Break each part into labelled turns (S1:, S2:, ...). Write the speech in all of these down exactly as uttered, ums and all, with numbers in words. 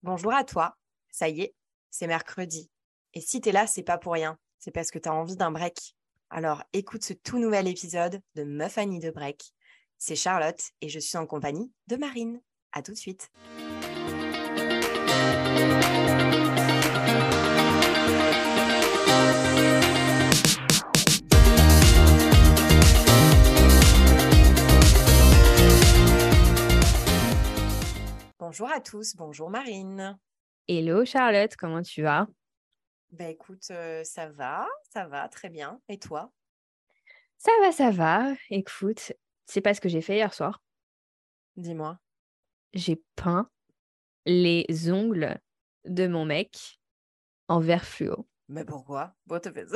S1: Bonjour à toi, ça y est, c'est mercredi. Et si t'es là, c'est pas pour rien, c'est parce que t'as envie d'un break. Alors écoute ce tout nouvel épisode de Meuf Annie de Break. C'est Charlotte et je suis en compagnie de Marine. À tout de suite. Bonjour à tous, bonjour Marine.
S2: Hello Charlotte, comment tu vas?
S1: Bah écoute, euh, ça va, ça va, très bien. Et toi?
S2: Ça va, ça va. Écoute, c'est pas ce que j'ai fait hier soir.
S1: Dis-moi.
S2: J'ai peint les ongles de mon mec en vert fluo.
S1: Mais pourquoi? Pourquoi t'as fait ça?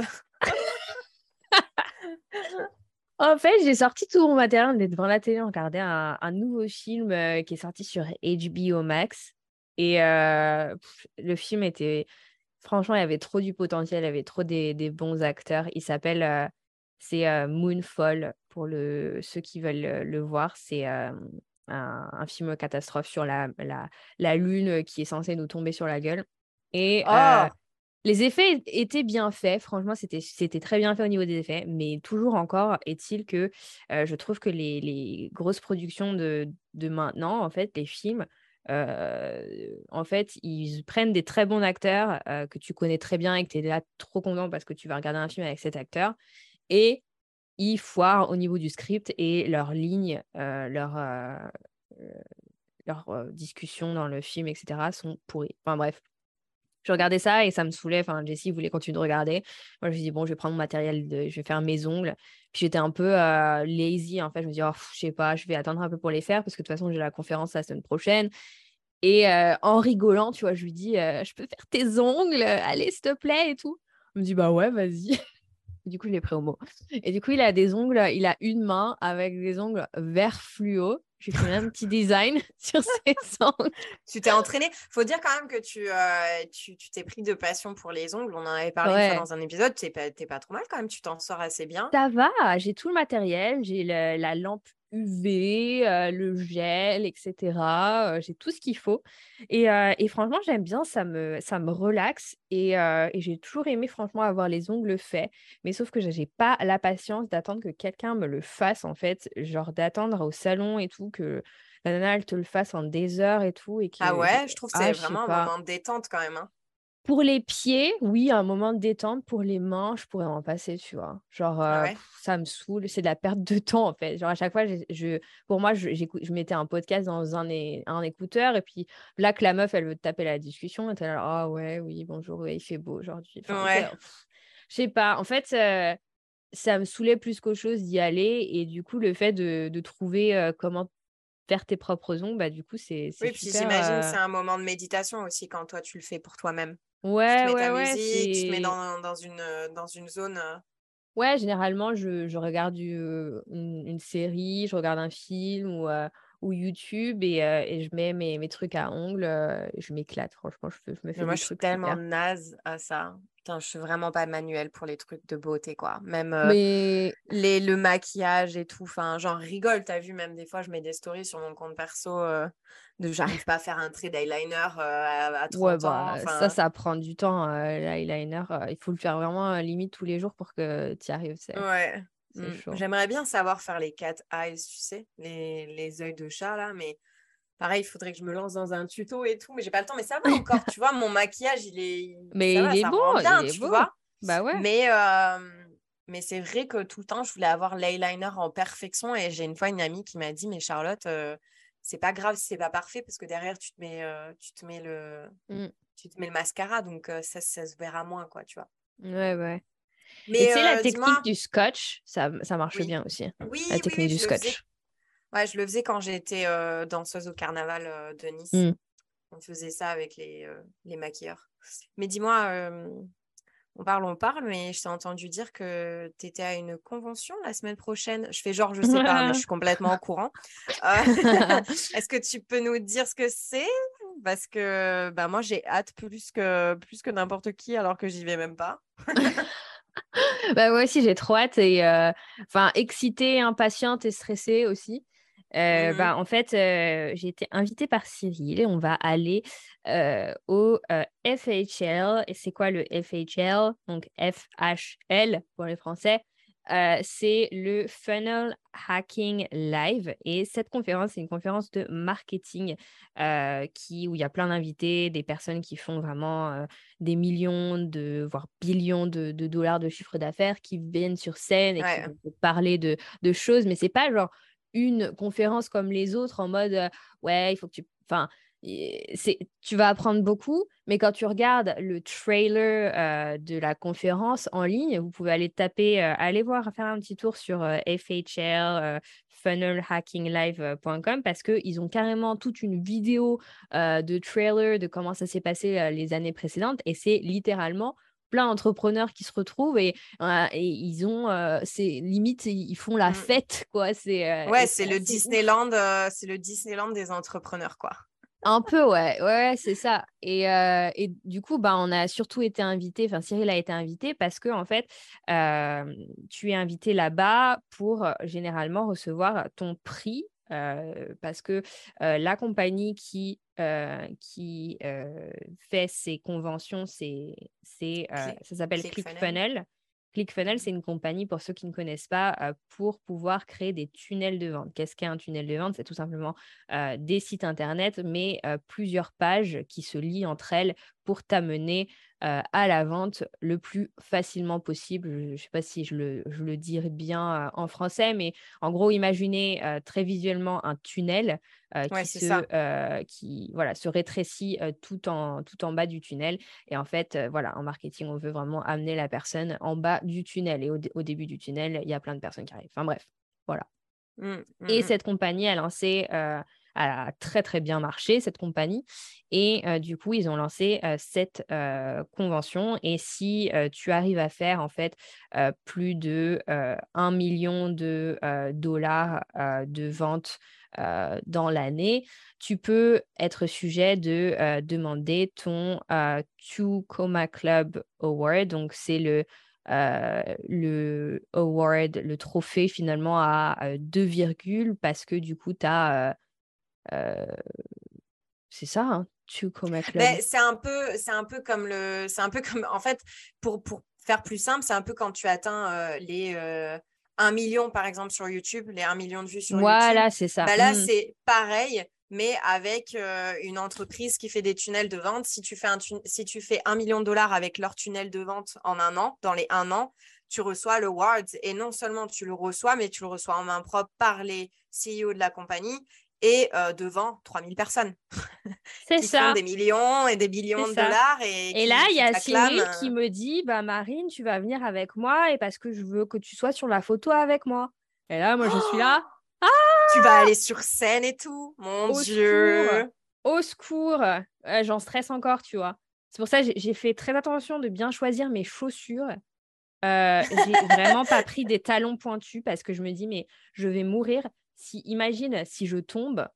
S2: En fait, j'ai sorti tout mon matériel, on est devant la télé, on regardait un, un nouveau film euh, qui est sorti sur H B O Max. Et euh, pff, le film était... Franchement, il y avait trop du potentiel, il y avait trop des, des bons acteurs. Il s'appelle... euh, c'est euh, Moonfall, pour le, ceux qui veulent le, le voir. C'est euh, un, un film catastrophe sur la, la, la lune qui est censée nous tomber sur la gueule. Et euh,
S1: Oh,
S2: les effets étaient bien faits, franchement, c'était c'était très bien fait au niveau des effets, mais toujours encore est-il que euh, je trouve que les, les grosses productions de, de maintenant, en fait, les films, euh, en fait, ils prennent des très bons acteurs euh, que tu connais très bien et que tu es là trop content parce que tu vas regarder un film avec cet acteur, et ils foirent au niveau du script et leurs lignes, euh, leurs euh, euh, leurs euh, discussions dans le film, et cetera, sont pourries. Enfin bref. Je regardais ça et ça me saoulait. Enfin, Jessie voulait continuer de regarder. Moi, je me suis dit, bon, je vais prendre mon matériel, de... je vais faire mes ongles. Puis j'étais un peu euh, lazy, en fait. Je me dis, oh, pff, je sais pas, je vais attendre un peu pour les faire parce que de toute façon, j'ai la conférence la semaine prochaine. Et euh, en rigolant, tu vois, je lui dis, euh, je peux faire tes ongles, allez, s'il te plaît, et tout. Il me dit, bah ouais, vas-y. Du coup, je l'ai pris au mot. Et du coup, il a des ongles, il a une main avec des ongles vert fluo. J'ai fait un petit design sur ses ongles.
S1: tu t'es entraînée. Faut dire quand même que tu, euh, tu, tu t'es pris de passion pour les ongles. On en avait parlé une fois
S2: Ouais.
S1: dans un épisode. T'es pas, t'es pas trop mal quand même. Tu t'en sors assez bien.
S2: Ça va, j'ai tout le matériel, j'ai le- la lampe U V, euh, le gel, et cetera. euh, j'ai tout ce qu'il faut. Et, euh, et franchement, j'aime bien, ça me, ça me relaxe. Et, euh, et j'ai toujours aimé, franchement, avoir les ongles faits. Mais sauf que j'ai pas la patience d'attendre que quelqu'un me le fasse, en fait. Genre d'attendre au salon et tout, que la nana, elle te le fasse en des heures et tout. Et
S1: Ah
S2: que, je-
S1: ouais, je trouve que
S2: ah,
S1: c'est
S2: je sais
S1: vraiment un
S2: pas.
S1: moment de détente quand même, hein.
S2: Pour les pieds, oui, un moment de détente. Pour les mains, je pourrais m'en passer, tu vois. Genre,
S1: Ah
S2: euh,
S1: ouais.
S2: pff, ça me saoule. C'est de la perte de temps, en fait. Genre, à chaque fois, je, je- pour moi, je, j'écoute- je mettais un podcast dans un, é- un écouteur. Et puis là, que la meuf, elle veut te taper la discussion. Et t'es là, ah ouais, oui, bonjour, ouais, il fait beau aujourd'hui. Enfin, t'es
S1: Ouais.
S2: là, pff, je sais pas. En fait, euh, ça me saoulait plus qu'autre chose d'y aller. Et du coup, le fait de, de trouver euh, comment faire tes propres ongles, bah, du coup, c'est c'est
S1: Oui, puis
S2: super.
S1: j'imagine que
S2: euh,
S1: c'est un moment de méditation aussi quand toi tu le fais pour toi-même. Tu te
S2: Ouais,
S1: mets ta
S2: ouais, ouais,
S1: musique, tu te mets
S2: c'est.
S1: dans, dans une, euh, dans une zone. euh,
S2: Ouais, généralement, je, je regarde du- euh, une, une série, je regarde un film ou, euh, ou YouTube et, euh, et je mets mes, mes trucs à ongles. euh, et je m'éclate, franchement, je, fais- je me
S1: Mais
S2: fais
S1: moi,
S2: des
S1: je suis
S2: trucs
S1: tellement
S2: super.
S1: naze à ça. Putain, je suis vraiment pas manuelle pour les trucs de beauté, quoi. Même euh,
S2: Mais
S1: les, le maquillage et tout. Enfin, j'en rigole, t'as vu, même des fois, je mets des stories sur mon compte perso euh, de j'arrive pas à faire un trait d'eyeliner euh, à, à
S2: ouais,
S1: trente ans.
S2: bah, ça,
S1: Enfin,
S2: ça prend du temps, euh, l'eyeliner. euh, il faut le faire vraiment euh, limite tous les jours pour que tu y arrives. C'est,
S1: ouais.
S2: c'est
S1: Mm.
S2: chaud.
S1: J'aimerais bien savoir faire les cat eyes, tu sais, les, les yeux de chat, là, mais pareil, il faudrait que je me lance dans un tuto et tout, mais j'ai pas le temps. Mais ça va encore, tu vois, mon maquillage, il est... Ça
S2: Mais il
S1: va,
S2: est
S1: ça
S2: beau,
S1: rend
S2: il
S1: bien,
S2: est
S1: tu
S2: beau.
S1: vois.
S2: Bah ouais.
S1: Mais, euh, mais c'est vrai que tout le temps, je voulais avoir l'eyeliner en perfection. Et j'ai une fois une amie qui m'a dit, mais Charlotte, euh, c'est pas grave si c'est pas parfait parce que derrière, tu te mets, euh, tu te mets le,
S2: Mm.
S1: tu te mets le mascara, donc euh, ça, ça se verra moins, quoi, tu vois.
S2: Ouais, ouais. Et tu
S1: Mais
S2: sais, la
S1: euh,
S2: technique
S1: dis-moi,
S2: du scotch, ça, ça marche
S1: oui.
S2: bien aussi. La
S1: Oui, oui,
S2: technique
S1: oui,
S2: du
S1: je le faisais.
S2: scotch.
S1: Ouais, je le faisais quand j'étais euh, danseuse au carnaval euh, de Nice.
S2: Mm.
S1: On faisait ça avec les, euh, les maquilleurs. Mais dis-moi, euh, on parle, on parle, mais je t'ai entendu dire que tu étais à une convention la semaine prochaine. Je fais genre, je sais pas, mais je suis complètement au courant. Euh, Est-ce que tu peux nous dire ce que c'est? Parce que bah, moi, j'ai hâte plus que, plus que n'importe qui, alors que j'y vais même pas.
S2: Bah, moi aussi, j'ai trop hâte et euh, enfin excitée, impatiente et stressée aussi. Euh,
S1: Mhm.
S2: bah, en fait, euh, j'ai été invitée par Cyril et on va aller euh, au euh, F H L. Et c'est quoi le F H L? Donc F H L pour les Français. Euh, c'est le Funnel Hacking Live. Et cette conférence, c'est une conférence de marketing euh, qui, où il y a plein d'invités, des personnes qui font vraiment euh, des millions, de, voire billions de, de dollars de chiffre d'affaires qui viennent sur scène et qui
S1: Ouais.
S2: vont te parler de, de choses. Mais c'est pas genre une conférence comme les autres en mode euh, ouais, il faut que tu. Enfin, et c'est, tu vas apprendre beaucoup, mais quand tu regardes le trailer euh, de la conférence en ligne, vous pouvez aller taper, euh, aller voir, faire un petit tour sur euh, F H L, euh, funnel hacking live point com parce qu'ils ont carrément toute une vidéo euh, de trailer de comment ça s'est passé euh, les années précédentes et c'est littéralement plein d'entrepreneurs qui se retrouvent et, euh, et ils ont, euh, c'est limite, ils font la
S1: Mm.
S2: fête, quoi. C'est, euh,
S1: Ouais,
S2: et c'est
S1: c'est le
S2: assez ouf.
S1: Disneyland, euh, c'est le Disneyland des entrepreneurs, quoi.
S2: Un peu, ouais, ouais, ouais, c'est ça. Et, euh, et du coup, bah, on a surtout été invité, enfin Cyril a été invité parce que en fait, euh, tu es invité là-bas pour euh, généralement recevoir ton prix euh, parce que euh, la compagnie qui, euh, qui euh, fait ces conventions, c'est, c'est, euh,
S1: Click,
S2: ça s'appelle
S1: ClickFunnels.
S2: ClickFunnels. ClickFunnels,
S1: Mhm.
S2: c'est une compagnie, pour ceux qui ne connaissent pas, euh, pour pouvoir créer des tunnels de vente. Qu'est-ce qu'est un tunnel de vente? C'est tout simplement euh, des sites internet, mais euh, plusieurs pages qui se lient entre elles pour t'amener euh, à la vente le plus facilement possible. Je ne sais pas si je le, je le dirais bien euh, en français, mais en gros, imaginez euh, très visuellement un tunnel euh,
S1: Ouais,
S2: qui,
S1: c'est
S2: se,
S1: ça.
S2: euh, qui voilà, se rétrécit euh, tout, en, tout en bas du tunnel. Et en fait, euh, voilà, en marketing, on veut vraiment amener la personne en bas du tunnel. Et au, dé- au début du tunnel, il y a plein de personnes qui arrivent. Enfin bref, voilà.
S1: Mm,
S2: Et
S1: mm,
S2: cette compagnie a lancé, euh, a très très bien marché, cette compagnie. Et euh, du coup, ils ont lancé euh, cette euh, convention. Et si euh, tu arrives à faire en fait euh, plus de euh, un million de euh, dollars euh, de ventes euh, dans l'année, tu peux être sujet de euh, demander ton euh, Two Coma Club Award. Donc, c'est le euh, le award, le trophée finalement à euh, deux virgules parce que du coup, tu as, c'est ça, hein, Two Coma Club.
S1: Ben, c'est un peu, c'est un peu comme le, c'est un peu comme, en fait, pour, pour faire plus simple, c'est un peu quand tu atteins euh, les euh, un million, par exemple, sur YouTube, les un million de vues sur YouTube.
S2: Voilà, c'est ça.
S1: Ben là,
S2: Mm.
S1: c'est pareil, mais avec euh, une entreprise qui fait des tunnels de vente. Si tu fais un, tu- si tu fais un million de dollars avec leur tunnel de vente en un an, dans les un an, tu reçois le Awards. Et non seulement tu le reçois, mais tu le reçois en main propre par les C E O de la compagnie et euh, devant trois mille personnes
S2: C'est
S1: qui font
S2: ça,
S1: des millions et des
S2: c'est
S1: billions de
S2: ça.
S1: dollars et
S2: Et là,
S1: qui,
S2: il y
S1: qui
S2: a
S1: t'acclament.
S2: Cyril qui
S1: euh.
S2: me dit, bah Marine, tu vas venir avec moi et parce que je veux que tu sois sur la photo avec moi. Et là, moi, je suis
S1: Oh,
S2: là, ah,
S1: tu vas aller sur scène et tout. Mon
S2: au secours,
S1: Dieu.
S2: au secours. Euh, j'en stresse encore, tu vois. C'est pour ça que j'ai j'ai fait très attention de bien choisir mes chaussures. Euh, j'ai vraiment pas pris des talons pointus parce que je me dis, mais je vais mourir. Si, imagine si je tombe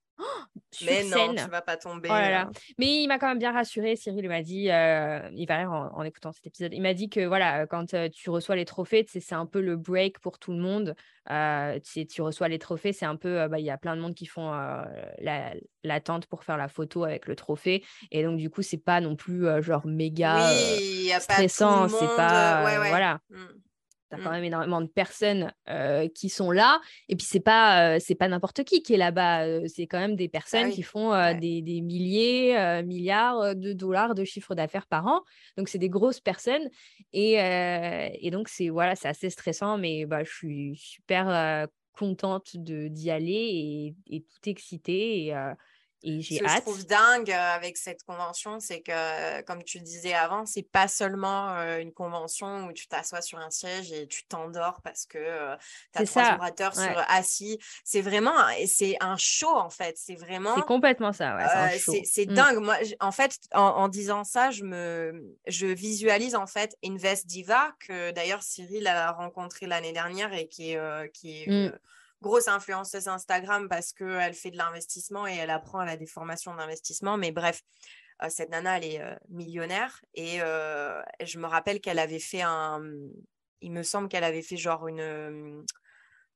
S2: sur
S1: Mais non, tu
S2: scène.
S1: vas pas
S2: Oh
S1: tomber
S2: là là.
S1: là.
S2: Mais il m'a quand même bien rassuré. Cyril m'a dit, euh, il va rire en, en écoutant cet épisode, il m'a dit que voilà, quand euh, tu reçois les trophées, tu sais, c'est un peu le break pour tout le monde. Euh, tu sais, tu reçois les trophées, c'est un peu, euh, bah, il y a plein de monde qui font euh, la- l'attente pour faire la photo avec le trophée. Et donc, du coup, c'est pas non plus euh, genre méga euh,
S1: Oui, il n'y a pas tout le
S2: stressant. C'est
S1: monde. euh, Ouais,
S2: pas, euh,
S1: ouais.
S2: voilà.
S1: Mm,
S2: T'as quand
S1: mm.
S2: même énormément de personnes euh, qui sont là. Et puis, c'est pas, euh, c'est pas n'importe qui qui est là-bas. Euh, c'est quand même des
S1: Bah
S2: personnes qui
S1: oui.
S2: font euh,
S1: Ouais.
S2: des, des milliers, euh, milliards euh, de dollars de chiffre d'affaires par an. Donc, c'est des grosses personnes. Et, euh, et donc, c'est voilà, c'est assez stressant. Mais bah, je suis super euh, contente de, d'y aller et, et tout excitée. Et, euh, et
S1: Ce
S2: j'ai
S1: que je trouve
S2: hâte.
S1: dingue euh, avec cette convention, c'est que, euh, comme tu disais avant, c'est pas seulement euh, une convention où tu t'assois sur un siège et tu t'endors parce que tu as
S2: C'est
S1: trois
S2: ça.
S1: orateurs sur
S2: Ouais.
S1: assis. C'est vraiment, un- et c'est un show en fait. C'est
S2: C'est
S1: vraiment,
S2: complètement ça. Ouais, c'est un
S1: euh, c'est
S2: show.
S1: c'est
S2: Mm.
S1: dingue. Moi, j- en fait, en, en disant ça, je me, je visualise en fait Invest Diva que d'ailleurs Cyril a rencontré l'année dernière et qui est, euh, qui est
S2: Mm.
S1: une grosse influenceuse Instagram parce qu'elle fait de l'investissement et elle apprend, elle a des formations d'investissement. Mais bref, euh, cette nana, elle est euh, millionnaire. Et euh, je me rappelle qu'elle avait fait un... Il me semble qu'elle avait fait genre une...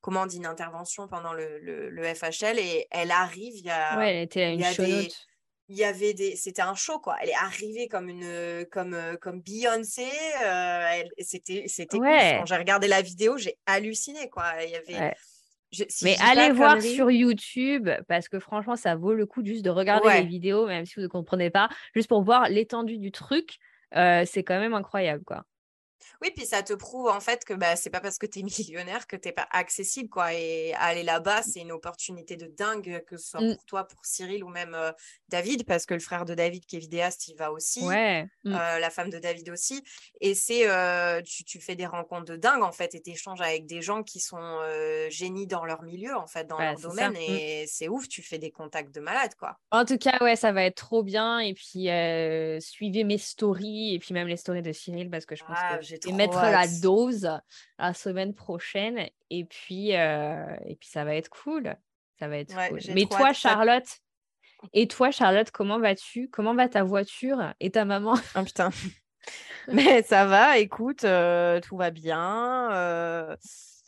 S1: commande une intervention pendant le, le, le F H L et elle arrive, il y a,
S2: Ouais, elle était
S1: il
S2: une
S1: y a
S2: show
S1: des...
S2: note.
S1: Il y avait des... C'était un show, quoi. Elle est arrivée comme, une... comme, euh, comme Beyoncé. Euh, elle... C'était, c'était ouf. Quand
S2: Ouais,
S1: j'ai regardé la vidéo, j'ai halluciné, quoi. Il y avait...
S2: ouais.
S1: Je... Si
S2: Mais
S1: je dis pas
S2: allez
S1: de
S2: voir
S1: conneries...
S2: sur YouTube parce que franchement, ça vaut le coup juste de regarder les
S1: Ouais.
S2: vidéos, même si vous ne comprenez pas, juste pour voir l'étendue du truc. Euh, c'est quand même incroyable, quoi.
S1: Oui, puis ça te prouve en fait que bah, c'est pas parce que tu es millionnaire que tu n'es pas accessible, quoi. Et aller là-bas, c'est une opportunité de dingue, que ce soit
S2: Mm,
S1: pour toi, pour Cyril ou même euh, David, parce que le frère de David qui est vidéaste, il va aussi.
S2: ouais. Mm.
S1: Euh, la femme de David aussi. Et c'est, euh, tu, tu fais des rencontres de dingue, en fait, et tu échanges avec des gens qui sont euh, génies dans leur milieu, en fait, dans
S2: Bah,
S1: leur
S2: c'est ça.
S1: domaine.
S2: Mm.
S1: Et c'est ouf, tu fais des contacts de malade, quoi.
S2: En tout cas, ouais, ça va être trop bien. Et puis, euh, suivez mes stories et puis même les stories de Cyril parce que je pense que
S1: Ah,
S2: je
S1: j'ai
S2: vais
S1: trop
S2: mettre la
S1: hâte.
S2: dose la semaine prochaine. Et puis, euh, et puis ça va être cool. Ça va être
S1: Ouais,
S2: cool.
S1: j'ai
S2: Mais
S1: trop
S2: toi,
S1: hâte. Ça...
S2: Charlotte, et toi, Charlotte, comment vas-tu? Comment va ta voiture et ta maman?
S1: Oh putain. Mais ça va, écoute, euh, tout va bien. euh,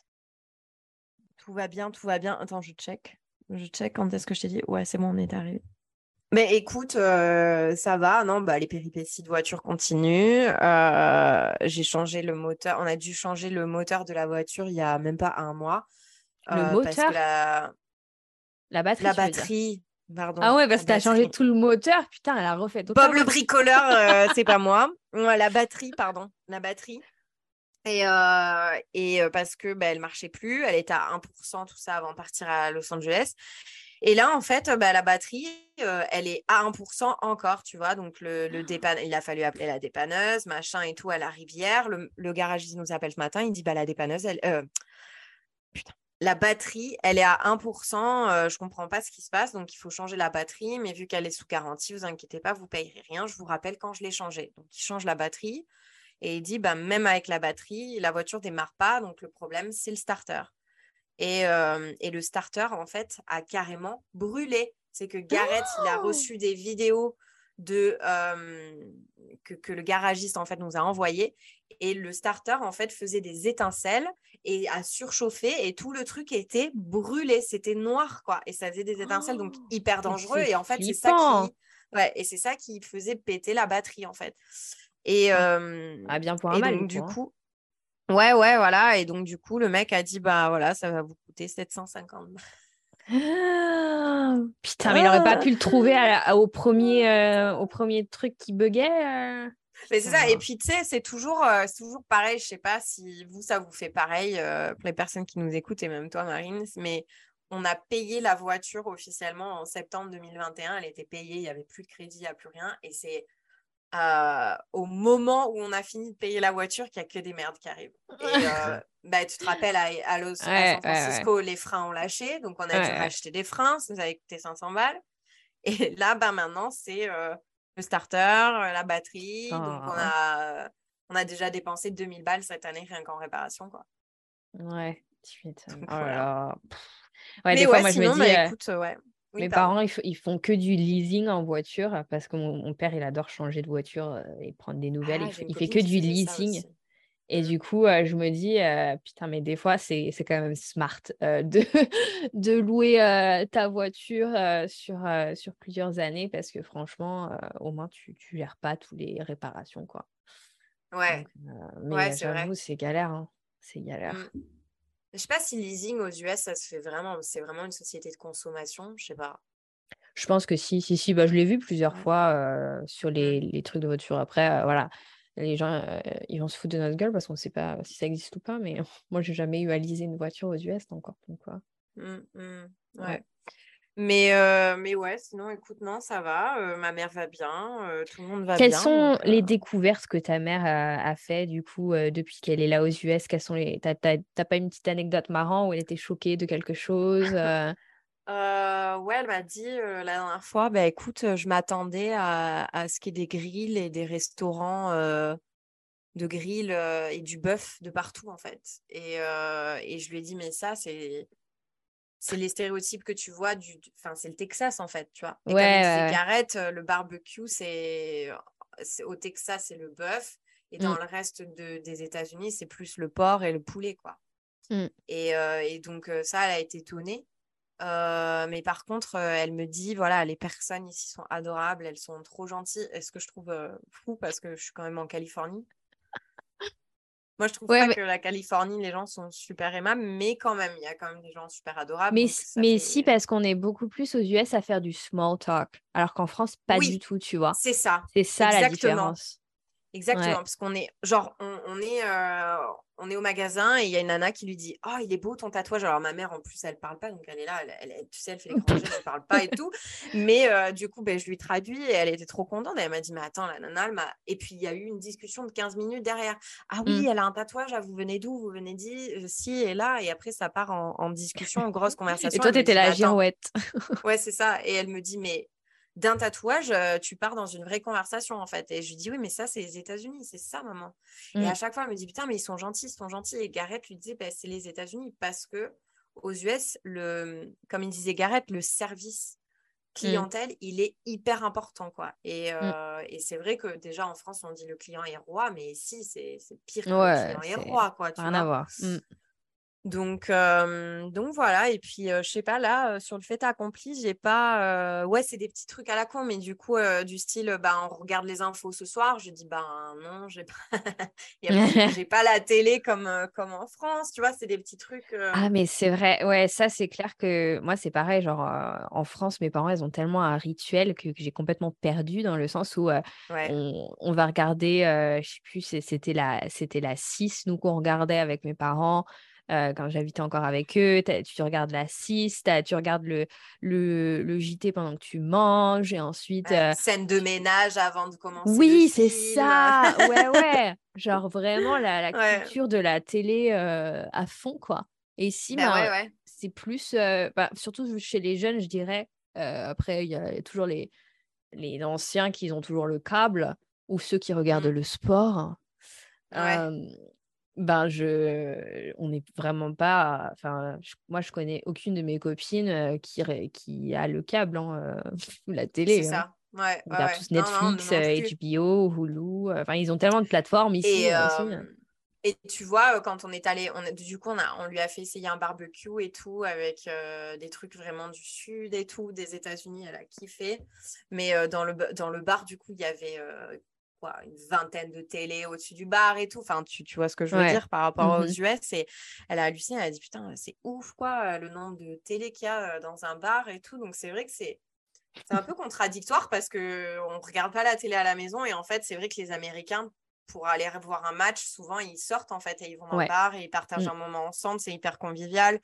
S1: Tout va bien, tout va bien. Attends, je check. Je check quand est-ce que je t'ai dit. Ouais, c'est bon, on est arrivé. Mais écoute, euh, ça va. Non, bah, les péripéties de voiture continuent. Euh, j'ai changé le moteur. On a dû changer le moteur de la voiture il y a même pas un mois.
S2: Le
S1: euh, parce que
S2: moteur?
S1: la,
S2: La batterie,
S1: la
S2: tu veux dire?
S1: batterie,
S2: Ah
S1: pardon,
S2: ouais, parce
S1: la
S2: que t'as changé
S1: batterie.
S2: tout le moteur. Putain, elle a refait toute la
S1: Bob le
S2: voiture.
S1: bricoleur, euh, c'est pas moi. Ouais, la batterie, pardon. La batterie. Et, euh, et euh, parce que bah, elle marchait plus, elle était à un pour cent tout ça avant de partir à Los Angeles. Et là, en fait, bah, la batterie, euh, elle est à un pour cent encore, tu vois. Donc, le, le dépanne... il a fallu appeler la dépanneuse, machin et tout, à la rivière. Le, le garagiste nous appelle ce matin, il dit, bah, la dépanneuse, elle... euh, putain. La batterie, elle est à un pour cent. Euh, je comprends pas ce qui se passe, donc il faut changer la batterie. Mais vu qu'elle est sous garantie, vous inquiétez pas, vous payerez rien. Je vous rappelle quand je l'ai changée. Donc, il change la batterie. Et il dit, bah, même avec la batterie, la voiture démarre pas. Donc, le problème, c'est le starter. Et, euh, et le starter, en fait, a carrément brûlé. C'est que Gareth, il a
S2: Oh.
S1: reçu des vidéos de, euh, que, que le garagiste, en fait, nous a envoyées. Et le starter, en fait, faisait des étincelles et a surchauffé. Et tout le truc était brûlé. C'était noir, quoi. Et ça faisait des étincelles, donc
S2: Oh.
S1: hyper
S2: Mais
S1: dangereux.
S2: c'est
S1: Et en fait, c'est ça
S2: flippant.
S1: qui... Ouais, et c'est ça qui faisait péter la batterie, en fait. Et,
S2: Ah,
S1: euh,
S2: ah, bien pour un
S1: et
S2: mal, du
S1: donc,
S2: coup.
S1: du
S2: Hein.
S1: coup, ouais, ouais, voilà. Et donc, du coup, le mec a dit, bah voilà, ça va vous coûter sept cent cinquante.
S2: Ah, putain, mais il aurait pas
S1: Ah.
S2: pu le trouver à- à- au premier, euh, au premier truc qui buguait. euh.
S1: Mais c'est ça. Et
S2: Putain.
S1: puis, tu sais, c'est toujours, euh, c'est toujours pareil. Je sais pas si vous, ça vous fait pareil euh, pour les personnes qui nous écoutent et même toi, Marine. Mais on a payé la voiture officiellement en septembre deux mille vingt et un. Elle était payée. Il n'y avait plus de crédit, il n'y a plus rien. Et c'est euh, au moment où on a fini de payer la voiture qu'il n'y a que des merdes qui arrivent. Et euh, bah, tu te rappelles, à, à, Los, à
S2: Ouais,
S1: San
S2: ouais,
S1: Francisco, les freins ont lâché. Donc, on
S2: ouais.
S1: a dû
S2: Ouais,
S1: racheter des freins. Ça nous avait coûté cinq cents balles. Et là, bah, maintenant, c'est euh, le starter, euh, la batterie. Donc, on
S2: putain.
S1: a, on a déjà dépensé deux mille balles cette année rien qu'en réparation, quoi.
S2: Ouais, tu m'étonnes. Oh
S1: Donc,
S2: là
S1: voilà.
S2: là. Pff. Ouais,
S1: Mais
S2: des fois,
S1: ouais,
S2: moi, je me
S1: sinon,
S2: dis,
S1: bah,
S2: euh,
S1: écoute, euh, ouais. Oui,
S2: mes
S1: pardon.
S2: parents, ils, f- ils font que du leasing en voiture parce que mon, mon père, il adore changer de voiture euh, et prendre des nouvelles. Il,
S1: Ah,
S2: f-
S1: j'ai une
S2: il fait
S1: copine
S2: que
S1: qui
S2: du
S1: faisait ça
S2: leasing.
S1: aussi.
S2: Et
S1: Mm.
S2: du coup, euh, je me dis, euh, putain, mais des fois, c'est, c'est quand même smart euh, de, de louer euh, ta voiture euh, sur, euh, sur plusieurs années parce que franchement, euh, au moins, tu ne gères pas toutes les réparations, quoi.
S1: Ouais,
S2: Donc, euh, mais
S1: ouais,
S2: euh,
S1: c'est vrai.
S2: j'avoue, c'est galère, hein. C'est
S1: Mm.
S2: galère.
S1: Je sais pas si leasing aux U S, ça se fait vraiment. C'est vraiment une société de consommation. Je sais pas.
S2: Je pense que si, si, si, bah, je l'ai vu plusieurs
S1: Ouais.
S2: fois euh, sur les,
S1: Mm.
S2: les trucs de voiture. Après, euh, voilà, les gens, euh, ils vont se foutre de notre gueule parce qu'on ne sait pas si ça existe ou pas, mais moi, j'ai jamais eu à leaser une voiture aux U S encore. Donc, quoi.
S1: Mm, mm.
S2: Ouais.
S1: Ouais. Mais, euh, mais ouais, sinon, écoute, non, ça va. Euh, ma mère va bien. Euh, tout le monde va
S2: Quelles
S1: bien.
S2: sont
S1: Donc, euh,
S2: les découvertes que ta mère a, a fait du coup euh, depuis qu'elle est là aux U S? Quelles sont les... T'as, t'as- t'as pas une petite anecdote marrante où elle était choquée de quelque chose euh,
S1: Euh, ouais, elle m'a dit euh, la dernière fois, bah écoute, euh, je m'attendais à, à ce qu'il y ait des grilles et des restaurants euh, de grilles euh, et du bœuf de partout en fait. Et, euh, et je lui ai dit, mais ça, c'est c'est les stéréotypes que tu vois du, du- enfin, c'est le Texas en fait, tu vois.
S2: Ouais,
S1: Et comme il disait
S2: ouais,
S1: Gareth, euh, le barbecue, c'est c'est- au Texas, c'est le bœuf. Et
S2: ouais.
S1: dans
S2: Mm.
S1: le reste de, des États-Unis, c'est plus le porc et le poulet, quoi.
S2: Mm.
S1: Et, euh, et donc, euh, ça, elle a été étonnée. Euh, mais par contre, euh, elle me dit, voilà, les personnes ici sont adorables, elles sont trop gentilles. Et ce que je trouve euh, fou, parce que je suis quand même en Californie. Moi, je trouve
S2: Ouais,
S1: pas
S2: mais,
S1: que la Californie, les gens sont super aimables, mais quand même, il y a quand même des gens super adorables.
S2: mais,
S1: Donc,
S2: s-
S1: ça
S2: mais si,
S1: fait...
S2: parce qu'on est beaucoup plus aux U S à faire du small talk, alors qu'en France, pas du
S1: Oui,
S2: tout, tu vois.
S1: c'est ça.
S2: C'est ça la
S1: Exactement.
S2: différence.
S1: Exactement,
S2: Ouais.
S1: parce qu'on est, genre, on, on est, euh, on est au magasin et il y a une nana qui lui dit, oh, il est beau ton tatouage. Alors, ma mère, en plus, elle parle pas, donc elle est là, elle, elle- elle- tu sais, elle fait les grands gestes, je parle pas et tout. Mais euh, du coup, ben, je lui traduis et elle était trop contente. Elle m'a dit, mais attends, la nana, elle m'a. Et puis, il y a eu une discussion de quinze minutes derrière. Ah
S2: Mm.
S1: oui, elle a un tatouage, ah, vous venez d'où? Vous venez d'ici et là. Et après, ça part en, en discussion, en grosse
S2: Et
S1: conversation.
S2: toi,
S1: Elle me
S2: t'étais
S1: dit, mais
S2: la
S1: attends.
S2: girouette.
S1: Ouais, c'est ça. Et elle me dit, mais d'un tatouage, euh, tu pars dans une vraie conversation, en fait. Et je lui dis, oui, mais ça, c'est les États-Unis, c'est ça, maman. Et
S2: Mm.
S1: à chaque fois, elle me dit, putain, mais ils sont gentils, ils sont gentils. Et Gareth lui disait, bah, c'est les États-Unis parce que aux U S, le, comme il disait Gareth, le service
S2: Mm.
S1: clientèle, il est hyper important, quoi. Et,
S2: Mm.
S1: euh, et c'est vrai que déjà en France, on dit le client est roi, mais ici, c'est c'est pire que le
S2: Ouais,
S1: client est
S2: c'est
S1: roi, quoi, tu
S2: rien à
S1: vois.
S2: voir. Mm.
S1: Donc, euh, donc voilà, et puis euh, je sais pas, là, euh, sur le fait accompli, j'ai pas. euh, Ouais, c'est des petits trucs à la con, mais du coup, euh, du style, euh, bah, on regarde les infos ce soir. Je dis, ben non, j'ai pas... y a- j'ai pas la télé comme, euh, comme en France, tu vois, c'est des petits trucs. euh,
S2: Ah, mais c'est vrai, ouais, ça c'est clair que moi c'est pareil, genre euh, en France, mes parents, ils ont tellement un rituel que, que j'ai complètement perdu dans le sens où euh,
S1: Ouais.
S2: on, on va regarder, euh, je sais plus, c'est- c'était la, c'était la six nous qu'on regardait avec mes parents euh, quand j'habitais encore avec eux. T'as- Tu regardes la six t'as- tu regardes le, le, le J T pendant que tu manges et ensuite,
S1: Ouais.
S2: euh,
S1: Scène de ménage avant de commencer le
S2: oui, c'est
S1: film.
S2: ça. Ouais, ouais. Genre vraiment la, la
S1: Ouais.
S2: culture de la télé euh, à fond, quoi. Et ici,
S1: Ben ouais,
S2: ben,
S1: ouais.
S2: c'est plus, euh, bah, surtout chez les jeunes, je dirais. Euh, après, il y a toujours les, les anciens qui ont toujours le câble ou ceux qui regardent
S1: Mm.
S2: le sport.
S1: Ouais.
S2: Euh, ben, je, on n'est vraiment pas. Enfin, je- moi, je connais aucune de mes copines euh, qui, ré- qui a le câble, hein, euh, ou la
S1: C'est
S2: télé. Hein.
S1: ça. Ouais,
S2: Ils
S1: ouais,
S2: regardent
S1: ouais.
S2: tous
S1: Non, non,
S2: Netflix,
S1: nous non
S2: euh,
S1: plus.
S2: H B O, Hulu. euh, Enfin, ils ont tellement de plateformes ici
S1: Et,
S2: euh, aussi.
S1: euh, et tu vois, euh, quand on est allé, on a- du coup, on, a, on lui a fait essayer un barbecue et tout, avec euh, des trucs vraiment du sud et tout, des États-Unis, elle a kiffé. Mais euh, dans, le, dans le bar, du coup, il y avait euh, quoi, une vingtaine de télé au-dessus du bar et tout. Enfin, tu, tu vois ce que je veux
S2: Ouais.
S1: dire par rapport aux
S2: Mhm.
S1: U S. Et elle a halluciné, elle a dit, putain, c'est ouf, quoi, euh, le nombre de télé qu'il y a euh, dans un bar et tout. Donc, c'est vrai que c'est. C'est un peu contradictoire parce qu'on ne regarde pas la télé à la maison et en fait, c'est vrai que les Américains, pour aller voir un match, souvent, ils sortent en fait et ils vont dans le
S2: Ouais.
S1: bar et ils partagent
S2: Mm.
S1: un moment ensemble, c'est hyper convivial.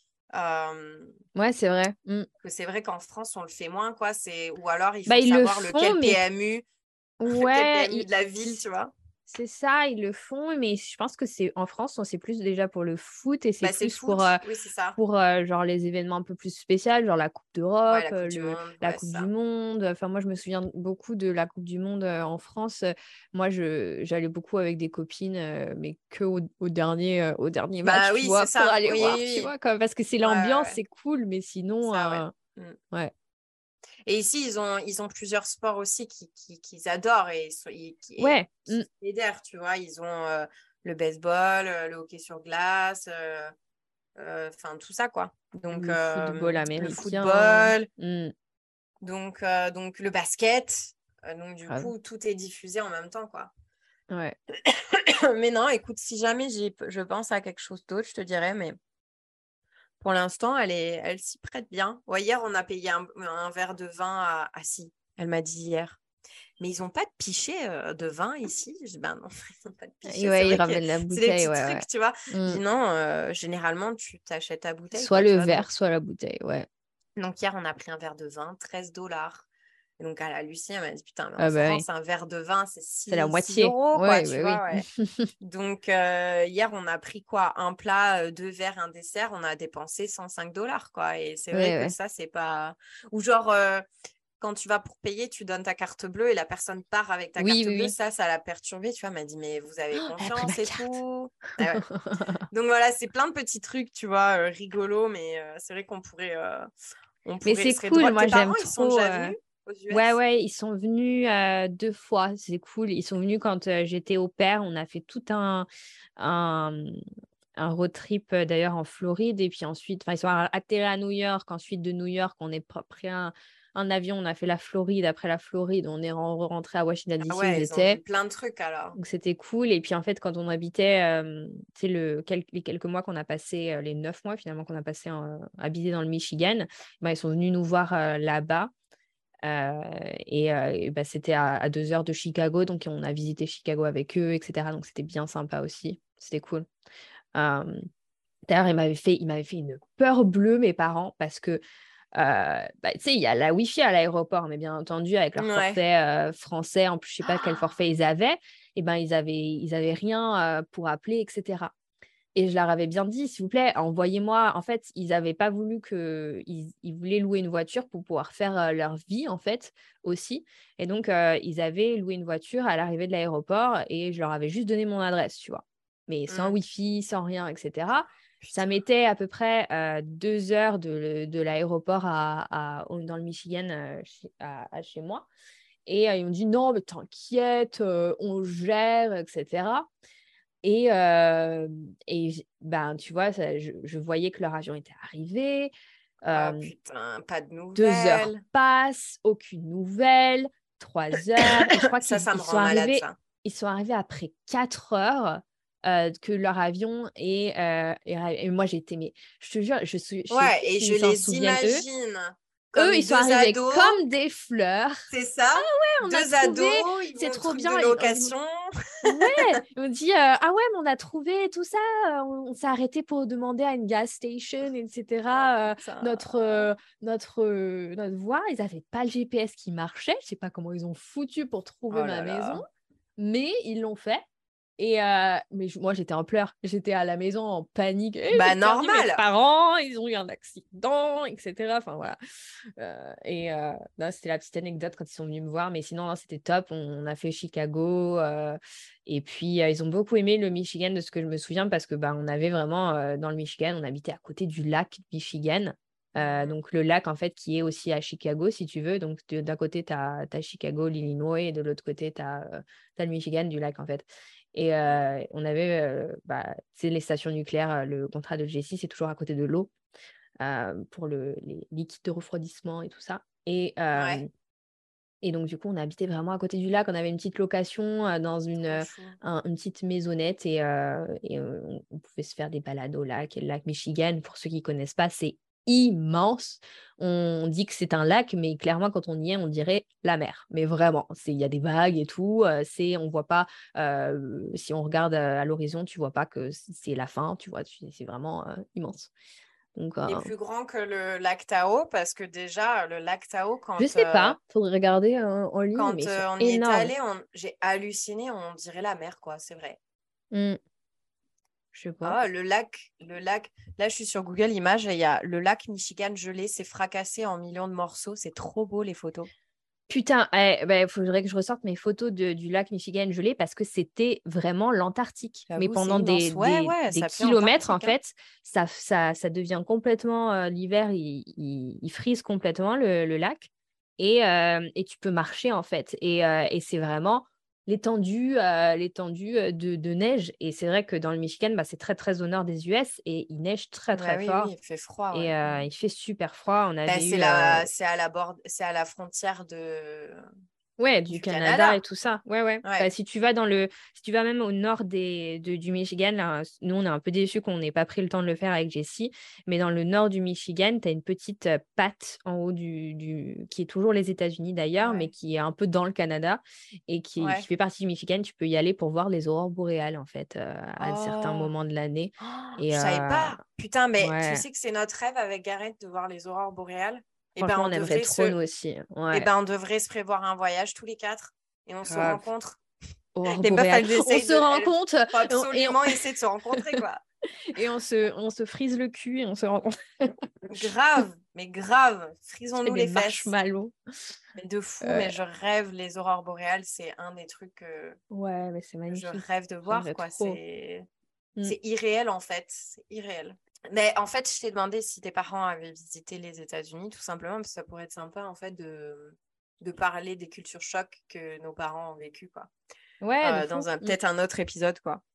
S1: Euh,
S2: Ouais, c'est vrai. Mm.
S1: que c'est vrai qu'en France, on le fait moins, quoi. C'est... Ou alors, il
S2: Bah,
S1: faut
S2: ils le
S1: savoir
S2: font,
S1: lequel
S2: mais
S1: P M U, lequel
S2: ouais,
S1: P M U
S2: ils-
S1: de la ville, tu vois.
S2: c'est ça, ils le font, mais je pense que c'est en France, on c'est plus déjà pour le foot et c'est
S1: Bah, c'est le
S2: plus pour, euh,
S1: foot, oui, c'est ça.
S2: pour euh, genre les événements un peu plus spéciaux, genre la Coupe
S1: Ouais,
S2: d'Europe,
S1: la
S2: euh,
S1: Coupe du
S2: le,
S1: Monde,
S2: la
S1: ouais,
S2: Coupe
S1: c'est
S2: du
S1: ça.
S2: Monde. Enfin, moi, je me souviens beaucoup de la Coupe du Monde euh, en France. Moi, je, j'allais beaucoup avec des copines, euh, mais que au, au dernier, euh, au dernier
S1: Bah
S2: match, tu
S1: oui, c'est
S2: vois, pour
S1: ça.
S2: aller
S1: Oui,
S2: voir, tu
S1: oui,
S2: vois, comme, parce que c'est
S1: oui. Ouais, ouais,
S2: l'ambiance,
S1: ouais.
S2: c'est cool, mais sinon,
S1: Ça, ouais.
S2: euh,
S1: Mm.
S2: ouais.
S1: Et ici, ils ont, ils ont plusieurs sports aussi qu'ils qui, qu'ils adorent et, et, et
S2: Ouais, mm,
S1: qui fédèrent, tu vois. Ils ont euh, le baseball, euh, le hockey sur glace, euh, euh, enfin tout ça, quoi. Donc,
S2: le football
S1: euh, le
S2: américain.
S1: football,
S2: Mm,
S1: donc, euh, donc le basket. Euh, donc, du
S2: grave.
S1: coup, tout est diffusé en même temps, quoi.
S2: Ouais.
S1: Mais non, écoute, si jamais j'y- je pense à quelque chose d'autre, je te dirais, mais pour l'instant, elle est, elle s'y prête bien. Ouais, hier, on a payé un, un verre de vin à... Ah si, elle m'a dit hier. Mais ils n'ont pas de pichet euh, de vin ici. Je dis, ben non, ils n'ont pas de
S2: Et
S1: pichet. C'est
S2: ouais, ils
S1: vrai que
S2: ramènent la
S1: c'est des
S2: bouteille,
S1: petits
S2: ouais, ouais.
S1: trucs, tu vois. Je
S2: Mm.
S1: dis non, euh, généralement, tu t'achètes ta bouteille,
S2: Soit
S1: quoi,
S2: le
S1: tu vois.
S2: verre,
S1: Donc,
S2: soit la bouteille, ouais.
S1: donc hier, on a pris un verre de vin, treize dollars. Et donc, à la Lucie, elle m'a dit, putain, mais en
S2: Ah bah oui,
S1: France, un verre de vin, c'est
S2: c'est la
S1: six six
S2: moitié.
S1: euros, quoi,
S2: Ouais,
S1: tu
S2: bah oui.
S1: vois, ouais. Donc, euh, hier, on a pris quoi? Un plat, euh, deux verres, un dessert. On a dépensé cent cinq dollars, quoi. Et c'est vrai
S2: Ouais,
S1: que
S2: ouais.
S1: ça, c'est pas. Ou genre, euh, quand tu vas pour payer, tu donnes ta carte bleue et la personne part avec ta
S2: Oui,
S1: carte
S2: oui,
S1: bleue.
S2: oui.
S1: Ça, ça l'a perturbée. Tu vois, elle m'a dit, mais vous avez
S2: Oh, elle a pris ma
S1: confiance et
S2: carte.
S1: tout. Ah ouais. Donc voilà, c'est plein de petits trucs, tu vois, euh, rigolos, mais euh, c'est vrai qu'on pourrait, euh, on
S2: Mais
S1: pourrait,
S2: c'est
S1: ce serait
S2: cool,
S1: drôle.
S2: moi
S1: Tes
S2: j'aime
S1: parents, ils sont
S2: trop.
S1: déjà
S2: euh,
S1: venus aux
S2: Ouais,
S1: U S?
S2: ouais, ils sont venus euh, deux fois, c'est cool. Ils sont venus quand euh, j'étais au pair, on a fait tout un, un, un road trip euh, d'ailleurs en Floride. Et puis ensuite, enfin, ils sont atterris à New York. Ensuite de New York, on est pr- pris un, un avion. On a fait la Floride. Après la Floride, on est ren- rentré à Washington,
S1: Ah
S2: D C où
S1: ouais, ils ont vu
S2: j'étais.
S1: plein de trucs alors.
S2: Donc c'était cool. Et puis en fait, quand on habitait, euh, tu sais, le, quel- les quelques mois qu'on a passé, euh, les neuf mois finalement qu'on a passé en, habité dans le Michigan, ben, ils sont venus nous voir euh, là-bas. Euh, et euh, et ben, c'était à, à deux heures de Chicago. Donc on a visité Chicago avec eux, et cetera. Donc c'était bien sympa aussi. C'était cool. Euh, D'ailleurs, ils m'avaient fait, ils m'avaient fait une peur bleue, mes parents, parce que euh, bah, tu sais, il y a la Wi-Fi à l'aéroport, mais bien entendu, avec leur
S1: Ouais.
S2: forfait euh, français, en plus, je sais pas quel
S1: Ah,
S2: forfait ils avaient, et ben ils avaient, ils avaient rien euh, pour appeler, et cetera. Et je leur avais bien dit, s'il vous plaît, envoyez-moi. En fait, ils n'avaient pas voulu que. Ils, ils voulaient louer une voiture pour pouvoir faire euh, leur vie, en fait, aussi. Et donc, euh, ils avaient loué une voiture à l'arrivée de l'aéroport et je leur avais juste donné mon adresse, tu vois. Mais sans
S1: hmm,
S2: Wi-Fi, sans rien, et cetera. Ça
S1: putain.
S2: mettait à peu près euh, deux heures de, de l'aéroport à, à- au- dans le Michigan euh, chez, à, à chez moi. Et euh, ils m'ont dit non, mais t'inquiète, euh, on gère, et cetera. Et, euh, et j- ben, tu vois, ça, je, je voyais que leur avion était arrivé.
S1: Ah
S2: euh,
S1: putain, pas de
S2: Deux heures
S1: nouvelles.
S2: passent, aucune nouvelle. Trois heures. Et je crois
S1: Ça,
S2: qu'ils
S1: ça me
S2: ils sont
S1: rend malade,
S2: arrivés,
S1: ça.
S2: ils sont arrivés après quatre heures euh, que leur avion est, euh, est arri- Et moi, j'étais, mais je te jure, je, suis, je sais
S1: Ouais,
S2: plus
S1: et je
S2: s'ils s'en
S1: les
S2: souviennent, eux.
S1: imagine
S2: Eux, ils
S1: comme
S2: sont
S1: deux
S2: arrivés
S1: ados,
S2: comme des fleurs.
S1: c'est ça?
S2: On a
S1: Deux
S2: trouvé,
S1: ados, ils
S2: c'est
S1: vont au
S2: trop
S1: truc
S2: bien.
S1: de
S2: Ils- on-
S1: location.
S2: Ouais, on dit euh, ah ouais, mais on a trouvé tout ça. euh, On, on s'est arrêté pour demander à une gas station,
S1: Oh
S2: et cetera euh, notre
S1: putain.
S2: euh, notre euh, notre voie, ils avaient pas le G P S qui marchait. Je sais pas comment ils ont foutu pour trouver
S1: Oh
S2: ma
S1: là
S2: maison,
S1: là.
S2: mais ils l'ont fait. Et euh, mais je- moi j'étais en pleurs, j'étais à la maison en panique. Eh, j'ai
S1: Bah
S2: perdu mes
S1: normal.
S2: parents, ils ont eu un accident, et cetera. Enfin voilà. Euh, et euh, non, c'était la petite anecdote quand ils sont venus me voir, mais sinon non, c'était top. On, on a fait Chicago euh, et puis euh, ils ont beaucoup aimé le Michigan de ce que je me souviens parce que bah on avait vraiment euh, dans le Michigan, on habitait à côté du lac Michigan. Euh,
S1: Mhm.
S2: donc le lac en fait qui est aussi à Chicago si tu veux. Donc de- d'un côté tu as Chicago, l'Illinois et de l'autre côté tu as le Michigan du lac en fait. Et euh, on avait, euh, bah, tu sais, les stations nucléaires, euh, le contrat de Jessie, c'est toujours à côté de l'eau euh, pour le, les liquides de refroidissement et tout ça. Et, euh,
S1: Ouais,
S2: et donc, du coup, on habitait vraiment à côté du lac. On avait une petite location euh, dans une,
S1: trop
S2: euh,
S1: chou.
S2: un- une petite maisonnette et, euh, et euh, on, on pouvait se faire des balades au lac. Et le lac Michigan, pour ceux qui ne connaissent pas, c'est immense. On dit que c'est un lac, mais clairement, quand on y est, on dirait la mer. Mais vraiment, c'est, il y a des vagues et tout. euh, c'est, on voit pas, euh, si on regarde euh, à l'horizon, tu vois pas que c'est la fin, tu vois, tu- c'est vraiment euh, immense. Donc,
S1: Et
S2: euh,
S1: plus grand que le lac Tao, parce que déjà, le lac Tao,
S2: je
S1: quand,
S2: sais
S1: euh,
S2: pas, faudrait regarder euh, en ligne, mais
S1: quand
S2: ils sont
S1: euh, on y est
S2: énormes.
S1: allé, on... j'ai halluciné, on dirait la mer, quoi, c'est vrai.
S2: Hmm, je sais pas.
S1: Ah, le lac, le lac. Là, je suis sur Google Images et il y a le lac Michigan gelé, s'est fracassé en millions de morceaux. C'est trop beau, les photos.
S2: Putain, il faudrait que je ressorte mes photos de- du lac Michigan gelé parce que c'était vraiment l'Antarctique. Mais
S1: J'avoue, c'est
S2: pendant des,
S1: immense. Ouais,
S2: des,
S1: ouais,
S2: des
S1: ça fait
S2: kilomètres, en
S1: Antarctique, hein.
S2: fait, ça, ça, ça devient complètement, euh, l'hiver, il, il, il frise complètement le, le lac et, euh, et tu peux marcher, en fait. Et, euh, et c'est vraiment l'étendue euh, l'étendue euh, de, de neige. Et c'est vrai que dans le Michigan, bah, c'est très, très au nord des U S et il neige très,
S1: Bah
S2: très
S1: oui, oui,
S2: fort.
S1: il fait froid, ouais.
S2: Et euh,
S1: Mm.
S2: il fait super froid. On
S1: Bah,
S2: avait
S1: c'est
S2: eu euh,
S1: la, c'est à la bord... c'est à la frontière de...
S2: Ouais, du
S1: du
S2: Canada et
S1: Canada.
S2: tout ça. Ouais, ouais. Bah,
S1: Ouais.
S2: si tu vas dans le, si tu vas même au nord des, de- du Michigan, là, nous, on est un peu déçus qu'on n'ait pas pris le temps de le faire avec Jessie, mais dans le nord du Michigan, tu as une petite euh, patte en haut du, du, qui est toujours les États-Unis d'ailleurs, mais
S1: Ouais.
S2: qui est un peu dans le Canada et qui, qui
S1: Ouais.
S2: fait partie du Michigan. Tu peux y aller pour voir les aurores boréales, en fait, euh, à certains
S1: Oh.
S2: moments de l'année.
S1: Oh, je
S2: Et
S1: savais
S2: euh,
S1: pas. Putain, mais tu
S2: ouais,
S1: sais que c'est notre rêve avec Gareth de voir les aurores boréales. Eh ben,
S2: franchement,
S1: on
S2: on aimerait
S1: devrait
S2: trop,
S1: se,
S2: nous aussi.
S1: eh
S2: Ouais,
S1: ben, on devrait se prévoir un voyage tous les quatre et on se
S2: grave.
S1: rencontre.
S2: Aurore
S1: Les meufs,
S2: boréale.
S1: elles
S2: On
S1: essayent
S2: se
S1: de,
S2: rend
S1: elles
S2: compte
S1: faut
S2: et on, et on-
S1: absolument essayer de se rencontrer, quoi.
S2: et on se, on se frise le cul et on se rencontre.
S1: Grave, mais grave.
S2: Je fais
S1: Frisons-nous
S2: des
S1: les fesses.
S2: marshmallows.
S1: Mais de fou,
S2: Euh,
S1: mais je rêve les aurores boréales, c'est un des trucs que,
S2: ouais, mais c'est
S1: que je
S2: magnifique.
S1: rêve de voir,
S2: J'aimerais
S1: quoi.
S2: trop.
S1: C'est,
S2: Mm.
S1: c'est irréel, en fait. C'est irréel. Mais en fait, je t'ai demandé si tes parents avaient visité les États-Unis, tout simplement, parce que ça pourrait être sympa, en fait, de, de parler des cultures chocs que nos parents ont vécues, quoi.
S2: Ouais, de
S1: Euh,
S2: fou.
S1: dans un,
S2: Mm.
S1: peut-être un autre épisode, quoi.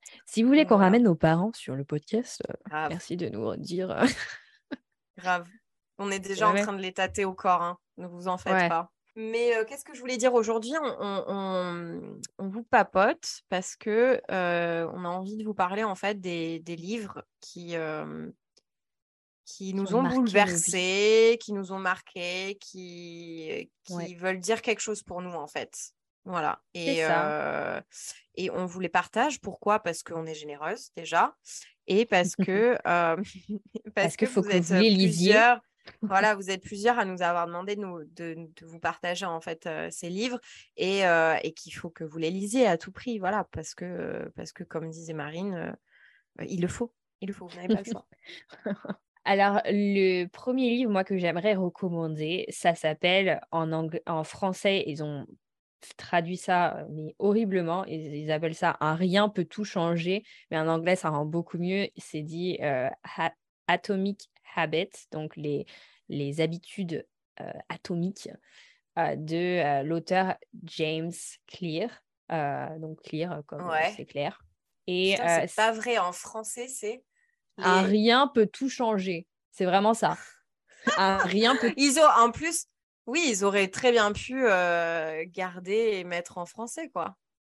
S2: Si vous voulez
S1: Donc
S2: qu'on
S1: voilà,
S2: ramène nos parents sur le podcast, euh,
S1: grave,
S2: merci de nous dire.
S1: grave. On est déjà
S2: Ouais,
S1: en
S2: ouais.
S1: train de les tâter au corps, hein. Ne vous en faites
S2: Ouais.
S1: pas. Mais euh, qu'est-ce que je voulais dire aujourd'hui? On, on- on- on vous papote parce que euh, on a envie de vous parler en fait des, des livres qui, euh, qui
S2: Qui ont
S1: nous ont
S2: marqué nos vies.
S1: bouleversés, qui nous ont marqués, qui,
S2: Ouais.
S1: qui veulent dire quelque chose pour nous en fait. Voilà.
S2: C'est
S1: Et,
S2: ça.
S1: euh, et on vous les partage. Pourquoi? Parce qu'on est généreuse déjà. Et parce que, euh, parce
S2: Parce
S1: que
S2: qu'il faut
S1: vous
S2: que vous
S1: êtes
S2: les lisiez.
S1: plusieurs. Voilà, vous êtes plusieurs à nous avoir demandé de, nous, de, de vous partager en fait euh, ces livres et, euh, et qu'il faut que vous les lisiez à tout prix. Voilà, parce que, parce que comme disait Marine, euh, il le faut. Il le faut, vous n'avez pas le choix.
S2: Alors, le premier livre, moi, que j'aimerais recommander, ça s'appelle en anglais, en français, ils ont traduit ça, euh, mais horriblement. Ils, ils appellent ça Un rien peut tout changer, mais en anglais, ça rend beaucoup mieux. C'est dit euh, Ha- Atomic Habits, donc les, les habitudes euh, atomiques euh, de euh, l'auteur James Clear. Euh, donc, Clear, comme euh,
S1: Ouais.
S2: c'est clair. Et
S1: Putain,
S2: euh,
S1: c'est pas vrai. En français, c'est
S2: un
S1: les.
S2: rien peut tout changer. C'est vraiment ça. Un rien peut.
S1: Ils ont, en plus, oui, ils auraient très bien pu euh, garder et mettre en français, quoi.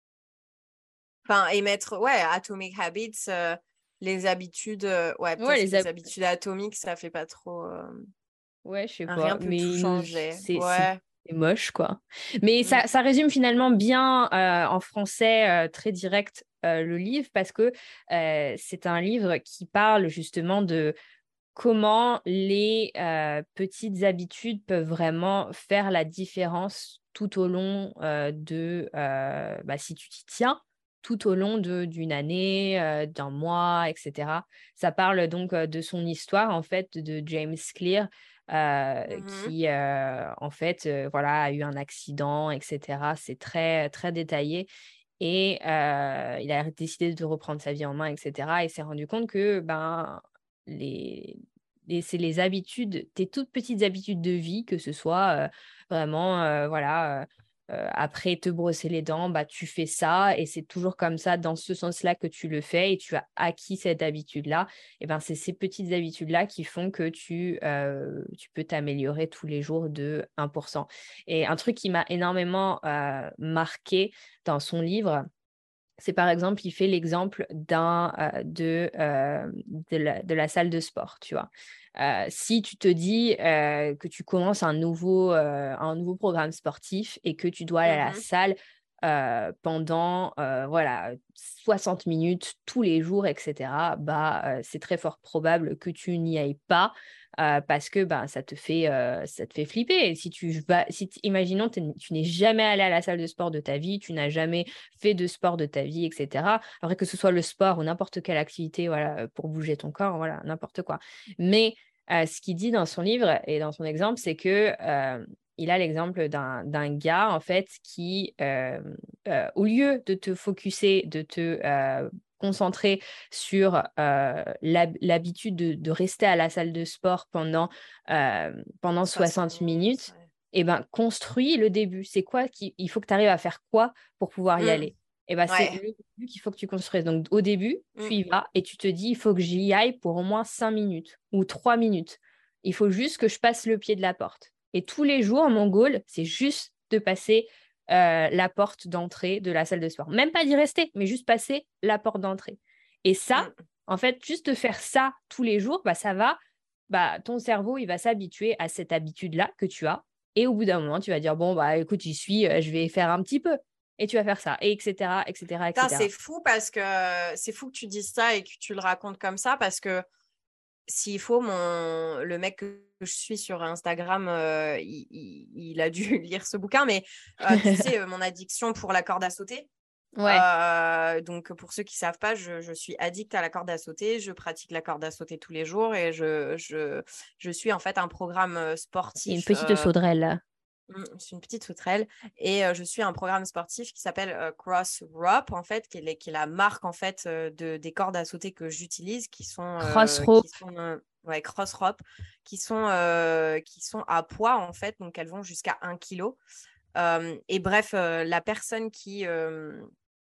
S1: Enfin, et mettre, ouais, Atomic Habits, euh, les habitudes. euh, ouais,
S2: Ouais,
S1: peut-être que
S2: les
S1: les
S2: hab-
S1: habitudes atomiques, ça fait pas trop. euh,
S2: ouais, je sais
S1: un
S2: pas,
S1: rien peut tout
S2: mais
S1: changer.
S2: c'est c'est
S1: Ouais.
S2: c'est moche quoi. Mais
S1: Mm.
S2: ça, ça résume finalement bien euh, en français euh, très direct euh, le livre parce que euh, c'est un livre qui parle justement de comment les euh, petites habitudes peuvent vraiment faire la différence tout au long euh, de, euh, bah, si tu t'y tiens, tout au long de, d'une année, euh, d'un mois, et cetera. Ça parle donc euh, de son histoire, en fait, de James Clear, euh,
S1: Mhm.
S2: qui, euh, en fait, euh, voilà, a eu un accident, et cetera. C'est très, très détaillé. Et euh, il a décidé de reprendre sa vie en main, et cetera. Et s'est rendu compte que ben, les, les- c'est les habitudes, tes toutes petites habitudes de vie, que ce soit euh, vraiment, euh, voilà, euh, euh, après te brosser les dents, bah, tu fais ça et c'est toujours comme ça, dans ce sens-là que tu le fais et tu as acquis cette habitude-là. Et ben, c'est ces petites habitudes-là qui font que tu, euh, tu peux t'améliorer tous les jours de un pour cent. Et un truc qui m'a énormément euh, marqué dans son livre, c'est par exemple, il fait l'exemple d'un, euh, de, euh, de, la, de la salle de sport, tu vois. Euh, si tu te dis euh, que tu commences un nouveau, euh, un nouveau programme sportif et que tu dois aller à la
S1: Mhm.
S2: salle euh, pendant euh, voilà, soixante minutes tous les jours, et cetera, bah, euh, c'est très fort probable que tu n'y ailles pas euh, parce que ben, ça te fait, euh, ça te fait flipper. Et si tu vas, si t- imaginons, t'es- tu n'es jamais allé à la salle de sport de ta vie, tu n'as jamais fait de sport de ta vie, et cetera. Après que ce soit le sport ou n'importe quelle activité, voilà, pour bouger ton corps, voilà, n'importe quoi. Mais euh, ce qu'il dit dans son livre et dans son exemple, c'est que euh, il a l'exemple d'un d'un gars en fait qui, euh, euh, au lieu de te focuser, de te euh, concentrer sur euh, l'hab- l'habitude de, de rester à la salle de sport pendant, euh, pendant
S1: soixante
S2: soixante
S1: minutes.
S2: minutes,
S1: Ouais.
S2: eh ben, construis le début. C'est quoi qui... Il faut que tu arrives à faire quoi pour pouvoir y
S1: Mm.
S2: aller? Eh ben, c'est
S1: Ouais.
S2: le début qu'il faut que tu construises. Donc, au début, tu
S1: Mm.
S2: y vas et tu te dis, il faut que j'y aille pour au moins cinq minutes ou trois minutes. Il faut juste que je passe le pied de la porte. Et tous les jours, mon goal, c'est juste de passer euh, la porte d'entrée de la salle de sport. Même pas d'y rester, mais juste passer la porte d'entrée. Et ça,
S1: Mm.
S2: en fait, juste de faire ça tous les jours, bah, ça va, bah, ton cerveau, il va s'habituer à cette habitude-là que tu as. Et au bout d'un moment, tu vas dire, bon, bah, écoute, j'y suis, euh, je vais faire un petit peu. Et tu vas faire ça, et etc., etc.,
S1: Putain, c'est
S2: et cetera.
S1: fou parce que c'est fou que tu dises ça et que tu le racontes comme ça parce que s'il faut, mon... le mec que je suis sur Instagram, euh, il, il- il a dû lire ce bouquin, mais euh, tu sais, euh, mon addiction pour la corde à sauter.
S2: Ouais,
S1: Euh, donc, pour ceux qui savent pas, je, je suis addict à la corde à sauter. Je pratique la corde à sauter tous les jours et je, je, je suis en fait un programme euh,
S2: et une
S1: sportif.
S2: petite
S1: euh,
S2: sauterelle.
S1: Mm, C'est une petite sauterelle et euh, je suis un programme sportif qui s'appelle euh, Cross Rope en fait, qui est, qui est la marque en fait euh, de des cordes à sauter que j'utilise, qui sont euh, qui
S2: Crossrope.
S1: sont euh, ouais, Cross Rope, qui sont euh, qui sont à poids en fait, donc elles vont jusqu'à un kilo. Euh, et bref, euh, la personne qui euh,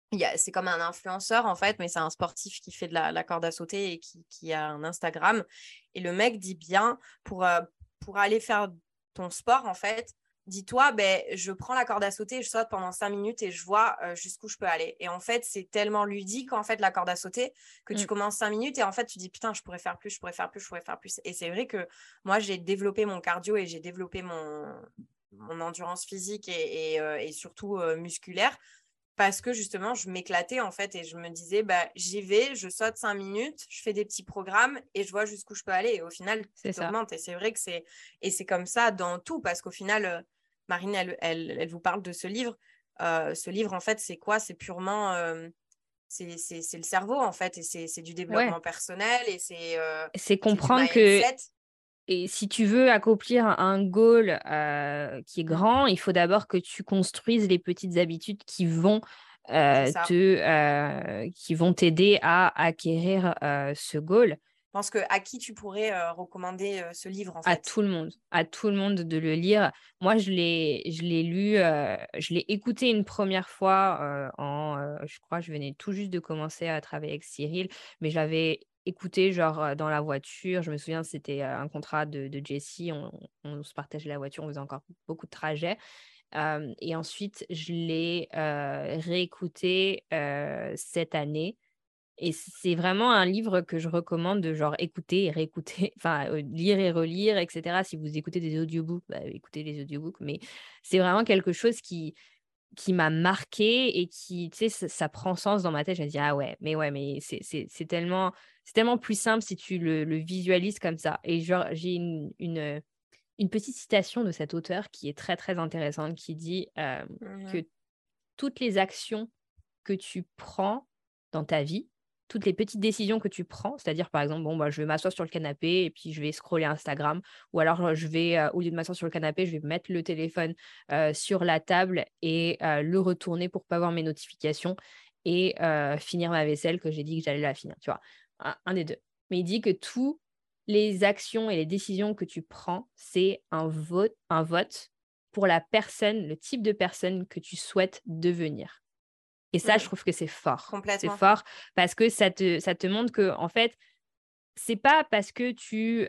S1: il y a, c'est comme un influenceur en fait, mais c'est un sportif qui fait de la, la corde à sauter et qui, qui a un Instagram. Et le mec dit bien, pour, euh, pour aller faire ton sport en fait, dis-toi, ben, je prends la corde à sauter, je saute pendant cinq minutes et je vois euh, jusqu'où je peux aller. Et en fait, c'est tellement ludique en fait la corde à sauter que tu
S2: Mm.
S1: commences cinq minutes et en fait, tu dis putain, je pourrais faire plus, je pourrais faire plus, je pourrais faire plus. Et c'est vrai que moi, j'ai développé mon cardio et j'ai développé mon, mon endurance physique et, et, euh, et surtout euh, musculaire parce que justement, je m'éclatais en fait et je me disais, bah, j'y vais, je saute cinq minutes, je fais des petits programmes et je vois jusqu'où je peux aller. Et au final,
S2: C'est
S1: tu
S2: ça.
S1: augmentes. Et c'est vrai que c'est, et c'est comme ça dans tout parce qu'au final, euh, Marine, elle, elle, elle vous parle de ce livre. Euh, ce livre, en fait, c'est quoi? C'est purement, euh, c'est, c'est, c'est le cerveau en fait et c'est, c'est du
S2: Ouais.
S1: développement personnel et c'est, euh,
S2: C'est
S1: c'est du
S2: comprendre que
S1: mindset.
S2: et si tu veux accomplir un un goal euh, qui est
S1: Mm,
S2: grand, il faut d'abord que tu construises les petites habitudes qui vont
S1: c'est
S2: euh,
S1: ça.
S2: te, euh, qui vont t'aider à acquérir euh, ce goal.
S1: Je pense que à qui tu pourrais euh, recommander euh, ce livre en
S2: À
S1: fait?
S2: tout le monde, à tout le monde de le lire. Moi, je l'ai, je l'ai lu, euh, je l'ai écouté une première fois euh, en, euh, je crois, je venais tout juste de commencer à travailler avec Cyril, mais je l'avais écouté genre euh, dans la voiture. Je me souviens, c'était euh, un contrat de, de Jessie. On, on se partageait la voiture, on faisait encore beaucoup de trajets. Euh, et ensuite, je l'ai euh, réécouté euh, cette année. Et c'est vraiment un livre que je recommande de genre écouter et réécouter, enfin euh, lire et relire, et cetera. Si vous écoutez des audiobooks, bah, écoutez les audiobooks. Mais c'est vraiment quelque chose qui, qui m'a marqué et qui, tu sais, ça, ça prend sens dans ma tête. Je me dis, ah ouais, mais ouais, mais c'est c'est- c'est tellement, c'est tellement plus simple si tu le, le visualises comme ça. Et genre, j'ai une, une, une petite citation de cet auteur qui est très, très intéressante, qui dit euh,
S1: Mhm.
S2: que toutes les actions que tu prends dans ta vie, toutes les petites décisions que tu prends, c'est-à-dire par exemple, bon, bah, je vais m'asseoir sur le canapé et puis je vais scroller Instagram, ou alors euh, je vais, euh, au lieu de m'asseoir sur le canapé, je vais mettre le téléphone euh, sur la table et euh, le retourner pour pas voir mes notifications et euh, finir ma vaisselle que j'ai dit que j'allais la finir, tu vois, un, un des deux. Mais il dit que tous les actions et les décisions que tu prends, c'est un vote, un vote pour la personne, le type de personne que tu souhaites devenir. Et ça, je
S1: Mm,
S2: trouve que c'est fort. C'est
S1: complètement.
S2: fort parce que ça te, ça te montre que, en fait, c'est pas parce que tu,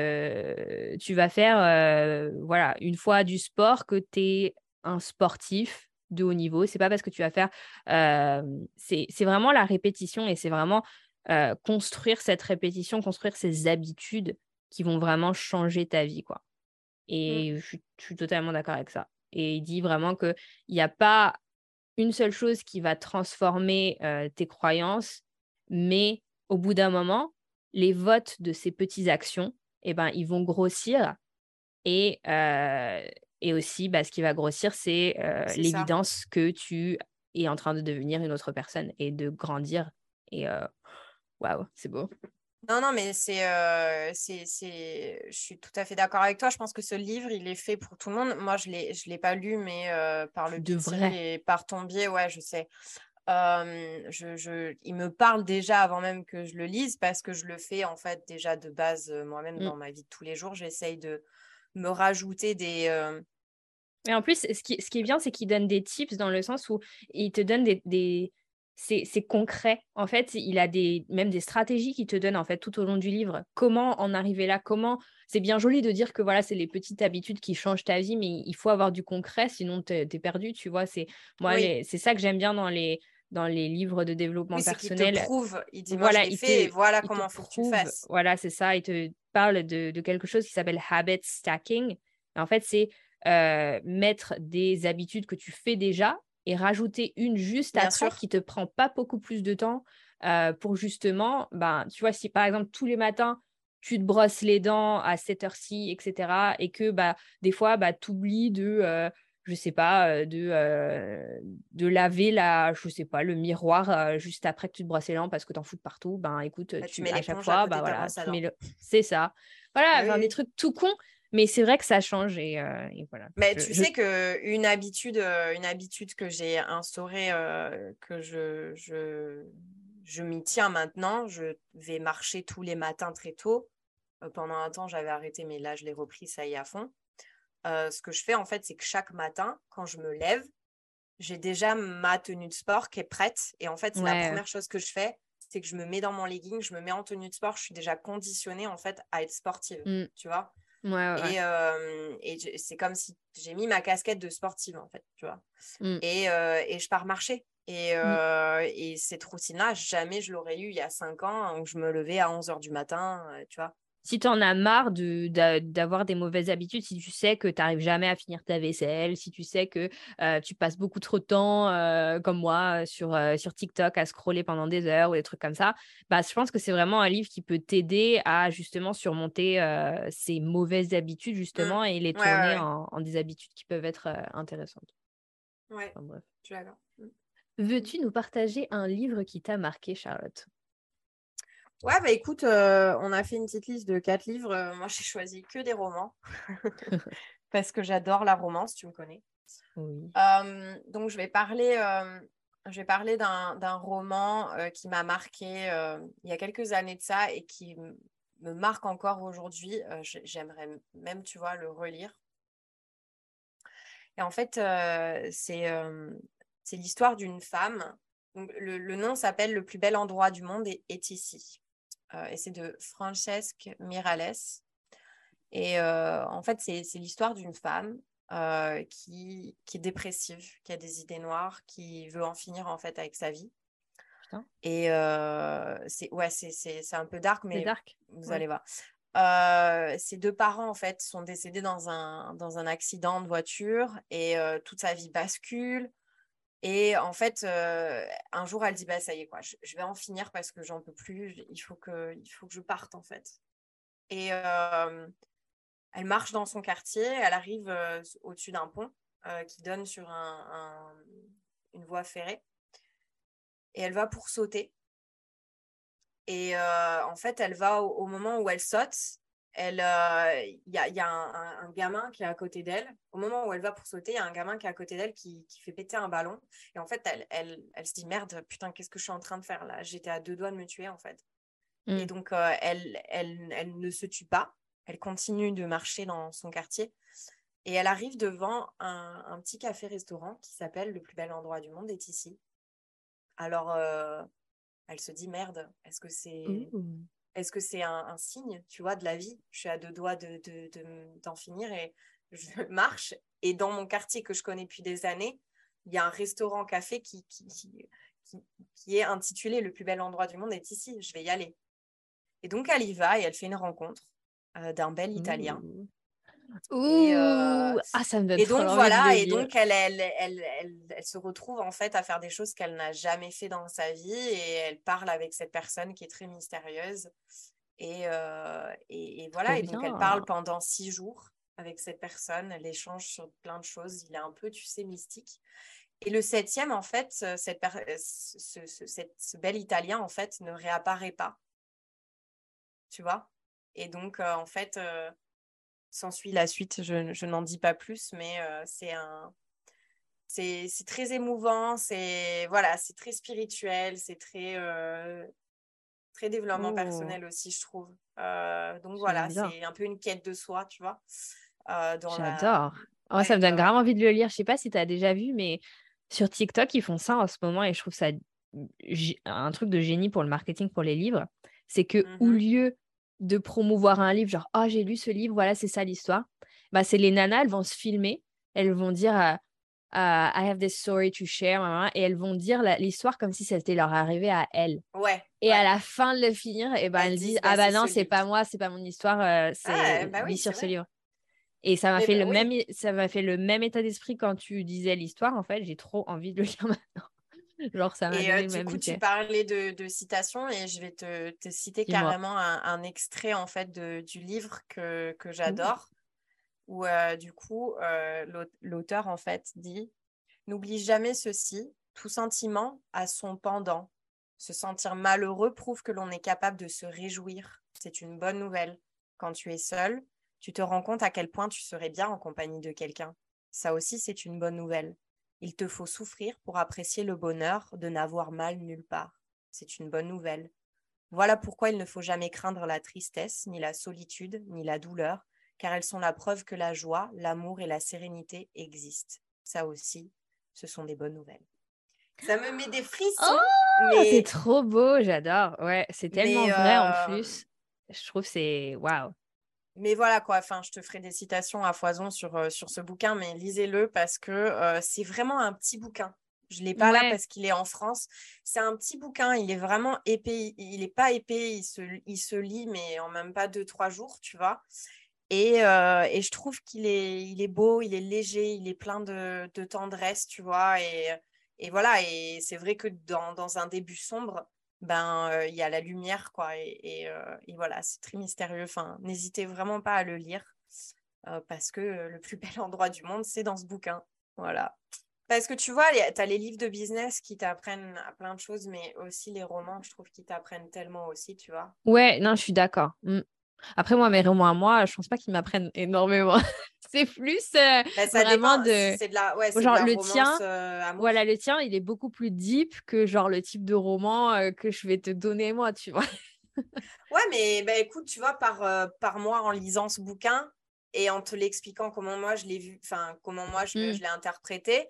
S2: euh, tu vas faire euh, voilà, une fois du sport que tu es un sportif de haut niveau. C'est pas parce que tu vas faire. euh, c'est, c'est vraiment la répétition et c'est vraiment euh, construire cette répétition, construire ces habitudes qui vont vraiment changer ta vie, quoi.
S1: Mm.
S2: Et je suis, je suis totalement d'accord avec ça. Et il dit vraiment qu'il n'y a pas une seule chose qui va transformer euh, tes croyances, mais au bout d'un moment, les votes de ces petites actions, eh ben, ils vont grossir. Et, euh, et aussi, bah, ce qui va grossir, c'est euh,
S1: C'est ça.
S2: l'évidence que tu es en train de devenir une autre personne et de grandir. Et euh, waouh, c'est beau.
S1: Non, non, mais c'est, euh, c'est, c'est... je suis tout à fait d'accord avec toi. Je pense que ce livre, il est fait pour tout le monde. Moi, je l'ai, je l'ai pas lu, mais euh, par le
S2: Tu
S1: biais de Cyril
S2: devrais.
S1: et par ton biais, ouais, je sais. Euh, je, je... Il me parle déjà avant même que je le lise parce que je le fais en fait déjà de base euh, moi-même
S2: Mm.
S1: dans ma vie de tous les jours. J'essaye de me rajouter des... euh,
S2: Et en plus, ce qui, ce qui est bien, c'est qu'il donne des tips dans le sens où il te donne des, des... C'est, c'est concret. En fait, il a des, même des stratégies qu'il te donne en fait tout au long du livre. Comment en arriver là? Comment... C'est bien joli de dire que voilà, c'est les petites habitudes qui changent ta vie, mais il faut avoir du concret, sinon t'es, t'es perdu, tu vois. C'est moi,
S1: Oui,
S2: les... c'est ça que j'aime bien dans les, dans les livres de
S1: oui,
S2: développement
S1: c'est qu'il te
S2: personnel.
S1: prouve. Il dit, moi, je
S2: Voilà,
S1: l'ai
S2: il
S1: fait et
S2: te,
S1: voilà
S2: il te
S1: comment il faut que tu le
S2: prouve,
S1: fasses.
S2: voilà, c'est ça, il te parle de, de quelque chose qui s'appelle habit stacking. En fait, c'est euh, mettre des habitudes que tu fais déjà et rajouter une juste
S1: Bien
S2: après
S1: sûr.
S2: qui te prend pas beaucoup plus de temps euh, pour justement, ben, tu vois, si par exemple tous les matins, tu te brosses les dents à cette heure-ci, et cetera, et que bah, des fois, bah, tu oublies de, euh, je sais pas, euh, de, euh, de laver la, je sais pas, le miroir euh, juste après que tu te brosses les dents parce que tu en fous de partout, ben écoute,
S1: Bah, tu
S2: tu,
S1: mets
S2: à chaque
S1: l'éponge à
S2: fois,
S1: côté
S2: bah
S1: de ta
S2: voilà,
S1: brosse à
S2: tu mets
S1: dents.
S2: le... C'est ça. Voilà,
S1: Oui,
S2: enfin, des
S1: oui.
S2: trucs tout cons, mais c'est vrai que ça change et, euh, et voilà.
S1: Mais
S2: Je,
S1: tu
S2: je...
S1: sais que une habitude, euh, une habitude que j'ai instaurée, euh, que je, je, je m'y tiens maintenant, je vais marcher tous les matins très tôt. Euh, pendant un temps, j'avais arrêté, mais là, je l'ai repris, ça y est, à fond. Euh, ce que je fais, en fait, c'est que chaque matin, quand je me lève, j'ai déjà ma tenue de sport qui est prête. Et en fait, c'est la
S2: Ouais.
S1: première chose que je fais, c'est que je me mets dans mon legging, je me mets en tenue de sport. Je suis déjà conditionnée, en fait, à être sportive,
S2: Mm.
S1: tu vois.
S2: Ouais, ouais, ouais.
S1: Et, euh, et je- c'est comme si j'ai mis ma casquette de sportive, en fait, tu vois.
S2: Mm.
S1: Et, euh, et je pars marcher. Et,
S2: Mm.
S1: euh, et cette routine-là, jamais je l'aurais eu il y a cinq ans où je me levais à onze heures du matin, euh, tu vois.
S2: Si tu en as marre de, d'a- d'avoir des mauvaises habitudes, si tu sais que tu n'arrives jamais à finir ta vaisselle, si tu sais que euh, tu passes beaucoup trop de temps, euh, comme moi, euh, sur, euh, sur TikTok à scroller pendant des heures ou des trucs comme ça, bah, je pense que c'est vraiment un livre qui peut t'aider à justement surmonter euh, ces mauvaises habitudes,
S1: Mm.
S2: justement, et les
S1: Ouais, ouais,
S2: tourner
S1: ouais.
S2: en, en des habitudes qui peuvent être euh, intéressantes.
S1: Ouais,
S2: Enfin, bref.
S1: je suis d'accord. Mm.
S2: Veux-tu nous partager un livre qui t'a marqué, Charlotte?
S1: Ouais, bah écoute, euh, on a fait une petite liste de quatre livres. Euh, moi, j'ai choisi que des romans parce que j'adore la romance, tu me connais.
S2: Oui.
S1: Euh, donc, je vais parler, euh, je vais parler d'un, d'un roman euh, qui m'a marqué euh, il y a quelques années de ça et qui m- me marque encore aujourd'hui. Euh, j- j'aimerais m- même, tu vois, le relire. Et en fait, euh, c'est euh, c'est l'histoire d'une femme. Donc, le, le nom s'appelle Le plus bel endroit du monde est, est ici. Euh, et c'est de Francesque Miralles. Et euh, en fait, c'est, c'est l'histoire d'une femme euh, qui, qui est dépressive, qui a des idées noires, qui veut en finir en fait avec sa vie.
S2: Putain,
S1: Et euh, c'est, ouais, c'est, c'est, c'est un peu dark,
S2: c'est
S1: mais
S2: dark.
S1: vous
S2: Ouais.
S1: allez voir. Euh, ses deux parents en fait sont décédés dans un, dans un accident de voiture et euh, toute sa vie bascule. Et en fait, euh, un jour, elle dit bah ça y est quoi, je, je vais en finir parce que j'en peux plus. Il faut que, il faut que je parte en fait. Et euh, elle marche dans son quartier, elle arrive euh, au-dessus d'un pont euh, qui donne sur un, un, une voie ferrée. Et elle va pour sauter. Et euh, en fait, elle va au, au moment où elle saute. Elle, euh, il y a, y a un, un, un gamin qui est à côté d'elle. Au moment où elle va pour sauter, il y a un gamin qui est à côté d'elle qui, qui fait péter un ballon. Et en fait, elle, elle, elle se dit merde, putain, qu'est-ce que je suis en train de faire là? J'étais à deux doigts de me tuer en fait. Et
S2: Mm.
S1: donc, euh, elle, elle, elle ne se tue pas. Elle continue de marcher dans son quartier. Et elle arrive devant un, un petit café-restaurant qui s'appelle Le plus bel endroit du monde est ici. Alors, euh, elle se dit merde, est-ce que c'est
S2: Ouh.
S1: est-ce que c'est un, un signe, tu vois, de la vie? Je suis à deux doigts de, de, de- d'en finir et je marche. Et dans mon quartier que je connais depuis des années, il y a un restaurant-café qui, qui, qui, qui, qui est intitulé Le plus bel endroit du monde est ici. Je vais y aller. Et donc, elle y va et elle fait une rencontre euh, d'un bel Italien.
S2: Ouh.
S1: Et, euh,
S2: Ouh. Ah, ça me donne
S1: et
S2: trop
S1: donc
S2: envie de le
S1: voilà, et
S2: lire.
S1: donc elle, elle, elle, elle, elle se retrouve en fait à faire des choses qu'elle n'a jamais fait dans sa vie et elle parle avec cette personne qui est très mystérieuse. Et, euh, et, et
S2: Trop
S1: voilà, et donc elle parle
S2: bien.
S1: pendant six jours avec cette personne, elle échange sur plein de choses, il est un peu, tu sais, mystique. Et le septième, en fait, cette per- ce, ce, cette- ce bel Italien, en fait, ne réapparaît pas, tu vois. Et donc, euh, en fait, euh, s'ensuit la suite, je, je n'en dis pas plus, mais euh, c'est un c'est c'est très émouvant, c'est voilà, c'est très spirituel, c'est très euh, très développement
S2: Oh,
S1: personnel aussi, je trouve. Euh, donc
S2: j'aime
S1: voilà,
S2: bien.
S1: c'est un peu une quête de soi, tu vois. Euh, dans la
S2: J'adore. Oh, ça
S1: ouais
S2: me
S1: ouais
S2: donne
S1: ouais.
S2: grave envie de le lire. Je sais pas si tu as déjà vu, mais sur TikTok, ils font ça en ce moment et je trouve ça gé- un truc de génie pour le marketing pour les livres. C'est que au
S1: Mhm.
S2: lieu de promouvoir un livre, genre, oh, j'ai lu ce livre, voilà, c'est ça l'histoire, bah, c'est les nanas, elles vont se filmer, elles vont dire, euh, euh, I have this story to share, nanana, et elles vont dire la- l'histoire comme si c'était leur arrivé à elles.
S1: Ouais
S2: Et à
S1: ouais.
S2: la fin de le finir, et ben
S1: Elles
S2: elles disent,
S1: disent bah
S2: ah
S1: c'est
S2: bah non,
S1: ce
S2: c'est
S1: livre.
S2: pas moi, c'est pas mon histoire, euh,
S1: Ah
S2: c'est
S1: bah oui,
S2: lis
S1: c'est
S2: sur ce
S1: vrai.
S2: livre. Et ça m'a
S1: Mais
S2: fait le
S1: bah,
S2: même,
S1: oui.
S2: ça m'a fait le même état d'esprit quand tu disais l'histoire, en fait. J'ai trop envie de le lire maintenant. Genre, ça m'a
S1: Et euh,
S2: donné le
S1: du
S2: même
S1: coup, tu
S2: effet.
S1: parlais de, de citations et je vais te, te citer
S2: Dis-moi.
S1: carrément un, un extrait en fait de, du livre que, que
S2: Ouh.
S1: j'adore, où euh, du coup, euh, l'aut- l'auteur en fait dit: N'oublie jamais ceci, tout sentiment a son pendant. Se sentir malheureux prouve que l'on est capable de se réjouir. C'est une bonne nouvelle. Quand tu es seul, tu te rends compte à quel point tu serais bien en compagnie de quelqu'un. Ça aussi, c'est une bonne nouvelle. Il te faut souffrir pour apprécier le bonheur de n'avoir mal nulle part. C'est une bonne nouvelle. Voilà pourquoi il ne faut jamais craindre la tristesse, ni la solitude, ni la douleur, car elles sont la preuve que la joie, l'amour et la sérénité existent. Ça aussi, ce sont des bonnes nouvelles. Ça me met des frissons,
S2: Oh,
S1: mais...
S2: c'est trop beau, j'adore. Ouais, c'est tellement
S1: mais
S2: vrai en
S1: euh,
S2: plus. Je trouve que c'est waouh.
S1: Mais voilà quoi, enfin, je te ferai des citations à foison sur, euh, sur ce bouquin, mais lisez-le parce que euh, c'est vraiment un petit bouquin. Je ne l'ai pas là
S2: Ouais,
S1: parce qu'il est en France. C'est un petit bouquin, il est vraiment épais. Il n'est pas épais, il se, il se lit, mais en même pas deux, trois jours, tu vois. Et, euh, et je trouve qu'il est, il est beau, il est léger, il est plein de, de tendresse, tu vois. Et, et voilà, et c'est vrai que dans, dans un début sombre, ben euh, il y a la lumière, quoi. Et, et, euh, et voilà, c'est très mystérieux. Enfin, n'hésitez vraiment pas à le lire euh, parce que euh, le plus bel endroit du monde, c'est dans ce bouquin. Voilà. Parce que tu vois, tu as les livres de business qui t'apprennent à plein de choses, mais aussi les romans, je trouve qu'ils t'apprennent tellement aussi, tu vois.
S2: ouais, non, je suis d'accord. Mm. Après, moi, mes romans à moi, je pense pas qu'ils m'apprennent énormément. C'est plus euh,
S1: Ben, ça
S2: vraiment
S1: dépend si
S2: de.
S1: c'est de la, ouais, c'est de
S2: Genre,
S1: la
S2: le
S1: romance
S2: tien,
S1: euh,
S2: voilà,
S1: amour.
S2: le tien, il est beaucoup plus deep que genre le type de roman euh, que je vais te donner moi, tu vois.
S1: Ouais, mais ben, écoute, tu vois, par, euh, par moi, en lisant ce bouquin et en te l'expliquant comment moi je l'ai vu, enfin, comment moi je, le-
S2: Mm.
S1: je l'ai interprété,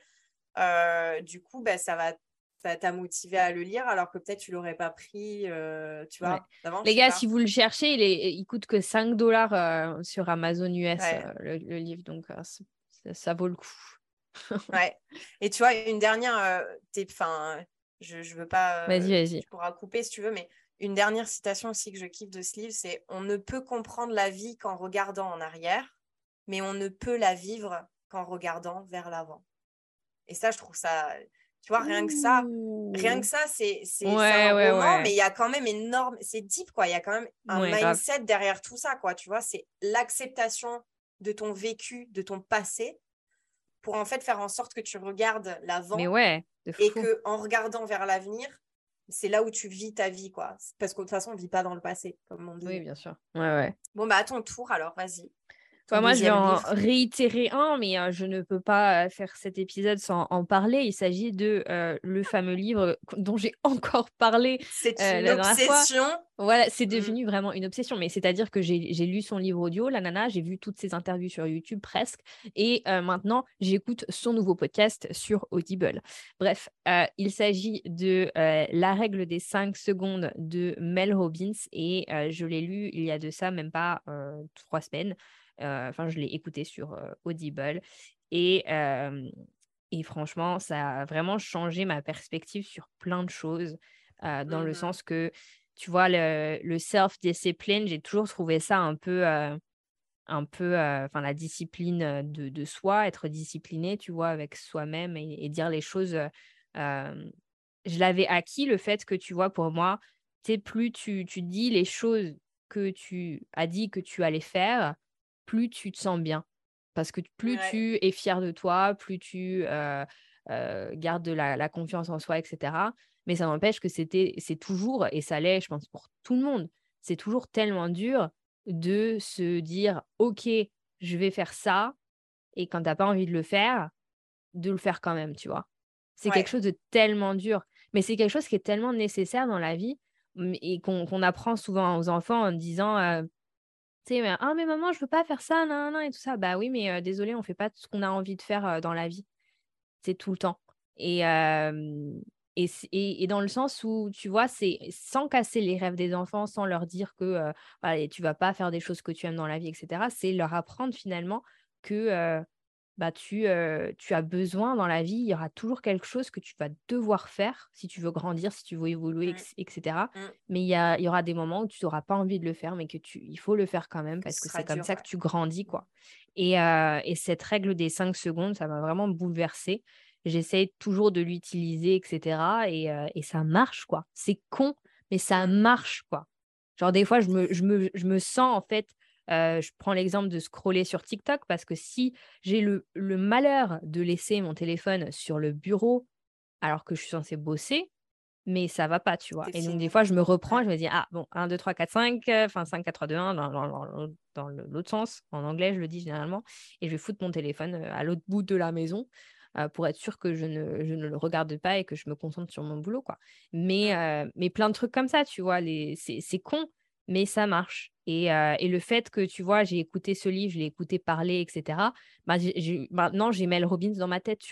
S1: euh, du coup, ben, ça va ça t'a motivé à le lire alors que peut-être tu l'aurais pas pris, euh, tu
S2: Ouais.
S1: vois, d'avant, je
S2: Les
S1: sais
S2: gars, si
S1: pas.
S2: vous le cherchez, il, est... il coûte que cinq dollars euh, sur Amazon U S,
S1: Ouais,
S2: euh, le, le livre, donc euh, c'est- ça, ça vaut le coup.
S1: ouais. Et tu vois, une dernière, euh, t'es, enfin, je, je veux pas,
S2: Vas-y,
S1: euh,
S2: vas-y.
S1: tu pourras couper si tu veux, mais une dernière citation aussi que je kiffe de ce livre, c'est: on ne peut comprendre la vie qu'en regardant en arrière, mais on ne peut la vivre qu'en regardant vers l'avant. Et ça, je trouve ça, tu vois, rien que ça, rien que
S2: Ouh.
S1: ça, c'est, c'est, c'est un
S2: Ouais, ouais,
S1: roman, mais
S2: ouais.
S1: il y a quand même énorme, c'est deep, quoi. Il y a quand même un
S2: Ouais, grave.
S1: mindset derrière tout ça, quoi. Tu vois, c'est l'acceptation de ton vécu, de ton passé, pour en fait faire en sorte que tu regardes
S2: Mais
S1: l'avant
S2: ouais, de
S1: et
S2: fou.
S1: que en regardant vers l'avenir, c'est là où tu vis ta vie, quoi. Parce que de toute façon, on ne vit pas dans le passé, comme on
S2: Oui,
S1: disait.
S2: bien sûr. Ouais, ouais.
S1: Bon, bah, à ton tour, alors, vas-y. Ton
S2: Bah, moi, je vais
S1: deuxième
S2: en
S1: livre.
S2: réitérer un, mais euh, je ne peux pas euh, faire cet épisode sans en parler. Il s'agit de euh, le fameux livre dont j'ai encore parlé
S1: C'est
S2: euh,
S1: une
S2: la dernière fois.
S1: obsession.
S2: Voilà, c'est
S1: Mm.
S2: devenu vraiment une obsession. Mais c'est-à-dire que j'ai j'ai lu son livre audio, la nana, j'ai vu toutes ses interviews sur YouTube presque, et euh, maintenant j'écoute son nouveau podcast sur Audible. Bref, euh, il s'agit de euh, La règle des cinq secondes de Mel Robbins, et euh, je l'ai lu il y a de ça même pas euh, trois semaines. Euh, Enfin, je l'ai écouté sur euh, Audible, et euh, et franchement, ça a vraiment changé ma perspective sur plein de choses, euh, dans le
S1: Mhm.
S2: sens que tu vois, le, le self-discipline, j'ai toujours trouvé ça un peu, euh, un peu, euh, enfin, la discipline euh, de, de soi, être discipliné, tu vois, avec soi-même, et, et dire les choses. euh, euh, je l'avais acquis, le fait que, tu vois, pour moi, tu sais, plus tu, tu dis les choses que tu as dit que tu allais faire, plus tu te sens bien. Parce que plus
S1: Ouais.
S2: tu es fier de toi, plus tu euh, euh, gardes de la, la confiance en soi, et cetera. Mais ça n'empêche que c'était, c'est toujours, et ça l'est, je pense, pour tout le monde, c'est toujours tellement dur de se dire: «OK, je vais faire ça», et quand tu as pas envie de le faire, de le faire quand même, tu vois? C'est quelque
S1: Ouais.
S2: chose de tellement dur, mais c'est quelque chose qui est tellement nécessaire dans la vie, mmh et qu'on qu'on apprend souvent aux enfants en disant, heu, tu sais: «Ah mais maman, je veux pas faire ça, nin nin nin» et tout ça. Bah oui, mais heu, désolé, on fait pas tout ce qu'on a envie de faire, heu, dans la vie. C'est tout le temps, et hem et c et et dans le sens où, tu vois, c'est sans casser les rêves des enfants, sans leur dire que, heu, voilà, tu vas pas faire des choses que tu aimes dans la vie, et cetera. C'est leur apprendre finalement que, heu, bah, tu, heu, tu as besoin dans la vie, il y aura toujours quelque chose que tu vas devoir faire si tu veux grandir, si tu veux évoluer, et
S1: Mm.
S2: et cetera.
S1: Mm.
S2: Mais il y a il y aura des moments où tu n'auras pas envie de le faire, mais que tu il faut le faire quand même
S1: Que
S2: parce
S1: ce
S2: que
S1: sera
S2: c'est comme
S1: dur,
S2: ça que
S1: ouais.
S2: tu grandis,
S1: Mm.
S2: quoi. Et heu et cette règle des cinq secondes, ça m'a vraiment bouleversée. J'essaye toujours de l'utiliser, et cetera, et heu et ça marche, quoi. C'est con, mais ça
S1: Mm.
S2: marche, quoi. Genre des fois, je me je me je me sens en fait, heu, je prends l'exemple de scroller sur TikTok parce que si j'ai le le malheur de laisser mon téléphone sur le bureau alors que je suis censée bosser, mais ça va pas, tu vois?
S1: C'est
S2: Et donc des
S1: fini.
S2: fois, je me reprends,
S1: Ouais.
S2: je me dis: «Ah bon, un deux trois quatre cinq, heu, enfin cinq quatre trois deux un dans dans dans l'autre dans le l'autre sens. En anglais, je le dis généralement, et je vais foutre mon téléphone, heu, à l'autre bout de la maison, heu, pour être sûre que je ne je ne le regarde pas et que je me concentre sur mon boulot, quoi. Mais
S1: Mm.
S2: heu, mais plein de trucs comme ça, tu vois? Les c'est c'est con, mais ça marche, et heu et le fait que, tu vois, j'ai écouté ce livre, je l'ai écouté parler, et cetera, bah, j'ai j'ai maintenant j'ai Mel Robbins dans ma tête, tu vois?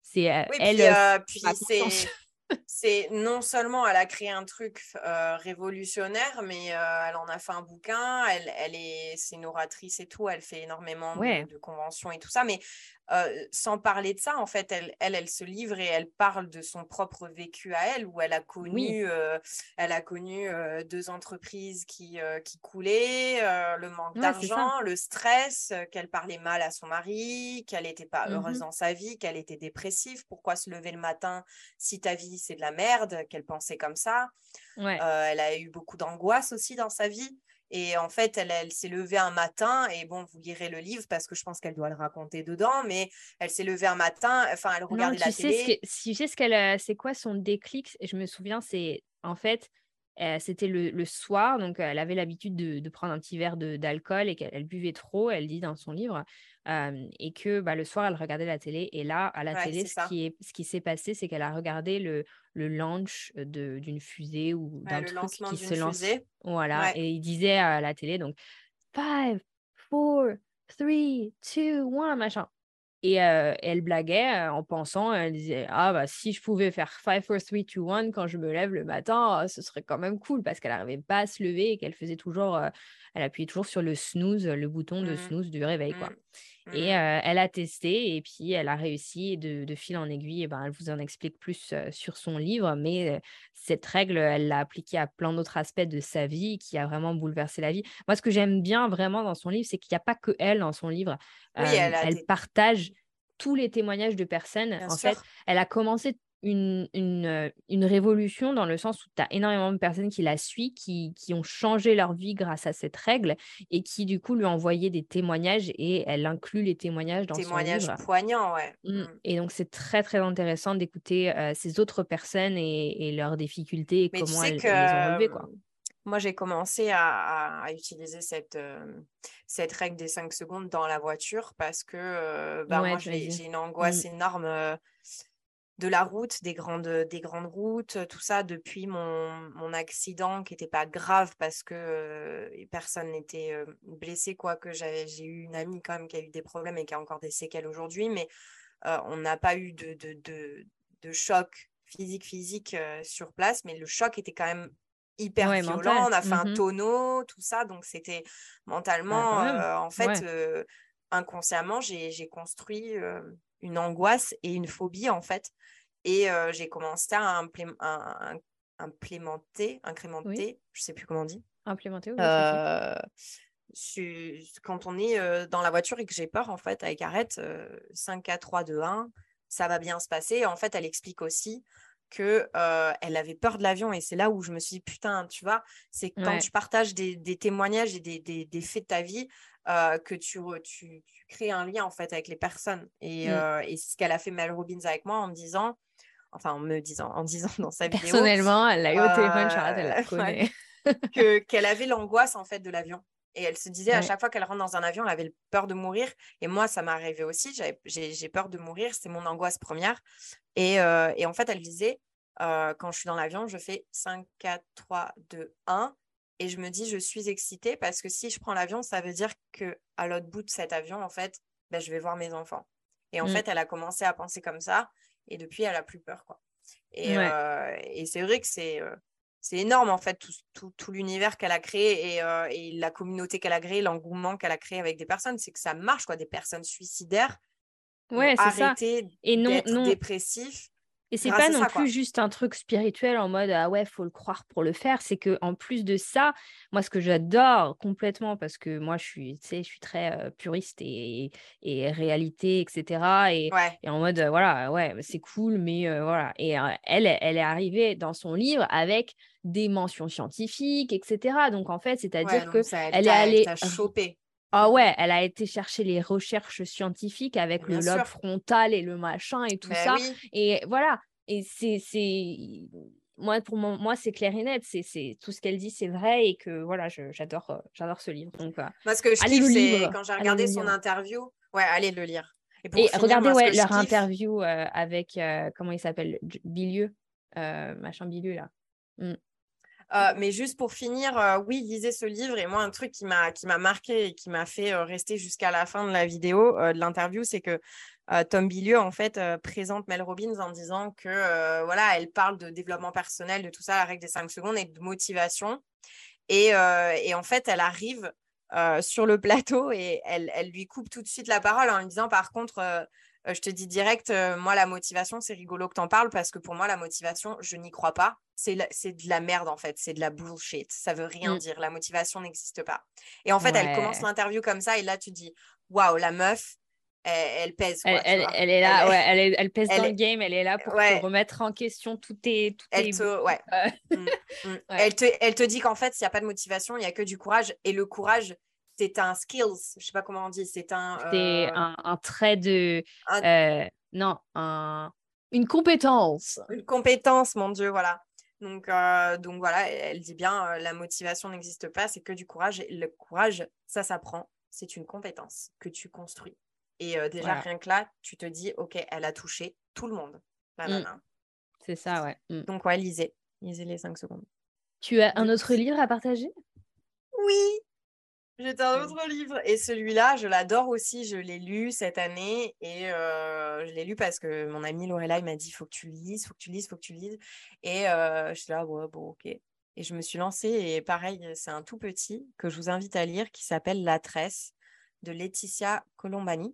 S2: C'est euh,
S1: Oui,
S2: elle,
S1: puis,
S2: euh,
S1: euh,
S2: a
S1: puis
S2: conscience.
S1: c'est, c'est non seulement elle a créé un truc euh, révolutionnaire, mais euh, elle en a fait un bouquin, elle, elle est, c'est une oratrice et tout, elle fait énormément de,
S2: Ouais,
S1: de conventions et tout ça, mais euh, sans parler de ça, en fait, elle, elle, elle se livre et elle parle de son propre vécu à elle, où elle a
S2: oui.
S1: connu, euh, elle a connu euh, deux entreprises qui, euh, qui coulaient, euh, le manque
S2: Ouais, c'est ça.
S1: d'argent, le stress, euh, qu'elle parlait mal à son mari, qu'elle n'était pas heureuse
S2: Mhm.
S1: dans sa vie, qu'elle était dépressive, pourquoi se lever le matin si ta vie c'est de la merde, qu'elle pensait comme ça.
S2: Ouais.
S1: Euh, elle a eu beaucoup d'angoisse aussi dans sa vie. Et en fait, elle, elle s'est levée un matin, et bon, vous lirez le livre parce que je pense qu'elle doit le raconter dedans, mais elle s'est levée un matin, enfin, elle
S2: Non,
S1: regardait
S2: tu
S1: la
S2: sais ce que,
S1: télé.
S2: tu sais ce qu'elle, a- c'est quoi son déclic? Je me souviens, c'est en fait, euh, c'était le, le soir, donc euh, elle avait l'habitude de, de prendre un petit verre de- d'alcool et qu'elle elle buvait trop, elle dit dans son livre, euh, et que bah, le soir, elle regardait la télé. Et là, à la
S1: Ouais,
S2: télé,
S1: c'est
S2: ce
S1: ça.
S2: qui est, ce qui s'est passé, c'est qu'elle a regardé le, le launch de, d'une fusée ou
S1: Ouais,
S2: d'un
S1: le
S2: truc
S1: lancement
S2: qui
S1: d'une
S2: se lance.
S1: fusée.
S2: Voilà,
S1: Ouais.
S2: et il disait à la télé, donc, five, four, three, two, one, machin. Et heu, elle blaguait, heu, en pensant, elle disait: «Ah bah, si je pouvais faire five, four, three, two, one quand je me lève le matin, heu, ce serait quand même cool», parce qu'elle n'arrivait pas à se lever et qu'elle faisait toujours, heu, elle appuyait toujours sur le snooze, le bouton de
S1: Mm,
S2: snooze du réveil, quoi.
S1: mm,
S2: Et
S1: mm.
S2: heu, elle a testé et puis elle a réussi et de de fil en aiguille et ben, elle vous en explique plus, heu, sur son livre, mais heu, cette règle, elle l'a appliquée à plein d'autres aspects de sa vie qui a vraiment bouleversé la vie. Moi, ce que j'aime bien vraiment dans son livre, c'est qu'il y a pas que elle dans son livre.
S1: Oui,
S2: Hem,
S1: elle a
S2: elle
S1: des.
S2: partage tous les témoignages de personnes.
S1: Bien
S2: En fait,
S1: sûr.
S2: elle a commencé une une, heu, une révolution dans le sens où tu as énormément de personnes qui la suivent, qui qui ont changé leur vie grâce à cette règle et qui, du coup, lui ont envoyé des témoignages et elle inclut les témoignages dans son
S1: Témoignage
S2: livre.
S1: poignant, ouais.
S2: Mmh
S1: Mm.
S2: et donc c'est très, très intéressant d'écouter, heu, ces autres personnes et et leurs difficultés et
S1: Mais tu
S2: comment
S1: sais
S2: elles
S1: que
S2: elles les ont relevées,
S1: euh,
S2: quoi.
S1: moi, j'ai commencé à, à- à utiliser cette, euh, cette règle des cinq secondes dans la voiture parce que euh, bah,
S2: Ouais,
S1: moi,
S2: tu m'as
S1: j'ai,
S2: dit.
S1: j'ai une
S2: Mmh.
S1: angoisse énorme euh, de la route, des grandes, des grandes routes, tout ça depuis mon, mon accident qui n'était pas grave parce que euh, personne n'était euh, blessé, quoique j'avais, j'ai eu une amie quand même qui a eu des problèmes et qui a encore des séquelles aujourd'hui, mais euh, on n'a pas eu de, de, de, de choc physique physique euh, sur place, mais le choc était quand même hyper
S2: Ouais,
S1: violent.
S2: mental.
S1: On a fait un
S2: Mmh.
S1: tonneau, tout ça, donc c'était
S2: Bah, quand
S1: mentalement,
S2: même.
S1: euh, en fait,
S2: Ouais.
S1: euh, inconsciemment, j'ai, j'ai construit euh, une angoisse et une phobie, en fait. Et euh, j'ai commencé à implé- un- un- implémenter,
S2: Oui.
S1: incrémenter, je sais plus comment on dit.
S2: Implémenter, oui, si, si.
S1: Euh, su- quand on est euh, dans la voiture et que j'ai peur, en fait, avec Arrête, euh, cinq, quatre, trois, deux, un, ça va bien se passer. Et en fait, elle explique aussi que euh, elle avait peur de l'avion. Et c'est là où je me suis dit, putain, tu vois, c'est quand
S2: Ouais.
S1: tu partages des, des témoignages et des, des, des faits de ta vie euh, que tu, tu, tu crées un lien, en fait, avec les personnes. Et,
S2: Mmh.
S1: euh, et c'est ce qu'elle a fait Mel Robbins avec moi en me disant, enfin, en me disant, en disant dans sa vidéo,
S2: Personnellement, elle l'a eu au téléphone, Charlotte, elle la
S1: euh, ouais,
S2: connaît.
S1: que, qu'elle avait l'angoisse en fait de l'avion. Et elle se disait à
S2: Ouais.
S1: chaque fois qu'elle rentre dans un avion, elle avait peur de mourir. Et moi, ça m'est arrivé aussi. J'avais- J'ai j'ai peur de mourir. C'est mon angoisse première. Et, euh, et en fait, elle disait, euh, quand je suis dans l'avion, je fais cinq, quatre, trois, deux, un. Et je me dis, je suis excitée parce que si je prends l'avion, ça veut dire que à l'autre bout de cet avion, en fait, ben, je vais voir mes enfants. Et en
S2: Mmh.
S1: fait, elle a commencé à penser comme ça. Et depuis, elle a plus peur, quoi. Et,
S2: Ouais.
S1: euh, et c'est vrai que c'est euh, c'est énorme, en fait, tout, tout, tout l'univers qu'elle a créé et, euh, et la communauté qu'elle a créée, l'engouement qu'elle a créé avec des personnes. C'est que ça marche, quoi. Des personnes suicidaires ont
S2: Ouais, c'est ça
S1: arrêté
S2: et non
S1: d'être
S2: non
S1: dépressifs
S2: et c'est
S1: grâce
S2: pas
S1: à
S2: non
S1: ça,
S2: plus
S1: quoi.
S2: juste un truc spirituel en mode: «Ah ouais, faut le croire pour le faire». C'est que en plus de ça, moi, ce que j'adore complètement parce que moi, je suis, tu sais, je suis très, heu, puriste et et réalité et cetera et
S1: Ouais,
S2: et en mode, heu, voilà, ouais, c'est cool, mais heu, voilà et heu, elle, elle est arrivée dans son livre avec des mentions scientifiques et cetera. Donc en fait,
S1: ouais,
S2: c'est-à-dire
S1: donc
S2: qu'elle
S1: ça, elle
S2: est
S1: t'a, elle
S2: allée
S1: t'a chopé.
S2: ah ouais, elle a été chercher les recherches scientifiques avec le
S1: Bien
S2: lobe
S1: sûr.
S2: frontal et le machin et tout
S1: Ben
S2: ça
S1: oui.
S2: et voilà et c'est c'est moi pour mon moi c'est clair et net, c'est c'est tout ce qu'elle dit, c'est vrai et que voilà, je j'adore, heu, j'adore ce livre donc heu,
S1: Moi, ce que je
S2: allez
S1: kiffe,
S2: le
S1: c'est
S2: livre,
S1: quand j'ai
S2: allez le
S1: regardé son
S2: lire
S1: interview. Ouais, allez le lire. Et
S2: et
S1: pour finir,
S2: regardez,
S1: moi, ce
S2: ouais,
S1: que je
S2: leur
S1: kiffe,
S2: interview, heu, avec, heu, comment il s'appelle? J Bilieux, heu, machin Bilieux là. Mmh.
S1: Euh, mais juste pour finir, euh, oui, lisez ce livre. Et moi, un truc qui m'a qui m'a marqué et qui m'a fait euh, rester jusqu'à la fin de la vidéo, euh, de l'interview, c'est que euh, Tom Bilyeu, en fait, euh, présente Mel Robbins en disant que, euh, voilà, elle parle de développement personnel, de tout ça, la règle des cinq secondes et de motivation. Et, euh, et en fait, elle arrive euh, sur le plateau et elle, elle lui coupe tout de suite la parole en lui disant, par contre, euh, euh, je te dis direct, euh, moi, la motivation, c'est rigolo que t'en parles parce que pour moi, la motivation, je n'y crois pas. C'est, la, c'est de la merde, en fait. C'est de la bullshit. Ça veut rien
S2: Mm.
S1: dire. La motivation n'existe pas. Et en fait, elle commence
S2: Ouais.
S1: l'interview comme ça et là, tu dis, waouh, la meuf, elle, elle pèse,
S2: Elle,
S1: quoi, tu
S2: elle,
S1: vois.
S2: elle est
S1: Elle
S2: là,
S1: est,
S2: ouais, elle, est- elle pèse dans
S1: elle
S2: le
S1: est,
S2: game, elle est là pour te
S1: ouais,
S2: remettre en question tous tes, tous
S1: elle
S2: tes
S1: te,
S2: beliefs.
S1: ouais.
S2: euh.
S1: Mm, mm.
S2: Ouais.
S1: Elle te, elle te dit qu'en fait, s'il n'y a pas de motivation, il n'y a que du courage. Et le courage, c'est un skills. Je sais pas comment on dit. C'est un,
S2: C'est
S1: euh,
S2: un, un trait de...
S1: un-
S2: euh, non, un, une compétence.
S1: une compétence, mon Dieu, voilà. Donc, euh, donc voilà, elle dit bien, euh, la motivation n'existe pas, c'est que du courage. Et le courage, ça s'apprend. C'est une compétence que tu construis. Et euh, déjà,
S2: Voilà.
S1: rien que là, tu te dis, OK, elle a touché tout le monde, la
S2: Mm,
S1: nana.
S2: c'est ça, ouais. Mm.
S1: Donc, ouais, lisez. Lisez les cinq secondes.
S2: Tu as un
S1: De...
S2: autre livre à partager?
S1: Oui, j'ai un
S2: Mm.
S1: autre livre. Et celui-là, je l'adore aussi. Je l'ai lu cette année. Et euh, je l'ai lu parce que mon amie Lorelai m'a dit, faut que tu lises, faut que tu lises, faut que tu lises. Et euh, je suis là, ouais, bon, ok. Et je me suis lancée. Et pareil, c'est un tout petit que je vous invite à lire qui s'appelle La Tresse de Laetitia Colombani.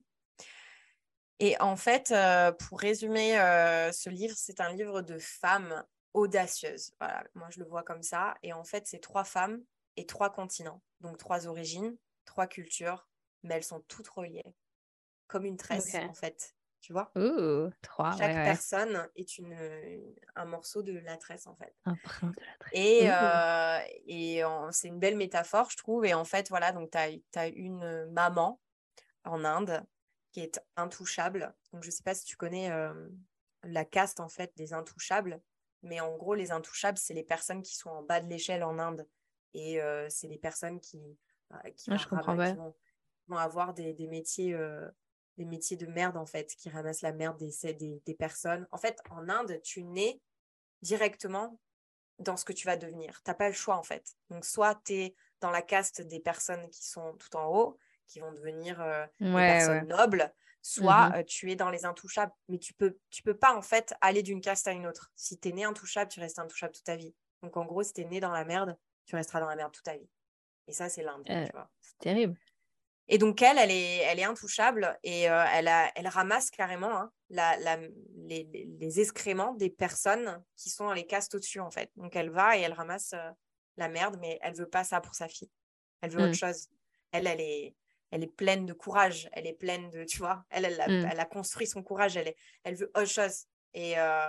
S1: Et en fait, euh, pour résumer euh, ce livre, c'est un livre de femmes audacieuses. Voilà, moi je le vois comme ça. Et en fait, c'est trois femmes et trois continents. Donc trois origines, trois cultures, mais elles sont toutes reliées, comme une tresse
S2: Ok.
S1: en fait. Tu vois?
S2: Ouh, trois, ouais,
S1: Chaque
S2: ouais.
S1: personne est une, un morceau de la tresse en fait.
S2: Un brin de la tresse.
S1: Et,
S2: Ouh.
S1: euh, et en- c'est une belle métaphore, je trouve. Et en fait, voilà, donc tu as une maman en Inde qui est intouchable. Donc, je ne sais pas si tu connais euh, la caste en fait des intouchables, mais en gros, les intouchables, c'est les personnes qui sont en bas de l'échelle en Inde. Et euh, c'est les personnes qui, euh, qui,
S2: Ah,
S1: vont,
S2: je comprends
S1: ram- qui
S2: pas.
S1: vont, vont avoir des, des métiers, euh, des métiers de merde, en fait, qui ramassent la merde des, des, des personnes. En fait, en Inde, tu nais directement dans ce que tu vas devenir. Tu n'as pas le choix, en fait. Donc, soit tu es dans la caste des personnes qui sont tout en haut, qui vont devenir euh, des
S2: Ouais, ouais.
S1: personnes nobles, soit
S2: Mhm.
S1: euh, tu es dans les intouchables. Mais tu peux, tu peux pas, en fait, aller d'une caste à une autre. Si tu es né intouchable, tu restes intouchable toute ta vie. Donc, en gros, si tu es né dans la merde, tu resteras dans la merde toute ta vie. Et ça, c'est l'Inde,
S2: Euh,
S1: tu vois.
S2: c'est terrible.
S1: Et donc, elle, elle est, elle est intouchable et euh, elle, a, elle ramasse carrément hein, la, la, les, les excréments des personnes qui sont dans les castes au-dessus, en fait. Donc, elle va et elle ramasse euh, la merde, mais elle veut pas ça pour sa fille. Elle veut autre
S2: Mm,
S1: chose. Elle, elle est, elle est pleine de courage. Elle est pleine de, tu vois, elle, elle, a,
S2: mm,
S1: elle a construit son courage. Elle, est, elle veut autre chose. Et, euh,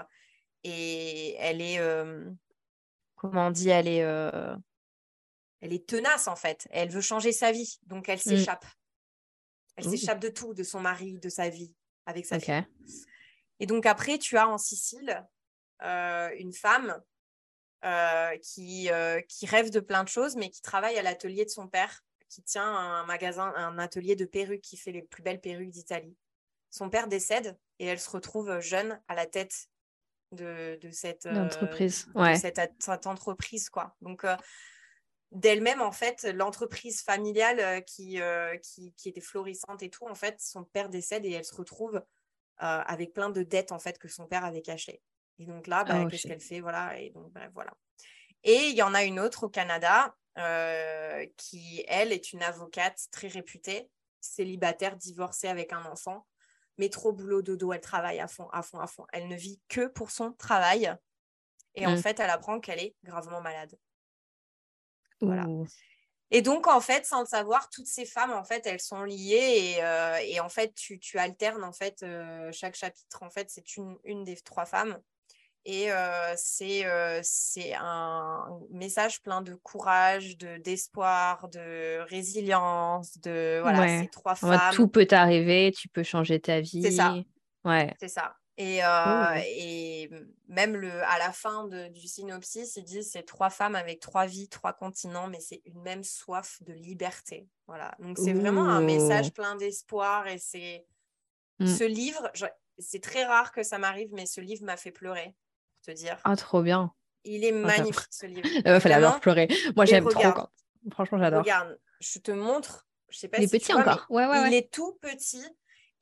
S1: et elle est, euh, comment on dit, elle est, euh, elle est tenace, en fait. Elle veut changer sa vie. Donc, elle
S2: mm.
S1: s'échappe. Elle
S2: Ouh,
S1: s'échappe de tout, de son mari, de sa vie, avec sa fille.
S2: ok.
S1: Et donc après, tu as en Sicile euh, une femme euh, qui, euh, qui rêve de plein de choses, mais qui travaille à l'atelier de son père, qui tient un magasin, un atelier de perruques, qui fait les plus belles perruques d'Italie. Son père décède et elle se retrouve jeune à la tête de, de, cette, euh,
S2: L'entreprise,
S1: de
S2: ouais.
S1: cette, cette entreprise, quoi. Donc, euh, d'elle-même, en fait, l'entreprise familiale euh, qui, euh, qui, qui était florissante et tout, en fait, son père décède et elle se retrouve euh, avec plein de dettes, en fait, que son père avait cachées. Et donc là, bah,
S2: Oh,
S1: qu'est-ce
S2: shit.
S1: qu'elle fait? Voilà. Et donc, bah, voilà. Et il y en a une autre au Canada euh, qui, elle, est une avocate très réputée, célibataire, divorcée avec un enfant, mais trop boulot dodo, elle travaille à fond, à fond, à fond. Elle ne vit que pour son travail. Et en
S2: Mm.
S1: fait, elle apprend qu'elle est gravement malade. Voilà.
S2: Ouh.
S1: Et donc, en fait, sans le savoir, toutes ces femmes, en fait, elles sont liées et, euh, et en fait, tu, tu alternes, en fait, euh, chaque chapitre, en fait, c'est une, une des trois femmes. Et euh, c'est, euh, c'est un message plein de courage, de, d'espoir, de résilience, de, voilà,
S2: Ouais.
S1: ces trois
S2: En mode,
S1: femmes.
S2: tout peut t'arriver, tu peux changer ta
S1: C'est ça,
S2: vie. Ouais.
S1: c'est ça. Et, euh,
S2: Ouh.
S1: et même le, à la fin de, du synopsis, ils disent c'est trois femmes avec trois vies, trois continents, mais c'est une même soif de liberté. Voilà. Donc c'est vraiment un
S2: Ouh.
S1: message plein d'espoir. Et c'est
S2: Mm.
S1: ce livre, je... c'est très rare que ça m'arrive, mais ce livre m'a fait pleurer, pour te dire.
S2: Ah, trop bien.
S1: Il est
S2: Ah, ça-
S1: magnifique, ce livre.
S2: Euh, fallait avoir
S1: Vraiment.
S2: pleuré. Moi,
S1: Et
S2: j'aime trop
S1: regarde,
S2: quand. Franchement, j'adore.
S1: regarde, je te montre, je sais pas
S2: Il est
S1: si tu
S2: petit
S1: vois,
S2: encore.
S1: mais
S2: Ouais, ouais,
S1: il
S2: ouais.
S1: est tout petit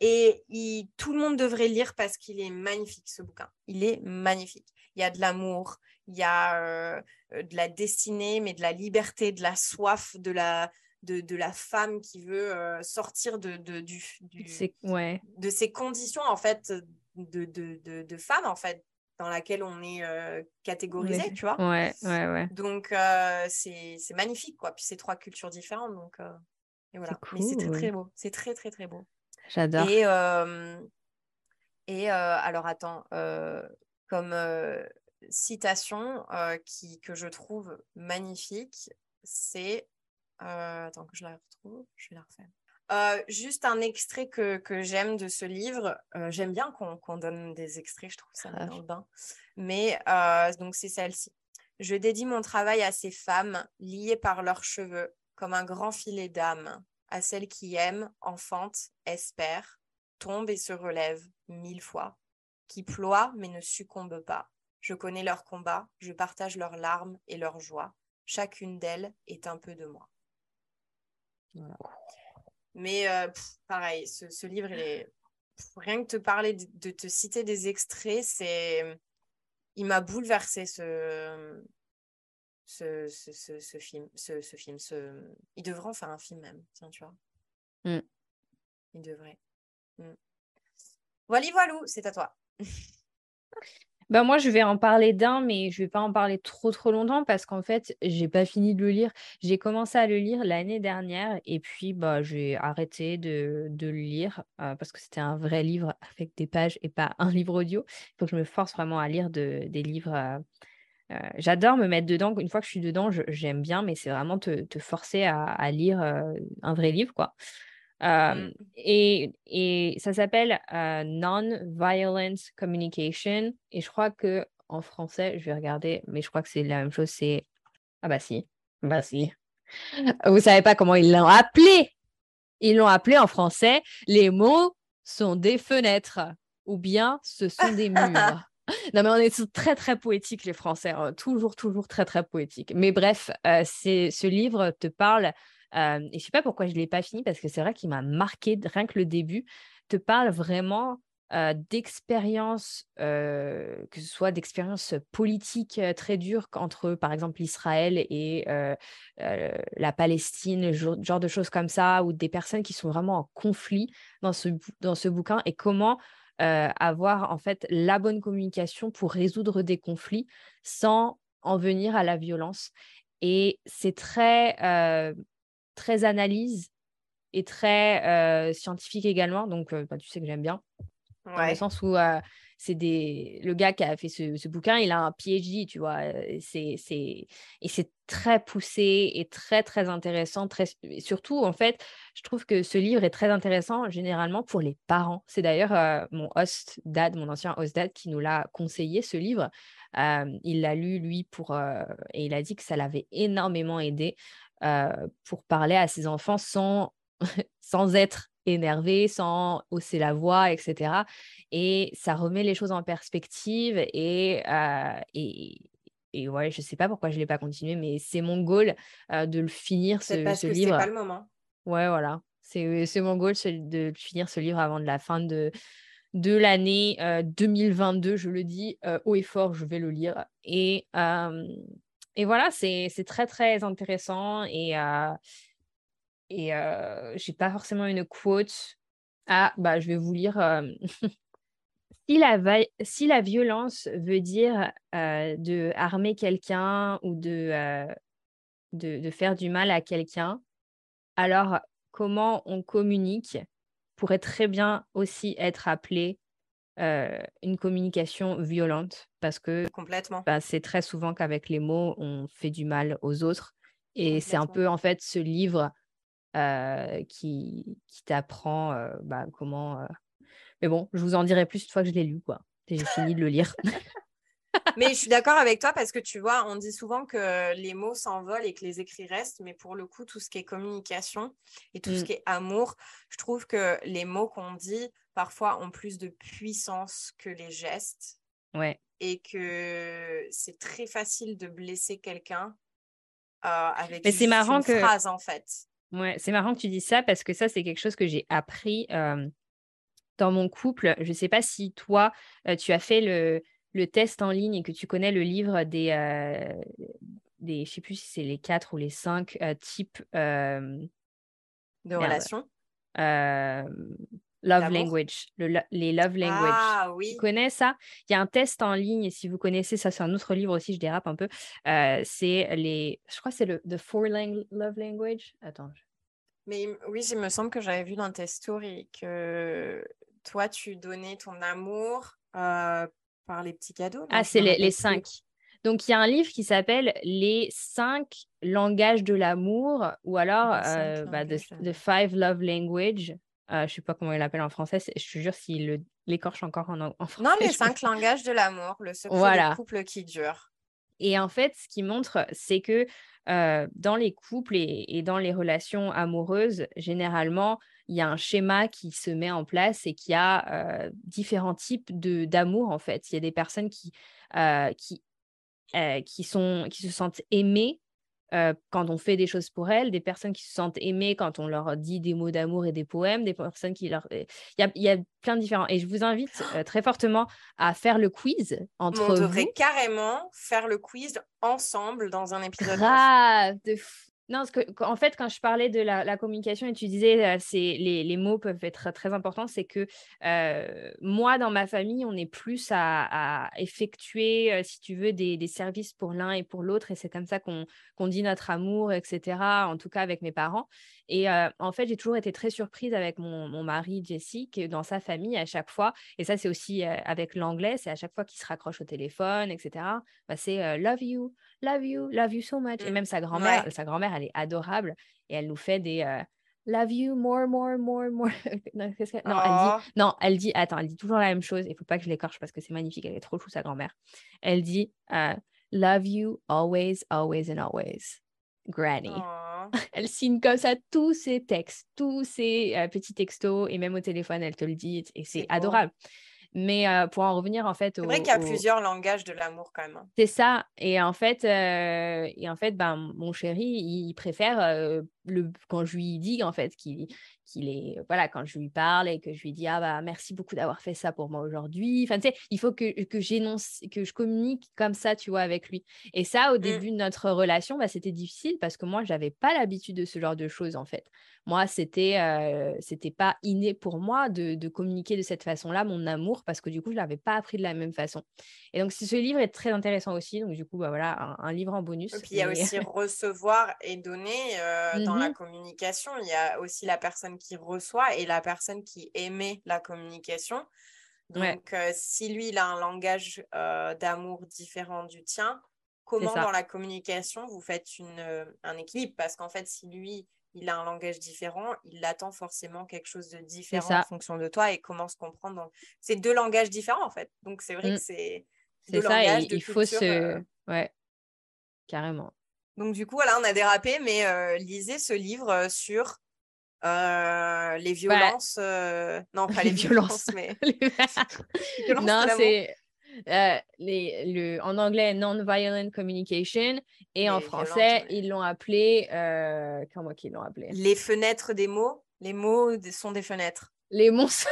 S1: Et il, tout le monde devrait lire parce qu'il est magnifique, ce bouquin. Il est magnifique. Il y a de l'amour, il y a euh, de la destinée, mais de la liberté, de la soif, de la, de, de la femme qui veut euh, sortir de, de, du, du,
S2: C'est... Ouais,
S1: de ces conditions, en fait, de, de, de, de femme, en fait, dans laquelle on est euh,
S2: on
S1: catégorisé,
S2: est...
S1: tu vois.
S2: ouais, ouais, ouais.
S1: Donc, euh, c'est, c'est magnifique, quoi. Puis c'est trois cultures différentes, donc... euh, et
S2: C'est
S1: voilà. Mais c'est très,
S2: cool.
S1: très beau. C'est très, très, très beau.
S2: J'adore.
S1: Et, euh, et euh, alors, attends, euh, comme euh, citation euh, qui, que je trouve magnifique, c'est... euh, attends que je la retrouve, je vais la refaire. Euh, juste un extrait que, que j'aime de ce livre. Euh, j'aime bien qu'on qu'on donne des extraits, je trouve que ça met dans le bain. Mais euh, donc, c'est celle-ci. Je dédie mon travail à ces femmes liées par leurs cheveux, comme un grand filet d'âme, à celles qui aiment, enfantent, espèrent, tombent et se relèvent mille fois, qui ploient mais ne succombent pas. Je connais leurs combats, je partage leurs larmes et leurs joies. Chacune d'elles est un peu de moi. Voilà. Mais euh, pff, pareil, ce, ce livre, il est... pff, rien que te parler, de, de te citer des extraits, c'est... Il m'a bouleversé ce... Ce, ce, ce, ce film. Ce, ce film ce... Il devrait en faire un film même, tiens, tu vois.
S2: Mm.
S1: Il devrait. Mm. Voilà, voilou, c'est à toi.
S2: Bah moi, je vais en parler d'un, mais je vais pas en parler trop trop longtemps parce qu'en fait, j'ai pas fini de le lire. J'ai commencé à le lire l'année dernière et puis bah j'ai arrêté de, de le lire euh, parce que c'était un vrai livre avec des pages et pas un livre audio. Il faut que je me force vraiment à lire de, des livres. euh, euh, j'adore me mettre dedans. Une fois que je suis dedans, je- j'aime bien, mais c'est vraiment te, te forcer à, à lire euh, un vrai livre, quoi. Euh,
S1: Mm.
S2: et, et ça s'appelle euh, Non-Violent Communication. Et je crois que en français, je vais regarder, mais je crois que c'est la même chose. C'est ah bah si, bah si. Vous savez pas comment ils l'ont appelé? Ils l'ont appelé en français. Les mots sont des fenêtres, ou bien ce sont des murs. Non mais on est très très poétiques les Français, hein. Toujours toujours très très poétiques. Mais bref, euh, c'est ce livre te parle. Euh, et je sais pas pourquoi je l'ai pas fini parce que c'est vrai qu'il m'a marqué rien que le début. Te parle vraiment euh, d'expériences, euh, que ce soit d'expériences politiques euh, très dures entre par exemple Israël et euh, euh, la Palestine, genre, genre de choses comme ça, ou des personnes qui sont vraiment en conflit dans ce, bou- dans ce bouquin et comment euh, avoir en fait la bonne communication pour résoudre des conflits sans en venir à la violence. Et c'est très, euh, très analyse et très euh, scientifique également. Donc, euh, bah, tu sais que j'aime bien dans le
S1: Ouais.
S2: sens où euh, c'est des... le gars qui a fait ce, ce bouquin, il a un P H D, tu vois. euh, C'est, c'est... Et c'est très poussé et très, très intéressant. Très... et surtout, en fait, je trouve que ce livre est très intéressant généralement pour les parents. C'est d'ailleurs euh, mon host dad, mon ancien host dad, qui nous l'a conseillé, ce livre. Euh, il l'a lu, lui, pour... euh, et il a dit que ça l'avait énormément aidé euh, pour parler à ses enfants sans, sans être énervé, sans hausser la voix, et cetera. Et ça remet les choses en perspective et, euh, et, et ouais, je sais pas pourquoi je l'ai pas continué, mais c'est mon goal euh, de le finir,
S1: Peut-être
S2: ce,
S1: parce
S2: ce
S1: que c'est pas
S2: livre.
S1: le moment.
S2: Ouais, voilà. C'est, c'est mon goal, c'est de finir ce livre avant de la fin de, de l'année euh, deux mille vingt-deux. Je le dis euh, haut et fort, je vais le lire. Et, euh, et voilà, c'est, c'est très, très intéressant. Et, euh, et euh, j'ai pas forcément une quote. Ah, bah, je vais vous lire. euh, Si la, va- si la violence veut dire euh, de harmer quelqu'un ou de, euh, de, de faire du mal à quelqu'un, alors comment on communique pourrait très bien aussi être appelé euh, une communication violente parce que
S1: Complètement.
S2: bah, c'est très souvent qu'avec les mots, on fait du mal aux autres. Et c'est un
S1: Complètement.
S2: peu en fait ce livre euh, qui, qui t'apprend euh, bah, comment... euh, Mais bon, je vous en dirai plus une fois que je l'ai lu, quoi. Et j'ai fini de le lire.
S1: Mais je suis d'accord avec toi parce que tu vois, on dit souvent que les mots s'envolent et que les écrits restent, mais pour le coup, tout ce qui est communication et tout ce
S2: Mm.
S1: qui est amour, je trouve que les mots qu'on dit parfois ont plus de puissance que les gestes
S2: Ouais.
S1: et que c'est très facile de blesser quelqu'un euh, avec
S2: Mais c'est
S1: juste
S2: marrant
S1: une
S2: que
S1: phrase en fait.
S2: ouais, c'est marrant que tu dis ça parce que ça, c'est quelque chose que j'ai appris. euh, dans mon couple, je ne sais pas si toi, euh, tu as fait le, le test en ligne et que tu connais le livre des, euh, des je ne sais plus si c'est les quatre ou les cinq euh, types, euh,
S1: De
S2: merde,
S1: relation,
S2: euh, love
S1: d'amour.
S2: language, le lo- les love language.
S1: Ah
S2: Tu
S1: oui,
S2: connais ça? Il y a un test en ligne, et si vous connaissez ça, c'est un autre livre aussi, je dérape un peu. Euh, c'est les, je crois que c'est le The Four Lang- Love Language. Attends. je-
S1: mais il- oui, il me semble que j'avais vu dans tes stories que toi, tu donnais ton amour euh, par les petits cadeaux. Non,
S2: Ah,
S1: je
S2: c'est
S1: me
S2: les, les
S1: rappelle plus.
S2: cinq. Donc, il y a un livre qui s'appelle Les cinq langages de l'amour, ou alors
S1: Les cinq
S2: euh, bah, The,
S1: langages de
S2: The
S1: l'amour.
S2: Five Love Language. Euh, je sais pas comment il l'appelle en français. c'est- Je te jure, s'il le- l'écorche encore en, en
S1: Non,
S2: français,
S1: les
S2: je peux
S1: cinq
S2: pas.
S1: langages de l'amour, le secret des
S2: Voilà.
S1: couples qui durent.
S2: Et en fait, ce qui montre, c'est que euh, dans les couples et, et dans les relations amoureuses, généralement, il y a un schéma qui se met en place et qui a euh, différents types de d'amour, en fait. Il y a des personnes qui, euh, qui, euh, qui, sont, qui se sentent aimées euh, quand on fait des choses pour elles, des personnes qui se sentent aimées quand on leur dit des mots d'amour et des poèmes, des personnes qui leur... Il y a, il y a plein de différents. Et je vous invite euh, très fortement à faire le quiz
S1: Mais on
S2: entre
S1: devrait
S2: vous.
S1: carrément faire le quiz ensemble dans un épisode neuf.
S2: Grave de fou. Non, parce que qu- en fait, quand je parlais de la, la communication et tu disais euh, c'est les, les mots peuvent être très importants, c'est que euh, moi, dans ma famille, on est plus à, à effectuer, euh, si tu veux, des, des services pour l'un et pour l'autre, et c'est comme ça qu'on qu'on dit notre amour, et cetera. En tout cas, avec mes parents. Et euh, en fait, j'ai toujours été très surprise avec mon, mon mari, Jesse, que dans sa famille, à chaque fois, et ça, c'est aussi euh, avec l'anglais, c'est à chaque fois qu'il se raccroche au téléphone, et cetera, bah, c'est euh, love you, love you, love you so much. Et
S1: Mm.
S2: même sa grand-mère,
S1: Ouais.
S2: sa grand-mère, elle est adorable et elle nous fait des euh, love you more, more, more, more. non, qu'est-ce que- non, elle dit,
S1: Oh.
S2: non, elle dit, attends, elle dit toujours la même chose. Il faut pas que je l'écorche parce que c'est magnifique. Elle est trop chou, sa grand-mère. Elle dit euh, love you always, always and always. Granny.
S1: Oh.
S2: Elle signe comme ça tous ses textes, tous ses euh, petits textos et même au téléphone, elle te le dit et c'est
S1: C'est beau.
S2: adorable. Mais euh, pour en revenir en fait
S1: C'est vrai
S2: au,
S1: qu'il y a
S2: au-
S1: plusieurs langages de l'amour quand même, hein.
S2: c'est ça. Et en fait, euh, et en fait, ben, mon chéri, il, il préfère euh, le, quand je lui dis en fait qu'il qu'il est, voilà, quand je lui parle et que je lui dis ah bah merci beaucoup d'avoir fait ça pour moi aujourd'hui. Enfin, tu sais, il faut que que j'énonce, que je communique comme ça, tu vois, avec lui. Et ça, au
S1: Mm.
S2: début de notre relation, bah, c'était difficile parce que moi, j'avais pas l'habitude de ce genre de choses en fait. Moi, c'était euh, c'était pas inné pour moi de, de communiquer de cette façon-là mon amour parce que du coup, je l'avais pas appris de la même façon. Et donc, ce livre est très intéressant aussi. Donc, du coup, bah, voilà, un, un livre en
S1: Et
S2: bonus.
S1: puis il y a
S2: Mais
S1: aussi recevoir et donner euh, dans la
S2: Mhm.
S1: communication. Il y a aussi la personne qui reçoit et la personne qui émet la communication.
S2: Ouais,
S1: Donc, euh, si lui, il a un langage euh, d'amour différent du tien,
S2: c'est
S1: comment dans
S2: ça.
S1: la communication vous faites une, euh, un équilibre? Parce qu'en fait, si lui, il a un langage différent, il attend forcément quelque chose de
S2: C'est
S1: différent en
S2: ça.
S1: fonction de toi et comment se comprendre. Dans... C'est deux langages différents, en fait. Donc, c'est vrai
S2: Mm.
S1: que c'est deux
S2: C'est ça.
S1: langages
S2: Et
S1: de
S2: il faut
S1: culture. euh.
S2: se. Ouais, carrément.
S1: Donc, du coup, voilà, on a dérapé, mais euh, lisez ce livre euh, sur euh, les
S2: Bah,
S1: violences. euh, Non, pas
S2: les
S1: les
S2: violences.
S1: violences, mais
S2: Les-
S1: les violences de
S2: non,
S1: l'amour.
S2: c'est. euh, les, le, en anglais, non-violent communication. Et en
S1: Les violentes,
S2: français,
S1: ouais.
S2: ils l'ont appelé. Euh, comment qu'ils l'ont appelé?
S1: Les fenêtres des mots. Les mots des- sont des fenêtres.
S2: Les monstres.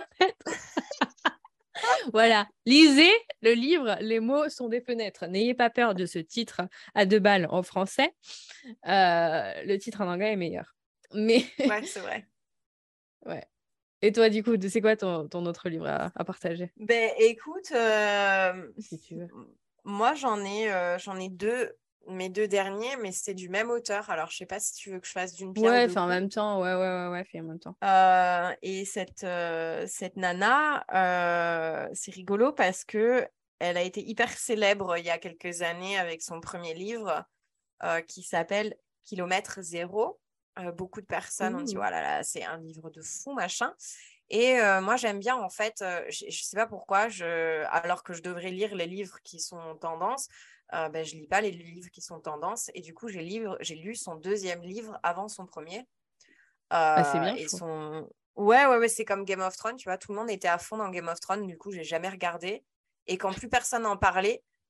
S2: Voilà, lisez le livre Les mots sont des fenêtres. N'ayez pas peur de ce titre à deux balles en français. Euh, le titre en anglais est meilleur. Mais
S1: Ouais, c'est vrai.
S2: ouais. Et toi, du coup, c'est quoi ton, ton autre livre à, à partager,
S1: Ben, écoute, euh,
S2: si tu veux?
S1: moi, j'en ai, euh, j'en ai deux, mes deux derniers, mais c'est du même auteur. Alors, je sais pas si tu veux que je fasse d'une pierre
S2: Ouais,
S1: deux
S2: enfin en
S1: coups.
S2: même temps, ouais, ouais, ouais, ouais, fais en même temps.
S1: Euh, et cette, euh, cette nana, euh, c'est rigolo parce que elle a été hyper célèbre il y a quelques années avec son premier livre euh, qui s'appelle Kilomètre Zéro. Euh, beaucoup de personnes ont dit,
S2: Ouh.
S1: voilà, là, là, c'est un livre de fou, machin. Et euh, moi, j'aime bien, en fait, euh, je ne sais pas pourquoi, je, alors que je devrais lire les livres qui sont tendance, euh, ben, je ne lis pas les livres qui sont tendance. Et du coup, j'ai, livre, j'ai lu son deuxième livre avant son premier.
S2: Ah, c'est
S1: Euh,
S2: bien, je
S1: et
S2: trouve.
S1: son... Ouais, ouais, ouais, c'est comme Game of Thrones, tu vois, tout le monde était à fond dans Game of Thrones, du coup, j'ai jamais regardé. Et quand plus personne en parlait,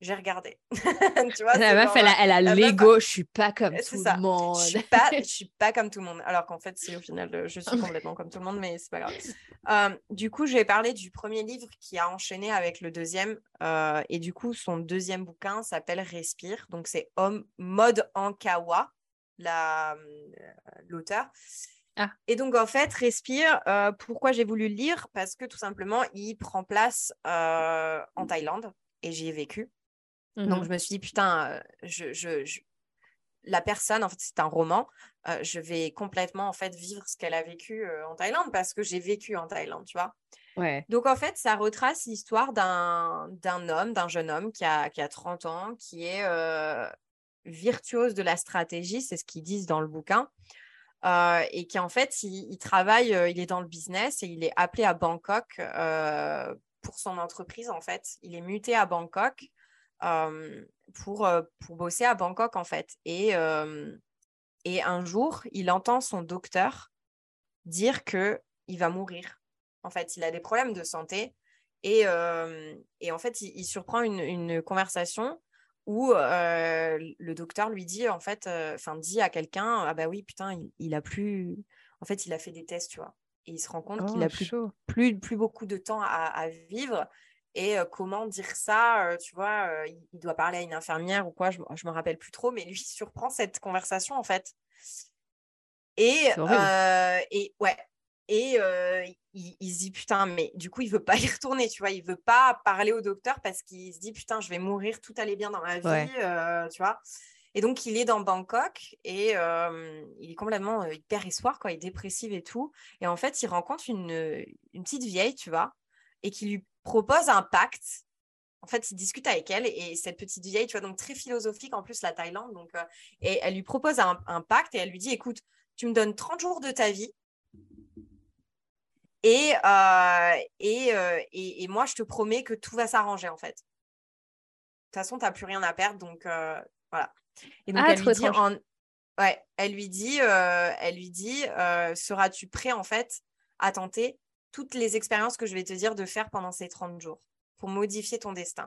S1: j'ai regardé. Tu vois,
S2: La
S1: c'est
S2: meuf,
S1: genre,
S2: elle a, elle a
S1: la meuf,
S2: l'ego, je suis pas comme
S1: c'est
S2: tout le
S1: ça. Je
S2: monde.
S1: suis pas, je suis pas comme tout le monde. Alors qu'en fait, si au final, euh, je suis complètement comme tout le monde, mais c'est pas grave. Euh, du coup, je vais parler du premier livre qui a enchaîné avec le deuxième. Euh, et du coup, son deuxième bouquin s'appelle Respire. Donc, c'est Homme Mode Ankawa, la, euh, l'auteur.
S2: Ah.
S1: Et donc, en fait, Respire, euh, pourquoi j'ai voulu le lire? Parce que tout simplement, il prend place euh, en Thaïlande et j'y ai vécu.
S2: Mhm.
S1: Donc, je me suis dit, putain, euh, je, je, je... la personne, en fait, c'est un roman. Euh, je vais complètement, en fait, vivre ce qu'elle a vécu euh, en Thaïlande parce que j'ai vécu en Thaïlande, tu vois.
S2: Ouais.
S1: Donc, en fait, ça retrace l'histoire d'un, d'un homme, d'un jeune homme qui a, qui a trente ans, qui est euh, virtuose de la stratégie, c'est ce qu'ils disent dans le bouquin. Euh, et qui en fait, il, il travaille, euh, il est dans le business et il est appelé à Bangkok euh, pour son entreprise en fait. Il est muté à Bangkok euh, pour, euh, pour bosser à Bangkok en fait. Et, euh, et un jour, il entend son docteur dire que il va mourir. En fait, il a des problèmes de santé et, euh, et en fait, il, il surprend une, une conversation où euh, le docteur lui dit en fait, enfin euh, dit à quelqu'un, ah bah oui putain, il, il a plus, en fait, il a fait des tests, tu vois, et il se rend compte qu'il
S2: Oh,
S1: a plus,
S2: chaud.
S1: plus, plus beaucoup de temps à, à vivre. Et euh, comment dire ça, euh, tu vois, euh, il, il doit parler à une infirmière ou quoi, je, je me rappelle plus trop, mais lui il surprend cette conversation en fait. Et,
S2: C'est horrible.
S1: euh, et ouais, et euh, il, il se dit putain, mais du coup, il veut pas y retourner, tu vois, il veut pas parler au docteur parce qu'il se dit putain, je vais mourir, tout allait bien dans ma vie,
S2: Ouais.
S1: euh, tu vois. Et donc, il est dans Bangkok et euh, il est complètement, euh, il perd espoir, quoi, il est dépressif et tout. Et en fait, il rencontre une, une petite vieille, tu vois, et qui lui propose un pacte. En fait, il discute avec elle et cette petite vieille, tu vois, donc très philosophique en plus, la Thaïlande. Donc, euh, et elle lui propose un, un pacte et elle lui dit, écoute, tu me donnes trente jours de ta vie et, euh, et, euh, et, et moi, je te promets que tout va s'arranger, en fait. De toute façon, tu n'as plus rien à perdre, donc euh, voilà. Et donc,
S2: Ah,
S1: elle lui
S2: trop
S1: dit,
S2: étrange.
S1: en... ouais, elle lui dit, euh, elle lui dit euh, seras-tu prêt, en fait, à tenter toutes les expériences que je vais te dire de faire pendant ces trente jours pour modifier ton destin?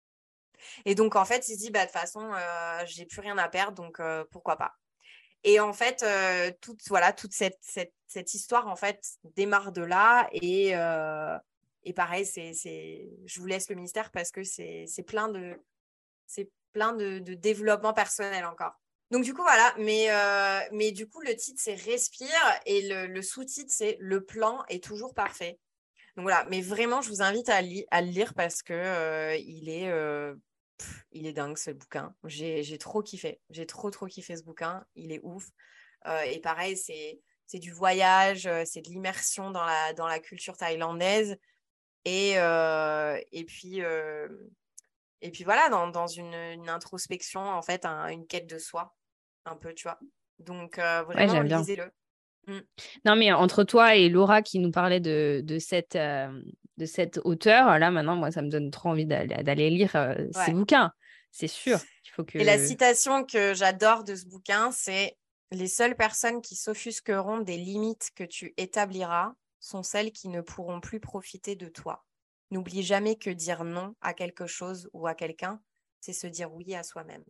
S1: Et donc, en fait, il se dit, bah, de toute façon, euh, j'ai plus rien à perdre, donc euh, pourquoi pas. Et en fait, euh, toute, voilà, toute cette, cette, cette histoire, en fait, démarre de là. Et, euh, et pareil, c'est, c'est... je vous laisse le mystère parce que c'est, c'est plein de, c'est plein de, de développement personnel encore. Donc, du coup, voilà. Mais, euh, mais du coup, le titre, c'est Respire. Et le, le sous-titre, c'est Le plan est toujours parfait. Donc, voilà. Mais vraiment, je vous invite à, li- à le lire parce que euh, il est... euh, pff, il est dingue ce bouquin. J'ai, j'ai trop kiffé. J'ai trop, trop kiffé ce bouquin. Il est ouf. Euh, et pareil, c'est, c'est du voyage, euh, c'est de l'immersion dans la, dans la culture thaïlandaise. Et, euh, et, puis, euh, et puis voilà, dans, dans une, une introspection, en fait, un- une quête de soi, un peu, tu vois. Donc, euh,
S2: Ouais,
S1: vraiment,
S2: j'aime bien.
S1: lisez-le. Mm.
S2: Non, mais entre toi et Laura qui nous parlait de, de cette, euh, de cet auteur, là, maintenant, moi, ça me donne trop envie d'aller, d'aller lire euh, ces
S1: Ouais.
S2: bouquins. C'est sûr. Il faut
S1: Et la
S2: que...
S1: citation que j'adore de ce bouquin, c'est Les seules personnes qui s'offusqueront des limites que tu établiras sont celles qui ne pourront plus profiter de toi. N'oublie jamais que dire non à quelque chose ou à quelqu'un, c'est se dire oui à soi-même.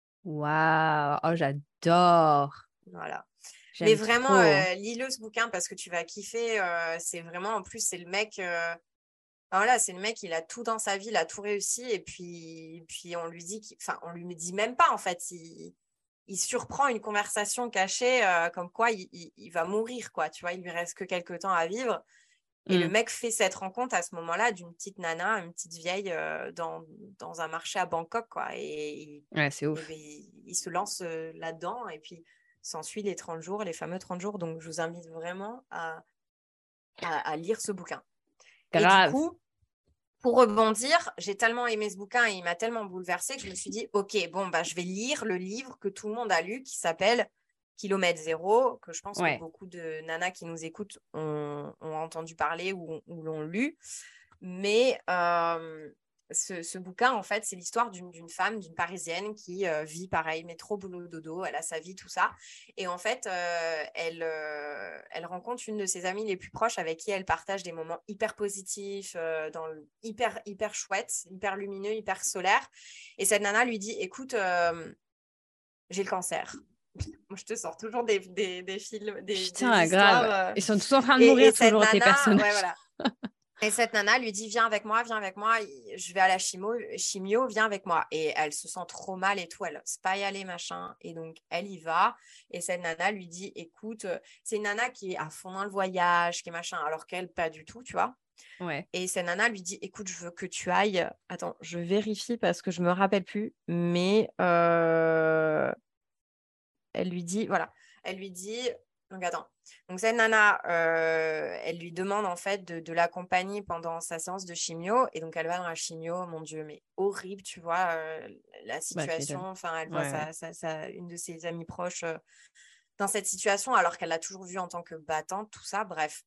S2: Waouh! Oh, j'adore!
S1: Voilà. Mais
S2: J'aime
S1: vraiment,
S2: trop.
S1: euh, lis-le ce bouquin parce que tu vas kiffer. euh, c'est vraiment, en plus, c'est le mec. euh, enfin, voilà, c'est le mec, il a tout dans sa vie, il a tout réussi. Et puis, puis on lui dit, qu'il- enfin, on lui dit même pas, en fait. Il, il surprend une conversation cachée, euh, comme quoi il, il- il va mourir, quoi. Tu vois, il lui reste que quelques temps à vivre. Et le
S2: Mm.
S1: mec fait cette rencontre à ce moment-là d'une petite nana, une petite vieille euh, dans, dans un marché à Bangkok, quoi. Et, il,
S2: Ouais, c'est
S1: et
S2: ouf.
S1: ben, il, il se lance euh, là-dedans. Et puis, s'ensuit les trente jours, les fameux trente jours. Donc, je vous invite vraiment à, à, à lire ce bouquin. Et du
S2: Grave.
S1: coup, pour rebondir, j'ai tellement aimé ce bouquin et il m'a tellement bouleversée que je me suis dit, OK, bon, bah, je vais lire le livre que tout le monde a lu qui s'appelle Kilomètre Zéro, que je pense que
S2: Ouais.
S1: beaucoup de nanas qui nous écoutent ont, ont entendu parler ou, ou l'ont lu. Mais, euh, ce, ce bouquin, en fait, c'est l'histoire d'une, d'une femme, d'une Parisienne qui euh, vit pareil, métro, boulot, dodo, elle a sa vie, tout ça. Et en fait, euh, elle, euh, elle rencontre une de ses amies les plus proches avec qui elle partage des moments hyper positifs, euh, dans le, hyper, hyper chouettes, hyper lumineux, hyper solaires. Et cette nana lui dit, écoute, euh, j'ai le cancer. Moi, je te sors toujours des, des, des films, des, des
S2: Putain, grave.
S1: histoires. euh.
S2: Ils sont tous en train de
S1: Et, et
S2: mourir,
S1: cette
S2: toujours, tes
S1: nana, ouais,
S2: personnages.
S1: voilà. Et cette nana lui dit, viens avec moi, viens avec moi, je vais à la chimio, chimio, viens avec moi. Et elle se sent trop mal et tout, elle n'ose pas y aller, machin. Et donc, elle y va. Et cette nana lui dit, écoute, c'est une nana qui est à fond dans le voyage, qui est machin, alors qu'elle, pas du tout, tu vois.
S2: Ouais.
S1: Et cette nana lui dit, écoute, je veux que tu ailles. Attends, je vérifie parce que je me rappelle plus. Mais euh... elle lui dit, voilà, elle lui dit, donc attends. Donc cette nana, euh, elle lui demande en fait de, de l'accompagner pendant sa séance de chimio. Et donc elle va dans la chimio, mon Dieu, mais horrible, tu vois, euh, la
S2: Bah, tu
S1: situation.
S2: m'étonnes.
S1: Enfin, elle voit
S2: Ouais, ouais.
S1: sa, sa, sa- une de ses amies proches euh, dans cette situation, alors qu'elle l'a toujours vue en tant que battante, tout ça, bref.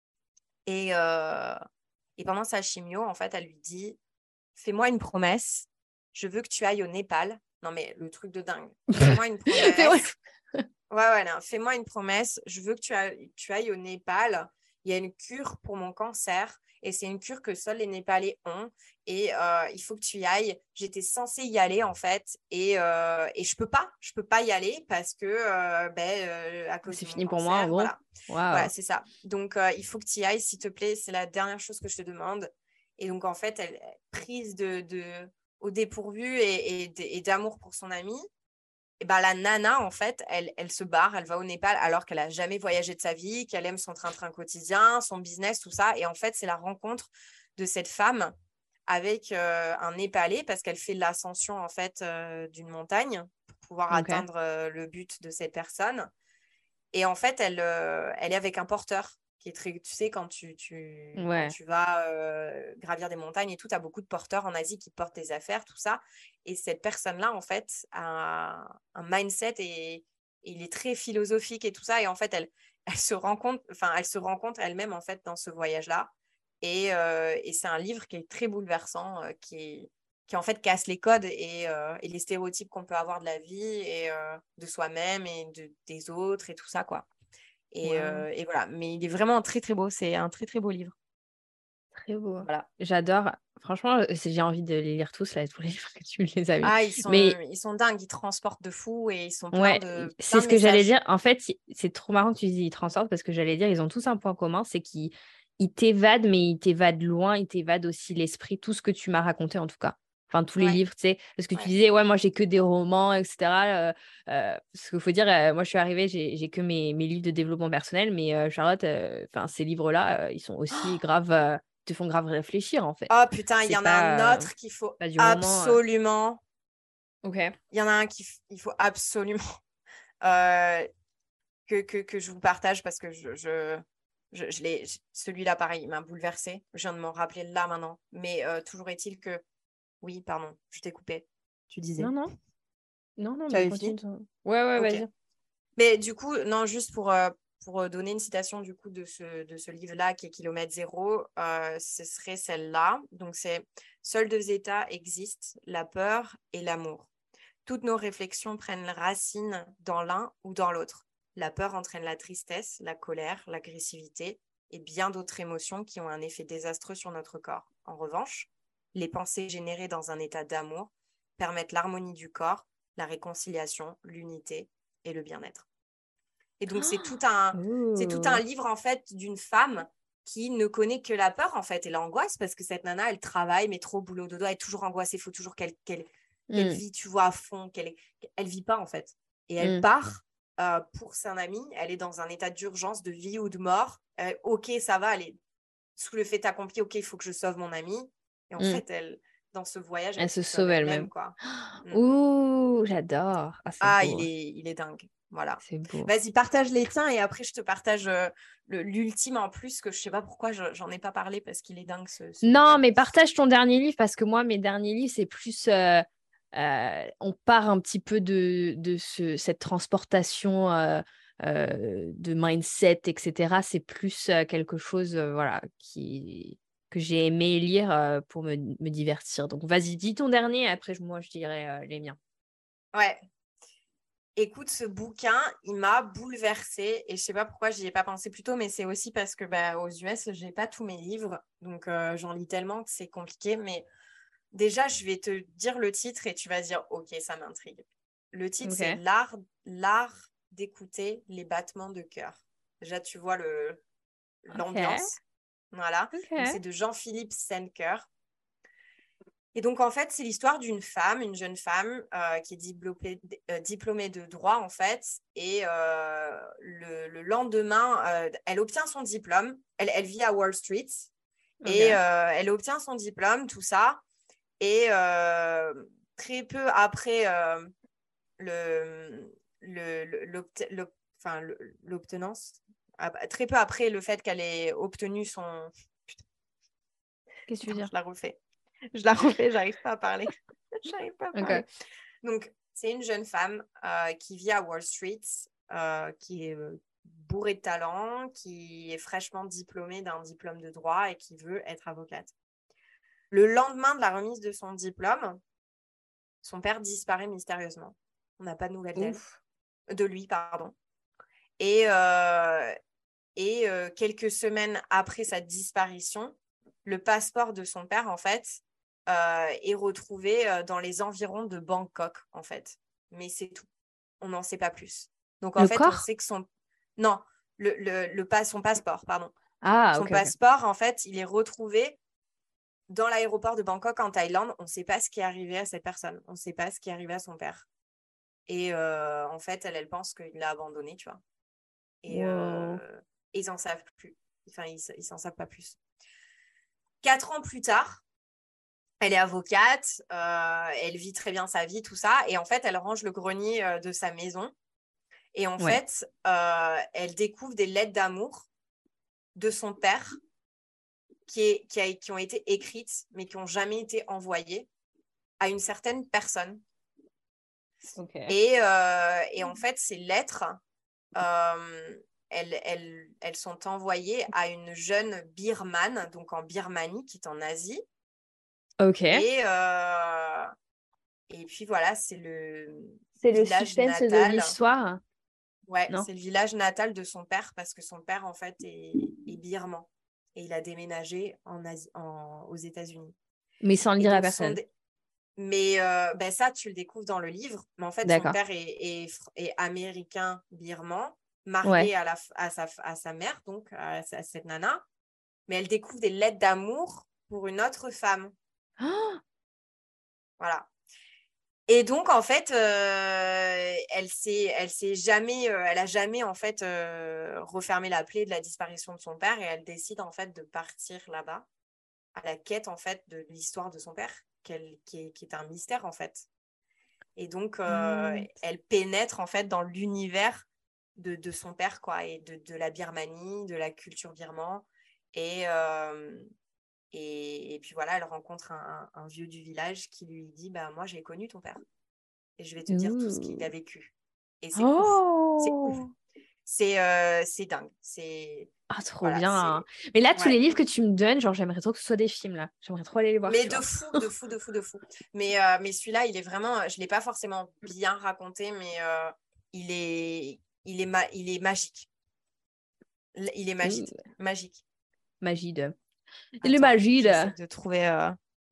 S1: Et, euh, et pendant sa chimio, en fait, elle lui dit, fais-moi une promesse, je veux que tu ailles au Népal. Non, mais le truc de dingue. Fais-moi une
S2: C'est vrai.
S1: promesse. Ouais, ouais, non. Fais-moi une promesse. Je veux que tu, ailles, tu ailles au Népal. Il y a une cure pour mon cancer et c'est une cure que seuls les Népalais ont. Et euh, il faut que tu y ailles. J'étais censée y aller en fait et, euh, et je peux pas. Je peux pas y aller parce que euh, ben, euh, à cause
S2: C'est
S1: de mon
S2: fini pour moi, en
S1: cancer.
S2: gros.
S1: Voilà, voilà,
S2: Waouh.
S1: c'est ça. Donc euh, il faut que tu y ailles, s'il te plaît. C'est la dernière chose que je te demande. Et donc en fait, elle est prise de, de, au dépourvu et, et, et d'amour pour son amie. Et ben, la nana, en fait, elle, elle se barre, elle va au Népal alors qu'elle n'a jamais voyagé de sa vie, qu'elle aime son train-train quotidien, son business, tout ça. Et en fait, c'est la rencontre de cette femme avec euh, un Népalais parce qu'elle fait l'ascension, en fait, euh, d'une montagne pour pouvoir
S2: Ok.
S1: atteindre euh, le but de cette personne. Et en fait, elle, euh, elle est avec un porteur qui est très, tu sais, quand tu, tu, quand
S2: Ouais.
S1: tu vas euh, gravir des montagnes et tout, tu as beaucoup de porteurs en Asie qui portent tes affaires, tout ça. Et cette personne-là, en fait, a un mindset et, et il est très philosophique et tout ça. Et en fait, elle, elle se rencontre, enfin, elle se rencontre elle-même, en fait, dans ce voyage-là. Et, euh, et c'est un livre qui est très bouleversant, euh, qui est qui en fait casse les codes et, euh, et les stéréotypes qu'on peut avoir de la vie et euh, de soi-même et de, des autres et tout ça, quoi. Et,
S2: Waouh.
S1: euh, et voilà, mais il est vraiment très très beau, c'est un très très beau livre.
S2: Très beau.
S1: Voilà.
S2: J'adore. Franchement, euh, c'est- j'ai envie de les lire tous, là, tous les livres que tu me les as mis.
S1: Ah, ils sont,
S2: Mais
S1: ils sont dingues, ils transportent de fou et ils sont pleins
S2: ouais,
S1: de,
S2: c'est
S1: plein de
S2: ce que j'allais
S1: messages.
S2: dire. En fait, i- c'est trop marrant que tu dises ils transportent parce que j'allais dire, ils ont tous un point commun, c'est qu'ils ils t'évadent, mais ils t'évadent loin, ils t'évadent aussi l'esprit, tout ce que tu m'as raconté en tout cas. Enfin, tous les
S1: Ouais,
S2: livres, tu sais, parce que tu
S1: ouais.
S2: disais, ouais, moi j'ai que des romans, et cetera euh, euh, parce qu'il faut dire, euh, moi je suis arrivée, j'ai j'ai que mes, mes livres de développement personnel, mais euh, Charlotte, euh, enfin, ces livres-là, euh, ils sont aussi grave, euh, te font grave réfléchir en fait.
S1: Oh putain, il y
S2: C'est
S1: en a un
S2: pas, euh,
S1: autre qu'il faut
S2: pas du roman. euh.
S1: absolument.
S2: Ok.
S1: Il y en a un qu'il il faut absolument euh, que, que, que je vous partage parce que je, je, je, je l'ai, celui-là, pareil, il m'a bouleversée. Je viens de m'en rappeler là maintenant. Mais euh, toujours est-il que. Oui, pardon, je t'ai coupé. Tu
S2: Non,
S1: disais.
S2: non, non, non,
S1: Tu
S2: mais
S1: avais
S2: continue.
S1: fini?
S2: ton- Ouais, ouais,
S1: Ok.
S2: vas-y.
S1: Mais du coup, non, juste pour, euh, pour euh, donner une citation du coup de ce, de ce livre-là qui est Kilomètre Zéro, euh, ce serait celle-là. Donc c'est seuls deux états existent, la peur et l'amour. Toutes nos réflexions prennent racine dans l'un ou dans l'autre. La peur entraîne la tristesse, la colère, l'agressivité et bien d'autres émotions qui ont un effet désastreux sur notre corps. En revanche, les pensées générées dans un état d'amour permettent l'harmonie du corps, la réconciliation, l'unité et le bien-être. Et donc, c'est tout un, c'est tout un
S2: Ouh.
S1: livre, en fait, d'une femme qui ne connaît que la peur, en fait, et l'angoisse, parce que cette nana, elle travaille, mais trop boulot dodo, elle est toujours angoissée, il faut toujours qu'elle, qu'elle, qu'elle
S2: Mm,
S1: vit, tu vois, à fond, qu'elle est, elle vit pas, en fait. Et elle
S2: mm,
S1: part euh, pour son amie, elle est dans un état d'urgence, de vie ou de mort. Euh, ok, ça va, elle est sous le fait accompli, ok, il faut que je sauve mon amie. Et en
S2: mm.
S1: fait, elle, dans ce voyage,
S2: Elle
S1: elle
S2: se
S1: se sauve
S2: sauve
S1: elle-même,
S2: elle-même.
S1: quoi. Mm.
S2: Ouh, j'adore. Ah, c'est
S1: Ah, il
S2: beau.
S1: est, il est dingue. Voilà.
S2: C'est beau.
S1: Vas-y, partage les tiens et après, je te partage euh, le- l'ultime en plus, que je sais pas pourquoi je- j'en ai pas parlé parce qu'il est dingue ce, ce
S2: Non,
S1: bouquin.
S2: mais partage ton dernier livre parce que moi, mes derniers livres, c'est plus. euh, euh, on part un petit peu de, de ce, cette transportation euh, euh, de mindset, et cetera. C'est plus euh, quelque chose euh, voilà, qui, que j'ai aimé lire euh, pour me, me divertir. Donc, vas-y, dis ton dernier, après, je- moi, je dirai euh, les miens.
S1: Ouais. Écoute, ce bouquin, il m'a bouleversée et je sais pas pourquoi j'y ai pas pensé plus tôt, mais c'est aussi parce que bah, aux U S, j'ai pas tous mes livres, donc euh, j'en lis tellement que c'est compliqué. Mais déjà, je vais te dire le titre et tu vas dire, ok, ça m'intrigue. Le titre, c'est
S2: Ok.
S1: l'art, l'art d'écouter les battements de cœur. Déjà, tu vois le,
S2: Ok.
S1: l'ambiance. Voilà. Donc,
S2: Ok.
S1: c'est de Jean-Philippe Senker. Et donc, en fait, c'est l'histoire d'une femme, une jeune femme euh, qui est diplômée, euh, diplômée de droit, en fait. Et euh, le, le lendemain, euh, elle obtient son diplôme. Elle, elle vit à Wall Street. Et
S2: Ok.
S1: euh, elle obtient son diplôme, tout ça. Et euh, très peu après euh, le, le, le- l'obte- l'ob- enfin, le- l'obtenance, ah, bah, très peu après le fait qu'elle ait obtenu son...
S2: Qu'est-ce que tu veux
S1: Attends, je
S2: dire?
S1: la refais. Je la refais, j'arrive pas à parler. J'arrive pas à
S2: Ok.
S1: parler. Donc, c'est une jeune femme euh, qui vit à Wall Street, euh, qui est euh, bourrée de talent, qui est fraîchement diplômée d'un diplôme de droit et qui veut être avocate. Le lendemain de la remise de son diplôme, son père disparaît mystérieusement. On n'a pas de nouvelles d'elle,
S2: Ouf.
S1: de lui, pardon. Et, euh, et euh, quelques semaines après sa disparition, le passeport de son père, en fait, euh, est retrouvé euh, dans les environs de Bangkok, en fait. Mais c'est tout. On n'en sait pas plus. Donc, en
S2: Le
S1: fait, on
S2: corps?
S1: sait que son... Non, le, le, le pas... son passeport, pardon.
S2: Ah,
S1: Son
S2: ok, ok.
S1: passeport, en fait, il est retrouvé dans l'aéroport de Bangkok, en Thaïlande. On ne sait pas ce qui est arrivé à cette personne. On ne sait pas ce qui est arrivé à son père. Et euh, en fait, elle, elle pense qu'il l'a abandonné, tu vois. Et,
S2: Wow.
S1: euh, et ils n'en savent plus. Enfin, ils, ils s'en savent pas plus. Quatre ans plus tard, elle est avocate, euh, elle vit très bien sa vie, tout ça. Et en fait, elle range le grenier euh, de sa maison. Et en
S2: Ouais.
S1: fait, euh, elle découvre des lettres d'amour de son père qui, est, qui, a, qui ont été écrites, mais qui n'ont jamais été envoyées à une certaine personne.
S2: Ok.
S1: Et, euh, et en fait, ces lettres, euh, elles, elles, elles sont envoyées à une jeune birmane, donc en Birmanie, qui est en Asie.
S2: Ok.
S1: Et, euh, et puis voilà, c'est le
S2: C'est le
S1: village
S2: suspense de
S1: natal.
S2: l'histoire,
S1: Ouais,
S2: non?
S1: c'est le village natal de son père parce que son père, en fait, est, est birman. Et il a déménagé en Asie, en, aux États-Unis.
S2: Mais sans le
S1: Et
S2: dire à
S1: donc, son
S2: personne.
S1: dé- mais euh, ben ça, tu le découvres dans le livre. Mais en fait, son
S2: D'accord.
S1: père est, est, est américain birman, marié
S2: Ouais.
S1: à, la, à, sa, à sa mère, donc à, à cette nana. Mais elle découvre des lettres d'amour pour une autre femme.
S2: Oh,
S1: Voilà. Et donc, en fait, euh, elle s'est, elle s'est jamais, euh, elle a jamais, en fait, euh, refermé la plaie de la disparition de son père et elle décide, en fait, de partir là-bas à la quête, en fait, de l'histoire de son père, qu'elle, qui est, qui est un mystère, en fait. Et donc, euh,
S2: what?
S1: elle pénètre, en fait, dans l'univers de, de son père, quoi, et de, de la Birmanie, de la culture birmane. Et, euh, et, et puis voilà, elle rencontre un, un vieux du village qui lui dit, bah, moi, j'ai connu ton père. Et je vais te dire tout ce qu'il a
S2: Ouh.
S1: vécu. Et c'est ouf. C'est ouf.
S2: Oh!
S1: C'est euh, c'est dingue. C'est...
S2: Ah, trop
S1: Voilà,
S2: bien.
S1: c'est...
S2: Mais là, tous les
S1: Ouais.
S2: livres que tu me donnes, genre, j'aimerais trop que ce soit des films, là. J'aimerais trop aller les voir,
S1: Mais
S2: tu
S1: de
S2: vois.
S1: fou, de fou, de fou, de fou. Mais, euh, mais celui-là, il est vraiment... Je ne l'ai pas forcément bien raconté, mais euh, il, est... Il, est ma... il est magique. Il est
S2: Ouh.
S1: magique. Magique.
S2: Magide. Il est
S1: Attends,
S2: Magide.
S1: j'essaie de trouver... Euh...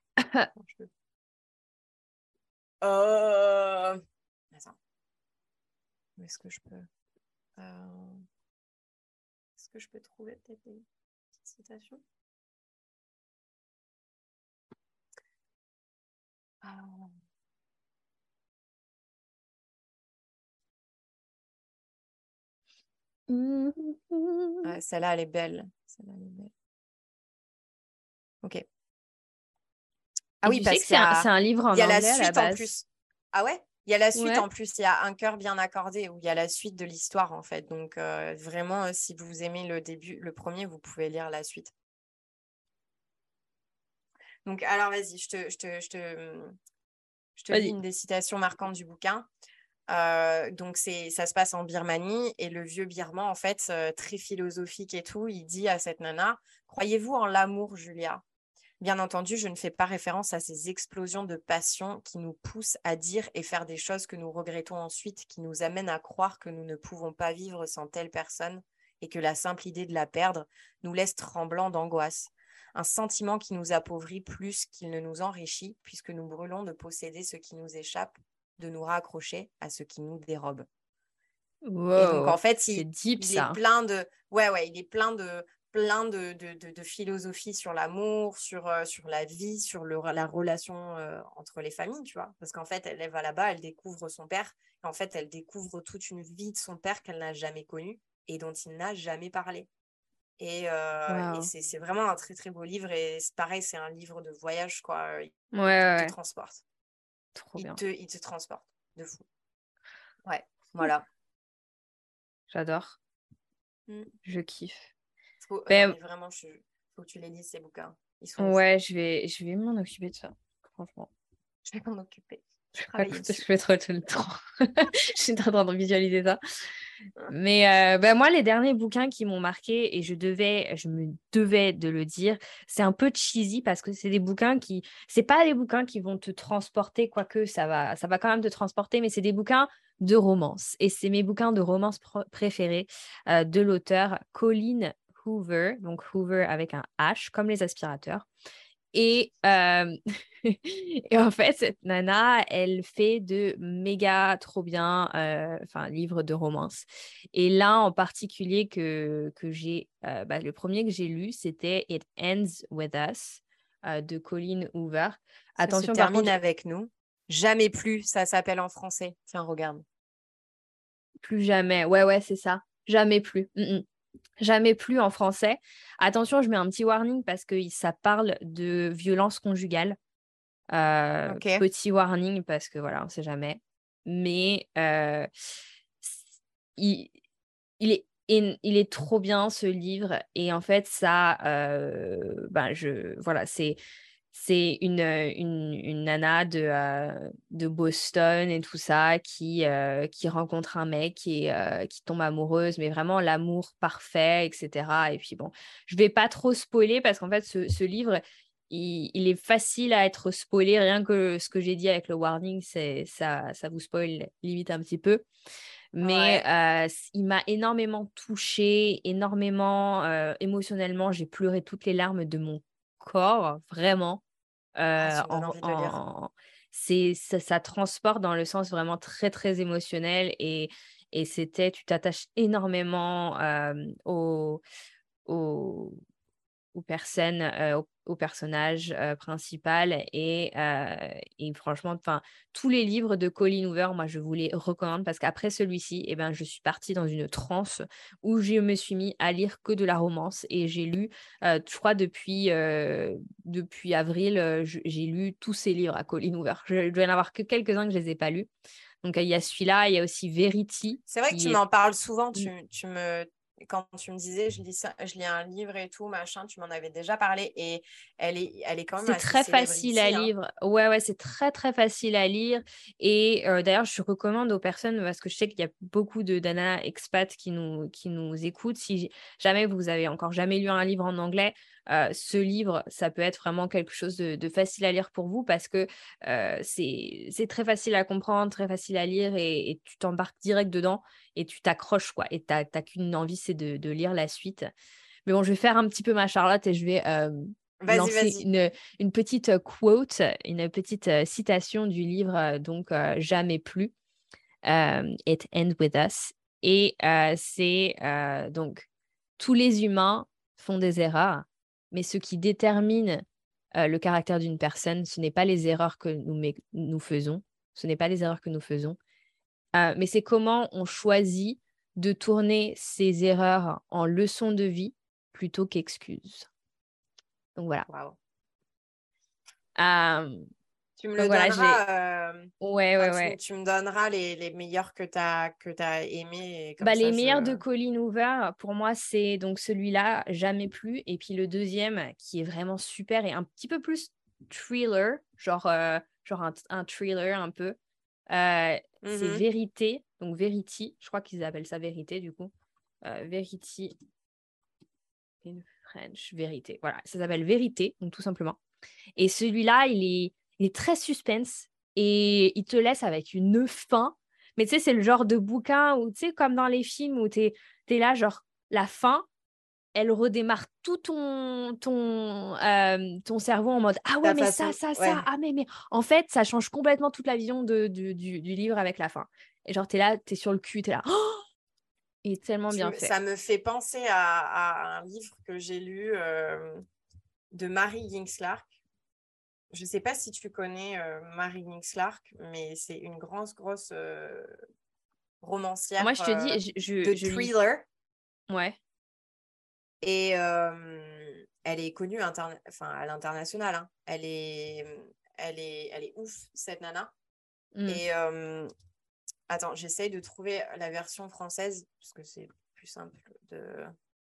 S1: Euh... Attends. Est-ce que je peux... Euh... Est-ce que je peux trouver peut-être des petites citations? Ah. Ouais, celle-là, elle est belle. Celle-là, elle est belle. Ok. Ah
S2: Et
S1: oui,
S2: tu sais
S1: parce
S2: que
S1: qu'il y
S2: c'est un,
S1: a,
S2: c'est un livre
S1: il
S2: en
S1: y a la
S2: anglais à la
S1: suite en
S2: base.
S1: plus. Ah ouais? Il y a la suite
S2: Ouais.
S1: en plus. Il y a un cœur bien accordé où il y a la suite de l'histoire en fait. Donc euh, vraiment, euh, si vous aimez le début, le premier, vous pouvez lire la suite. Donc alors vas-y, je te, je te, je te, je te lis
S2: Vas-y.
S1: une des citations marquantes du bouquin. Euh, donc c'est, ça se passe en Birmanie et le vieux birman en fait, euh, très philosophique et tout, il dit à cette nana, croyez-vous en l'amour, Julia? Bien entendu, je ne fais pas référence à ces explosions de passion qui nous poussent à dire et faire des choses que nous regrettons ensuite, qui nous amènent à croire que nous ne pouvons pas vivre sans telle personne et que la simple idée de la perdre nous laisse tremblants d'angoisse. Un sentiment qui nous appauvrit plus qu'il ne nous enrichit, puisque nous brûlons de posséder ce qui nous échappe, de nous raccrocher à ce qui nous dérobe. Et donc, en
S2: Wow,
S1: fait,
S2: c'est
S1: il,
S2: deep
S1: il est
S2: ça.
S1: plein de... Ouais, ouais, il est plein de plein de, de, de, de philosophie sur l'amour, sur, euh, sur la vie, sur le, la relation euh, entre les familles, tu vois. Parce qu'en fait, elle, elle va là-bas, elle découvre son père, et en fait, elle découvre toute une vie de son père qu'elle n'a jamais connue et dont il n'a jamais parlé. Et, euh, et
S2: Wow.
S1: c'est, c'est vraiment un très, très beau livre. Et c'est pareil, c'est un livre de voyage, quoi. Il,
S2: Ouais,
S1: il
S2: ouais,
S1: te
S2: ouais.
S1: transporte.
S2: Trop
S1: Il
S2: bien.
S1: te, il te transporte de fou. Ouais, voilà.
S2: J'adore.
S1: Mm.
S2: Je kiffe.
S1: Faut, euh, non,
S2: Ben,
S1: mais vraiment, je, faut que tu les lises, ces bouquins. Ils sont ouf.
S2: ouais, je vais, je vais m'en occuper de ça, franchement.
S1: Je vais m'en occuper. Je vais
S2: Pas
S1: travailler
S2: parce que
S1: dessus.
S2: je vais trop tout le temps. Je suis en train de visualiser ça. Mais euh, ben, moi, les derniers bouquins qui m'ont marqué, et je devais, je me devais de le dire, c'est un peu cheesy parce que c'est des bouquins qui, c'est pas des bouquins qui vont te transporter, quoique ça va, ça va quand même te transporter, mais c'est des bouquins de romance. Et c'est mes bouquins de romance pr- préférés euh, de l'auteur Colleen Hoover, donc Hoover avec un H, comme les aspirateurs. Et, euh, et en fait, cette nana, elle fait de méga trop bien, euh, enfin, livres de romance. Et là, en particulier, que, que j'ai, euh, bah, le premier que j'ai lu, c'était It Ends With Us euh, de Colleen Hoover.
S1: Ça se
S2: Attention, par
S1: termine
S2: contre,
S1: avec nous. Jamais plus, ça s'appelle en français. Tiens, regarde.
S2: plus jamais. Ouais, ouais, c'est ça. Jamais plus. Mm, mm. Jamais plus en français. Attention, je mets un petit warning parce que ça parle de violence conjugale. Euh,
S1: Ok.
S2: petit warning parce que voilà, on sait jamais. Mais euh, il, il est, in- il est trop bien ce livre et en fait ça, euh, ben je voilà, c'est c'est une, une, une nana de, euh, de Boston et tout ça qui, euh, qui rencontre un mec et euh, qui tombe amoureuse, mais vraiment l'amour parfait, et cetera. Et puis bon, je vais pas trop spoiler parce qu'en fait, ce, ce livre, il, il est facile à être spoilé. Rien que ce que j'ai dit avec le warning, c'est, ça, ça vous spoil limite un petit peu. Mais
S1: Ouais.
S2: euh, il m'a énormément touchée, énormément euh, émotionnellement. J'ai pleuré toutes les larmes de mon corps, vraiment.
S1: Ah,
S2: Euh,
S1: tu me donnes
S2: en,
S1: envie de le lire.
S2: en- c'est, ça, ça transporte dans le sens vraiment très, très émotionnel. Et, et c'était, tu t'attaches énormément euh, au, au, aux personnes, euh, au, au personnage euh, principal. Et, euh, et franchement, enfin, tous les livres de Colleen Hoover, moi, je vous les recommande parce qu'après celui-ci, eh ben, je suis partie dans une transe où je me suis mis à lire que de la romance et j'ai lu, euh, je crois, depuis, euh, depuis avril, euh, je- j'ai lu tous ces livres à Colleen Hoover. Je, je dois y en avoir que quelques-uns que je les ai pas lus. Donc, euh, il y a celui-là, il y a aussi Verity
S1: C'est vrai que tu
S2: qui est...
S1: m'en parles souvent. Tu, tu me... Quand tu me disais, je lis ça, je lis un livre et tout, machin, tu m'en avais déjà parlé. Et elle est, elle est quand même
S2: C'est
S1: assez
S2: très
S1: célèbre
S2: facile à
S1: ici, hein.
S2: lire. Ouais, ouais, c'est très, très facile à lire. Et euh, d'ailleurs, je recommande aux personnes, parce que je sais qu'il y a beaucoup de d'Anna expats qui nous, qui nous écoutent. Si jamais vous avez encore jamais lu un livre en anglais, euh, ce livre, ça peut être vraiment quelque chose de, de facile à lire pour vous parce que euh, c'est, c'est très facile à comprendre, très facile à lire et, et tu t'embarques direct dedans et tu t'accroches, quoi. Et t'as, t'as qu'une envie, c'est de, de lire la suite. Mais bon, je vais faire un petit peu ma Charlotte et je vais euh,
S1: Vas-y,
S2: lancer
S1: vas-y.
S2: une, une petite euh, quote, une petite euh, citation du livre, euh, donc euh, Jamais plus, euh, It Ends With Us. Et euh, c'est euh, donc tous les humains font des erreurs, mais ce qui détermine euh, le caractère d'une personne, ce n'est pas les erreurs que nous, mé- nous faisons, ce n'est pas les erreurs que nous faisons, euh, mais c'est comment on choisit de tourner ces erreurs en leçons de vie plutôt qu'excuses. Donc voilà.
S1: Waouh.
S2: Euh,
S1: Tu me
S2: donc
S1: le
S2: voilà, j'ai...
S1: donneras. euh,
S2: Ouais,
S1: Enfin,
S2: ouais,
S1: tu,
S2: ouais.
S1: tu me donneras les, les meilleurs que tu as, que tu aimés. Et comme
S2: Bah, les
S1: ça,
S2: meilleurs de
S1: je.
S2: Colleen Hoover, pour moi, c'est donc celui-là, Jamais plus. Et puis le deuxième, qui est vraiment super et un petit peu plus thriller, genre, euh, genre un, un thriller un peu. Euh, c'est
S1: Mhm.
S2: Vérité, donc Verity. Je crois qu'ils appellent ça Vérité, du coup. Euh, Verity in French, Vérité. Voilà, ça s'appelle Vérité, donc tout simplement. Et celui-là, il est, il est très suspense et il te laisse avec une fin. Mais tu sais, c'est le genre de bouquin où, tu sais, comme dans les films où tu es là, genre, la fin, elle redémarre tout ton, ton, euh, ton cerveau en mode « Ah ouais,
S1: Ta
S2: mais ça,
S1: façon,
S2: ça, ça,
S1: ouais.
S2: ah mais, mais… » En fait, ça change complètement toute la vision de, de- du, du livre avec la fin. Et genre, t'es là, t'es sur le cul, t'es là. Oh, il est tellement
S1: Tu
S2: bien
S1: me-
S2: fait.
S1: ça me fait penser à, à un livre que j'ai lu euh, de Mary Higgins Clark. Je ne sais pas si tu connais euh, Mary Higgins Clark, mais c'est une grosse, grosse euh, romancière
S2: Moi, je te
S1: euh,
S2: dis, je, je,
S1: de
S2: je lis.
S1: thriller.
S2: Ouais.
S1: Et euh, elle est connue interna- enfin, à l'international. Hein. Elle, est, elle, est, elle est ouf, cette nana.
S2: Mm.
S1: Et euh, attends, j'essaye de trouver la version française, parce que c'est plus simple de...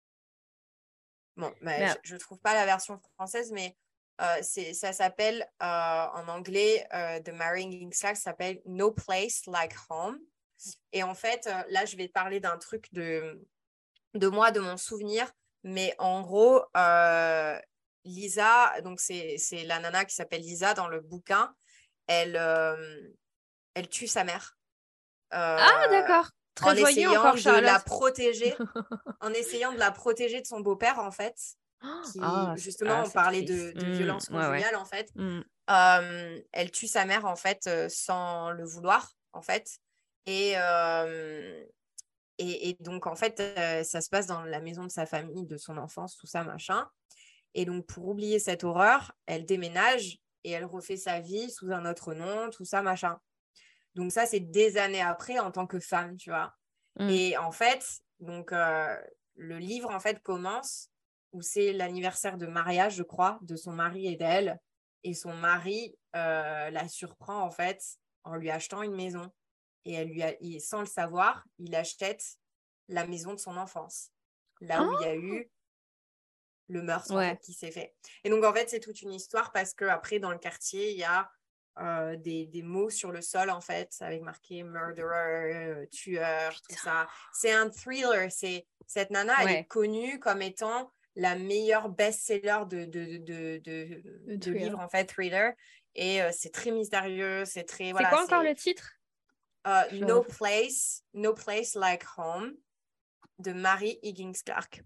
S1: Bon, mais
S2: Mais,
S1: je ne trouve pas la version française, mais euh, c'est, ça s'appelle euh, en anglais, euh, The Marrying Slack s'appelle No Place Like Home. Et en fait, euh, là, je vais te parler d'un truc de, de moi, de mon souvenir. Mais en gros, euh, Lisa, donc c'est, c'est la nana qui s'appelle Lisa dans le bouquin, elle, euh, elle tue sa mère
S2: ah,
S1: euh,
S2: d'accord. Très
S1: en
S2: joyeux
S1: essayant
S2: encore,
S1: de la
S2: Charlotte.
S1: protéger, en essayant de la protéger de son beau-père, en fait, qui,
S2: Ah, c'est
S1: justement,
S2: ah,
S1: on
S2: c'est
S1: parlait
S2: triste.
S1: de, de
S2: Mm,
S1: violence
S2: ouais, ouais.
S1: conjugale, en fait.
S2: Mm.
S1: Euh, elle tue sa mère, en fait, euh, sans le vouloir, en fait. Et, euh, et, et donc, en fait, euh, ça se passe dans la maison de sa famille, de son enfance, tout ça, machin. Et donc, pour oublier cette horreur, elle déménage et elle refait sa vie sous un autre nom, tout ça, machin. Donc, ça, c'est des années après en tant que femme, tu vois.
S2: Mm.
S1: Et en fait, donc, euh, le livre, en fait, commence où c'est l'anniversaire de mariage, je crois, de son mari et d'elle. Et son mari euh, la surprend, en fait, en lui achetant une maison. Et elle lui a, et sans le savoir, il achète la maison de son enfance, là où il y a
S2: Ah,
S1: eu le meurtre, en fait,
S2: ouais.
S1: qui s'est fait. Et donc, en fait, c'est toute une histoire parce qu'après, dans le quartier, il y a euh, des, des mots sur le sol, en fait, avec marqué murderer, euh, tueur, tout
S2: Putain.
S1: ça. C'est un thriller. C'est... Cette nana, elle est
S2: Ouais.
S1: connue comme étant la meilleure best-seller de, de, de, de,
S2: Le
S1: de
S2: thriller.
S1: livres, en fait, thriller. Et euh, c'est très mystérieux, c'est très...
S2: C'est
S1: Voilà,
S2: quoi encore
S1: c'est
S2: le titre?
S1: euh,
S2: Je le
S1: No
S2: ref-
S1: Place, No Place Like Home de Mary Higgins Clark.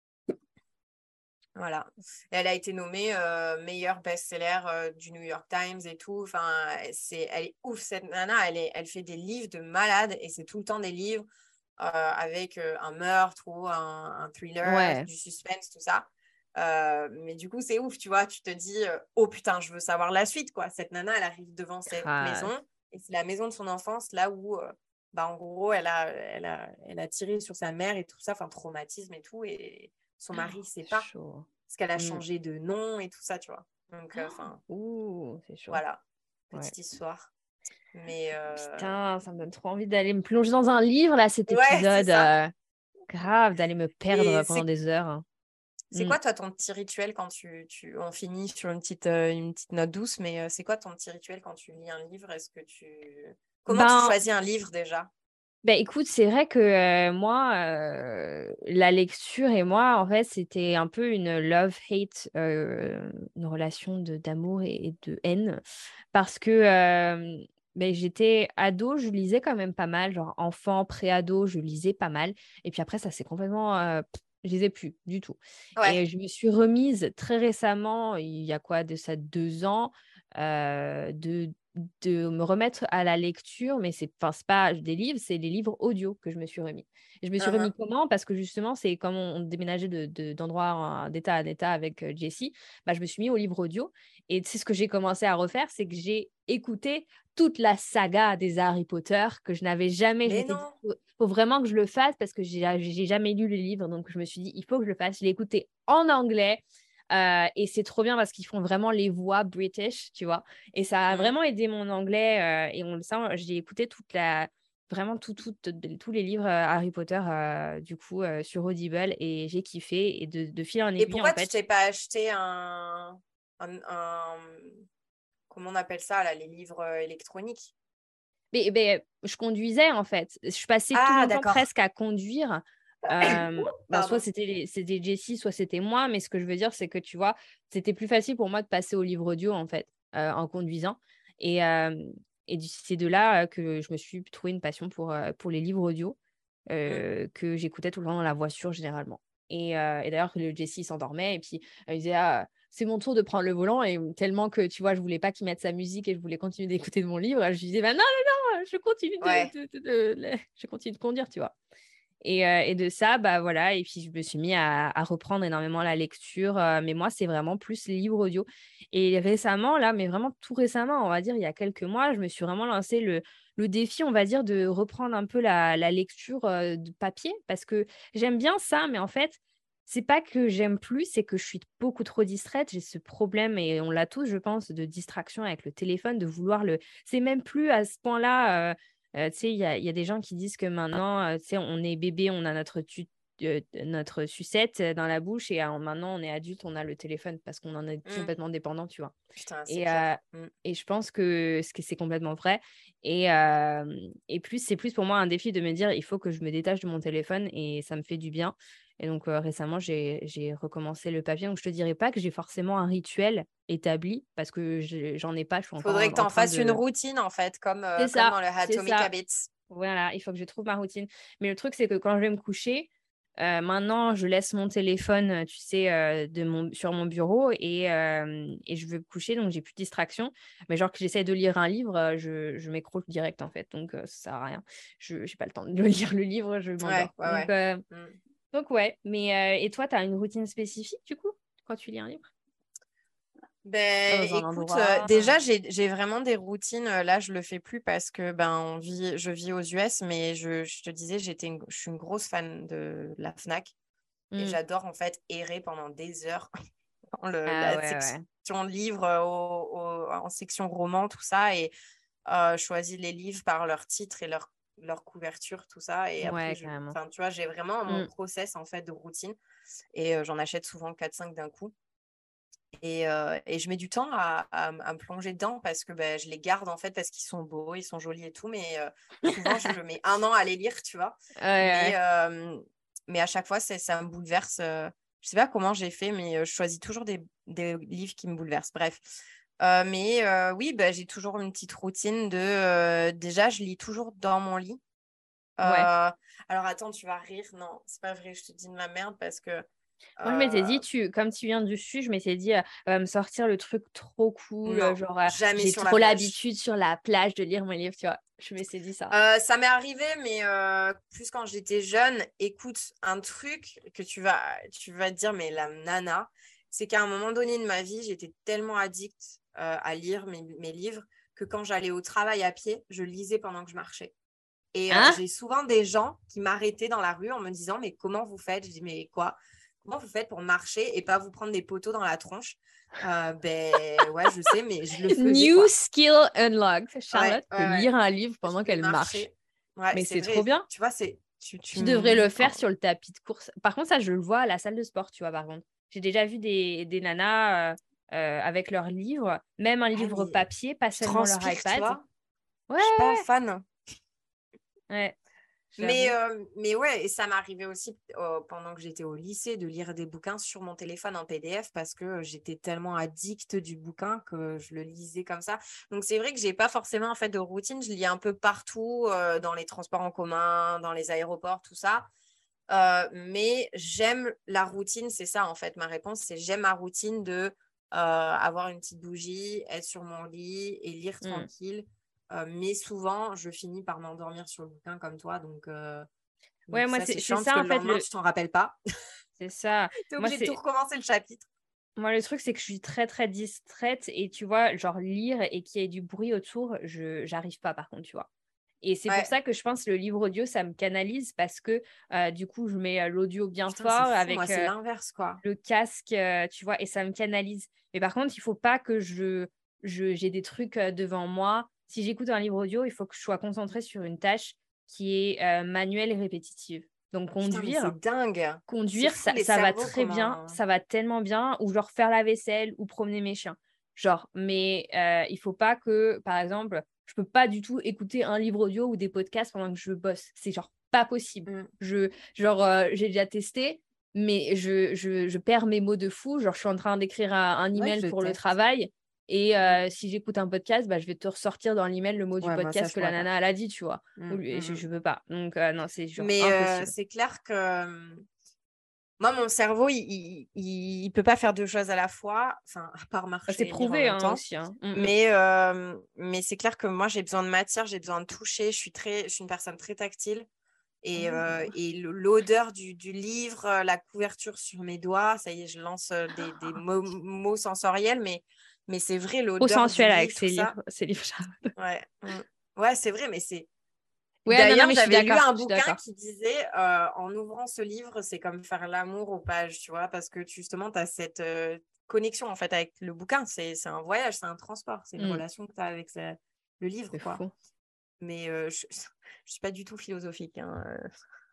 S1: Voilà. Et elle a été nommée euh, meilleure best-seller euh, du New York Times et tout. Enfin, c'est, elle est ouf, cette nana. Elle, est, elle fait des livres de malade et c'est tout le temps des livres euh, avec euh, un meurtre ou un, un thriller,
S2: Ouais.
S1: du suspense, tout ça. Euh, mais du coup, c'est ouf, tu vois. Tu te dis, euh, oh putain, je veux savoir la suite, quoi. Cette nana, elle arrive devant cette maison
S2: Grave.
S1: et c'est la maison de son enfance, là où, euh, bah, en gros, elle a, elle, a, elle a tiré sur sa mère et tout ça, enfin, traumatisme et tout. Et son mari, il sait pas
S2: Chaud.
S1: parce qu'elle a
S2: Mm.
S1: changé de nom et tout ça, tu vois. Donc, enfin, euh,
S2: Ouh, c'est chaud.
S1: voilà,
S2: Ouais.
S1: petite histoire. Mais euh...
S2: Putain, ça me donne trop envie d'aller me plonger dans un livre, là, cet
S1: ouais, c'est
S2: épisode.
S1: ça.
S2: euh, Grave, d'aller me
S1: Et
S2: perdre pendant
S1: c'est
S2: des heures. Hein.
S1: c'est
S2: Mm.
S1: quoi, toi, ton petit rituel quand tu, tu... On finit sur une petite, euh, une petite note douce, mais euh, c'est quoi ton petit rituel quand tu lis un livre? Est-ce que tu... Comment tu
S2: Ben,
S1: choisis un livre déjà?
S2: ben, écoute, c'est vrai que euh, moi, euh, la lecture et moi, en fait, c'était un peu une love-hate, euh, une relation de d'amour et, et de haine. Parce que euh, ben, j'étais ado, je lisais quand même pas mal, genre enfant, pré-ado, je lisais pas mal. Et puis après, ça s'est complètement... euh, pff, je lisais plus du tout. Et
S1: Ouais.
S2: je me suis remise très récemment, il y a quoi, de ça, deux ans, euh, de de me remettre à la lecture, mais c'est enfin, c'est pas des livres, c'est les livres audio que je me suis remis. Et je me suis remis
S1: Uhum.
S2: comment? Parce que justement, c'est comme on, on déménageait de, de- d'endroit à- d'état à état avec euh, Jessie, bah, je me suis mis au livre audio. Et c'est ce que j'ai commencé à refaire, c'est que j'ai écouté toute la saga des Harry Potter que je n'avais jamais. Je
S1: Mais
S2: m'étais dit,
S1: non.
S2: faut, faut vraiment que je le fasse parce que j'ai j'ai jamais lu les livres. Donc je me suis dit, il faut que je le fasse. Je l'ai écouté en anglais. Euh, et c'est trop bien parce qu'ils font vraiment les voix british, tu vois. Et ça a
S1: Mhm.
S2: vraiment aidé mon anglais. Euh, et on le sent, j'ai écouté toute la, vraiment tout, tout- de- tous les livres euh, Harry Potter, euh, du coup, euh, sur Audible. Et j'ai kiffé. Et de, de fil en
S1: Et
S2: aiguille, en
S1: pourquoi tu
S2: fait.
S1: t'es pas acheté un... un, un- Comment on appelle ça, là, les livres euh, électroniques?
S2: Mais, mais je conduisais, en fait. Je passais tout
S1: Ah,
S2: mon temps
S1: d'accord.
S2: presque à conduire. Euh, ben, soit
S1: Pardon.
S2: c'était, c'était Jessie, soit c'était moi. Mais ce que je veux dire, c'est que tu vois, c'était plus facile pour moi de passer au livre audio, en fait, euh, en conduisant. Et, euh, et du- c'est de là euh, que je me suis trouvé une passion pour, euh, pour les livres audio
S1: Mm.
S2: euh, que j'écoutais tout le temps dans la voiture, généralement. Et, euh, et d'ailleurs, le Jessie s'endormait et puis euh, il disait ah, c'est mon tour de prendre le volant. Et tellement que, tu vois, je voulais pas qu'il mette sa musique et je voulais continuer d'écouter de mon livre, je lui disais bah, non, non, non, je continue de,
S1: Ouais.
S2: de, de- de- de- je continue de conduire, tu vois. Et, euh, et de ça, bah voilà, et puis je me suis mis à, à reprendre énormément la lecture. euh, mais moi, c'est vraiment plus les livres audio. Et récemment, là, mais vraiment tout récemment, on va dire il y a quelques mois, je me suis vraiment lancé le, le défi, on va dire, de reprendre un peu la, la lecture euh, de papier. Parce que j'aime bien ça, mais en fait, c'est pas que j'aime plus, c'est que je suis beaucoup trop distraite. J'ai ce problème, et on l'a tous, je pense, de distraction avec le téléphone, de vouloir le. C'est même plus à ce point-là. euh, euh, tu sais, il y a, il y a des gens qui disent que maintenant, euh, tu sais, on est bébé, on a notre, tu- euh, notre sucette euh, dans la bouche et euh, maintenant, on est adulte, on a le téléphone parce qu'on en est
S1: Mm.
S2: complètement dépendant, tu vois.
S1: Putain, c'est
S2: Et, euh,
S1: clair. Mm.
S2: et je pense que ce que c'est complètement vrai. Et, euh, et plus, c'est plus pour moi un défi de me dire, il faut que je me détache de mon téléphone et ça me fait du bien. Et donc euh, récemment, j'ai, j'ai recommencé le papier. Donc je te dirais pas que j'ai forcément un rituel établi parce que je- j'en ai pas. Je suis encore
S1: Faudrait
S2: en,
S1: que tu
S2: en
S1: en
S2: train
S1: fasses une
S2: de.
S1: routine, en fait, comme, euh,
S2: C'est
S1: comme
S2: ça,
S1: dans le
S2: c'est
S1: Atomic
S2: ça.
S1: Habits.
S2: Voilà, il faut que je trouve ma routine. Mais le truc, c'est que quand je vais me coucher, euh, maintenant, je laisse mon téléphone, euh, tu sais, euh, de mon, sur mon bureau et, euh, et je vais me coucher, donc j'ai plus de distraction. Mais genre que j'essaie de lire un livre, euh, je, je m'écroule direct, en fait. Donc, euh, ça sert à rien. Je n'ai pas le temps de lire le livre, je
S1: Ouais,
S2: m'endors.
S1: ouais,
S2: Donc,
S1: ouais.
S2: euh,
S1: Mm.
S2: donc ouais. Mais, euh, et toi, tu as une routine spécifique, du coup, quand tu lis un livre?
S1: Ben,
S2: Dans un
S1: écoute, euh,
S2: endroit.
S1: déjà, j'ai, j'ai vraiment des routines. Euh, Là, je le fais plus parce que ben, on vit, je vis aux U S, mais je, je te disais, j'étais une- je suis une grosse fan de la Fnac et
S2: Hmm.
S1: j'adore en fait errer pendant des heures dans le,
S2: Ah
S1: la
S2: ouais, ouais.
S1: section livres, euh, au- au- en section roman, tout ça, et euh, je choisis les livres par leur titre et leur, leur couverture, tout ça. Et après,
S2: Ouais,
S1: je,
S2: carrément.
S1: enfin, tu vois, j'ai vraiment mon
S2: Hmm.
S1: process en fait de routine et euh, j'en achète souvent quatre cinq d'un coup. Et, euh, et je mets du temps à, à, à me plonger dedans parce que ben, je les garde en fait parce qu'ils sont beaux, ils sont jolis et tout. Mais euh, souvent, je mets un an à les lire, tu vois.
S2: Ouais,
S1: Mais,
S2: ouais.
S1: euh, mais à chaque fois, c'est, ça me bouleverse. euh, Je sais pas comment j'ai fait, mais euh, je choisis toujours des, des livres qui me bouleversent. Bref. Euh, mais euh, oui, ben, j'ai toujours une petite routine de... euh, déjà, je lis toujours dans mon lit.
S2: Ouais.
S1: Euh, Alors attends, tu vas rire. Non, c'est pas vrai, je te dis de ma merde parce que...
S2: Moi, je m'étais
S1: euh,
S2: dit, tu, comme tu viens du Sud, je m'étais dit, euh, elle va me sortir le truc trop cool. euh,
S1: non,
S2: Genre, euh,
S1: jamais
S2: j'ai
S1: sur la
S2: trop
S1: plage.
S2: l'habitude sur la plage de lire mon livre, tu vois. Je m'étais dit ça.
S1: Euh, ça m'est arrivé, mais euh, plus quand j'étais jeune. Écoute, un truc que tu vas, tu vas te dire, mais la nana, c'est qu'à un moment donné de ma vie, j'étais tellement addict euh, à lire mes, mes livres que quand j'allais au travail à pied, je lisais pendant que je marchais. Et euh,
S2: Hein?
S1: j'ai souvent des gens qui m'arrêtaient dans la rue en me disant, mais comment vous faites? Je dis, mais quoi? Comment vous faites pour marcher et pas vous prendre des poteaux dans la tronche? Euh, ben ouais, je sais, mais je le faisais,
S2: New
S1: quoi.
S2: skill unlocked.
S1: Ouais,
S2: Charlotte peut
S1: ouais, ouais.
S2: lire un livre
S1: Je
S2: pendant
S1: vais
S2: qu'elle marche.
S1: marcher. Ouais,
S2: Mais
S1: c'est
S2: c'est trop
S1: vrai.
S2: bien.
S1: Tu vois, c'est tu, tu
S2: Tu devrais le
S1: me-
S2: faire
S1: enfin,
S2: sur le tapis de course. Par contre, ça, je le vois à la salle de sport, tu vois, par contre. J'ai déjà vu des, des nanas euh, euh, avec leurs livres, même un
S1: ah,
S2: livre
S1: mais
S2: papier, pas
S1: je
S2: seulement leur
S1: transpire, tu
S2: iPad.
S1: vois.
S2: Ouais,
S1: Je suis pas fan.
S2: ouais,
S1: Mais,
S2: j'avoue.
S1: euh, mais ouais, et ça m'arrivait aussi euh, pendant que j'étais au lycée de lire des bouquins sur mon téléphone en P D F parce que j'étais tellement addict du bouquin que je le lisais comme ça. Donc c'est vrai que j'ai pas forcément en fait de routine. Je lis un peu partout, euh, dans les transports en commun, dans les aéroports, tout ça. Euh, mais j'aime la routine, c'est ça en fait. Ma réponse, c'est j'aime ma routine de euh, avoir une petite bougie, être sur mon lit et lire
S2: Hmm.
S1: tranquille. Euh, mais souvent, je finis par m'endormir sur le bouquin comme toi. Donc, euh,
S2: Ouais,
S1: donc
S2: moi,
S1: ça, c'est
S2: c'est c'est
S1: chiant parce que
S2: ça, en
S1: le
S2: fait,
S1: lendemain,
S2: le...
S1: tu t'en rappelles pas.
S2: c'est ça.
S1: Tu es
S2: Moi,
S1: obligé de tout
S2: c'est
S1: recommencer le chapitre.
S2: Moi, le truc, c'est que je suis très, très distraite et tu vois, genre lire et qu'il y ait du bruit autour, je j'arrive pas par contre, tu vois. Et c'est pour
S1: Ouais.
S2: ça que je pense que le livre audio, ça me canalise parce que euh, du coup, je mets euh, l'audio bien
S1: Putain, c'est
S2: fort
S1: fou. Moi,
S2: avec
S1: c'est
S2: euh,
S1: l'inverse, quoi.
S2: le casque, euh, tu vois, et ça me canalise. Mais par contre, il faut pas que je, je j'ai des trucs euh, devant moi. Si j'écoute un livre audio, il faut que je sois concentrée sur une tâche qui est euh, manuelle et répétitive. Donc,
S1: Putain, mais c'est
S2: conduire,
S1: dingue. C'est
S2: conduire,
S1: fou,
S2: ça,
S1: les
S2: ça va
S1: cerveaux,
S2: très bien,
S1: comment...
S2: ça va tellement bien, ou genre faire la vaisselle ou promener mes chiens. Genre, mais euh, il faut pas que, par exemple, je peux pas du tout écouter un livre audio ou des podcasts pendant que je bosse. C'est genre pas possible.
S1: Mm.
S2: Je, genre, euh, j'ai déjà testé, mais je, je, je perds mes mots de fou. Genre, je suis en train d'écrire un, un
S1: Ouais,
S2: email
S1: je
S2: pour le
S1: teste.
S2: travail. Et euh,
S1: Mm.
S2: si j'écoute un podcast, bah, je vais te ressortir dans l'email le mot du
S1: Ouais, moi, ça,
S2: podcast
S1: je
S2: que la
S1: pourrais pas.
S2: nana elle a dit, tu vois.
S1: Mm,
S2: Ou lui-
S1: mm,
S2: je,
S1: mm.
S2: je veux pas. Donc, euh, non, c'est genre
S1: Mais euh,
S2: impossible.
S1: c'est clair que euh, moi, mon cerveau, il, il, il, il peut pas faire deux choses à la fois, enfin, à part
S2: Bah,
S1: marcher
S2: c'est
S1: et lire en
S2: prouvé
S1: même
S2: hein,
S1: temps.
S2: aussi. Hein. Mm, mm.
S1: Mais, euh, mais c'est clair que moi, j'ai besoin de matière, j'ai besoin de toucher. Je suis, très, je suis une personne très tactile. Et, euh, et le- l'odeur du, du livre, euh, la couverture sur mes doigts, ça y est, je lance euh, des, des mots, mots sensoriels, mais, mais c'est vrai,
S2: Trop
S1: l'odeur du
S2: sensuel avec
S1: livre, tout
S2: ces
S1: ça.
S2: livres. Ces livres.
S1: Ouais, mm. Ouais, c'est vrai, mais c'est.
S2: Ouais, non, non,
S1: D'ailleurs,
S2: mais je suis
S1: j'avais lu
S2: d'accord.
S1: un
S2: Je suis
S1: bouquin
S2: d'accord.
S1: qui disait euh, en ouvrant ce livre, c'est comme faire l'amour aux pages, tu vois, parce que tu- justement, tu as cette euh, connexion en fait avec le bouquin. C'est c'est un voyage, c'est un transport, c'est une
S2: Mm,
S1: relation que tu as avec ce- le livre,
S2: c'est
S1: quoi.
S2: fou.
S1: Mais euh, je ne suis pas du tout philosophique. Hein, euh.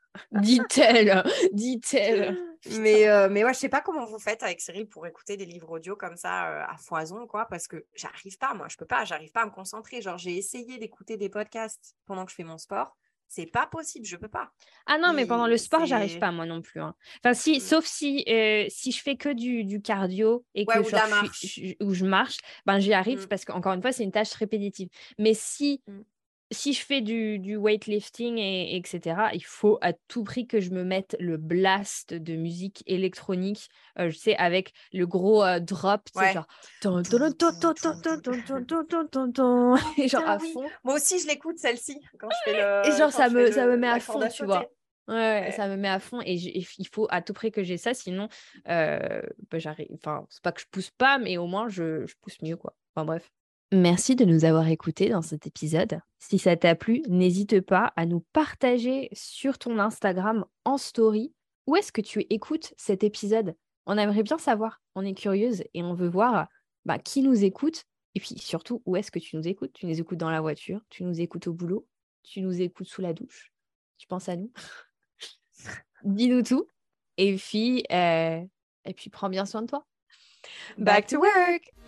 S2: Dit-elle, dit-elle.
S1: Mais,
S2: Putain.
S1: euh, mais ouais, je sais pas comment vous faites avec Cyril pour écouter des livres audio comme ça euh, à foison, quoi, parce que j'arrive pas, moi, je peux pas, j'arrive pas à me concentrer. Genre, j'ai essayé d'écouter des podcasts pendant que je fais mon sport. C'est pas possible, je peux pas.
S2: Ah non, mais pendant le
S1: Il-
S2: sport, j'arrive
S1: C'est.
S2: pas, moi non plus. Hein. Enfin, si,
S1: Mm.
S2: sauf si, euh, si je fais que du, du cardio et
S1: Ouais,
S2: que
S1: ou de
S2: genre,
S1: la
S2: je suis,
S1: marche.
S2: je- ou je marche, ben j'y arrive
S1: Mm,
S2: parce qu'encore une fois, c'est une tâche répétitive. Mais si
S1: mm.
S2: si je fais du, du weightlifting, et, etc., il faut à tout prix que je me mette le blast de musique électronique, euh, je sais, avec le gros euh, drop, tu sais,
S1: Ouais.
S2: genre... ton, ton,
S1: Tout,
S2: ton,
S1: tout,
S2: ton, ton,
S1: tout,
S2: ton,
S1: tout.
S2: ton, ton, ton, ton, ton, ton,
S1: Oh
S2: et genre
S1: putain,
S2: à
S1: oui.
S2: fond.
S1: Moi aussi, je l'écoute, celle-ci, quand je fais
S2: Et
S1: le,
S2: genre,
S1: quand
S2: ça
S1: je fais
S2: me, ça me
S1: le,
S2: met à
S1: la corde
S2: fond,
S1: à
S2: tu
S1: sauter.
S2: vois. Ouais, ouais,
S1: Ouais.
S2: ça me met à fond et j'ai- il faut à tout prix que j'ai ça, sinon, euh, bah, j'arrive... Enfin, c'est pas que je pousse pas, mais au moins, je, je pousse mieux, quoi. Enfin, bref. Merci de nous avoir écoutés dans cet épisode. Si ça t'a plu, n'hésite pas à nous partager sur ton Instagram en story où est-ce que tu écoutes cet épisode. On aimerait bien savoir. On est curieuse et on veut voir bah, qui nous écoute et puis surtout où est-ce que tu nous écoutes. Tu nous écoutes dans la voiture, tu nous écoutes au boulot, tu nous écoutes sous la douche. Tu penses à nous. Dis-nous tout et puis, euh, et puis prends bien soin de toi.
S1: Back to work!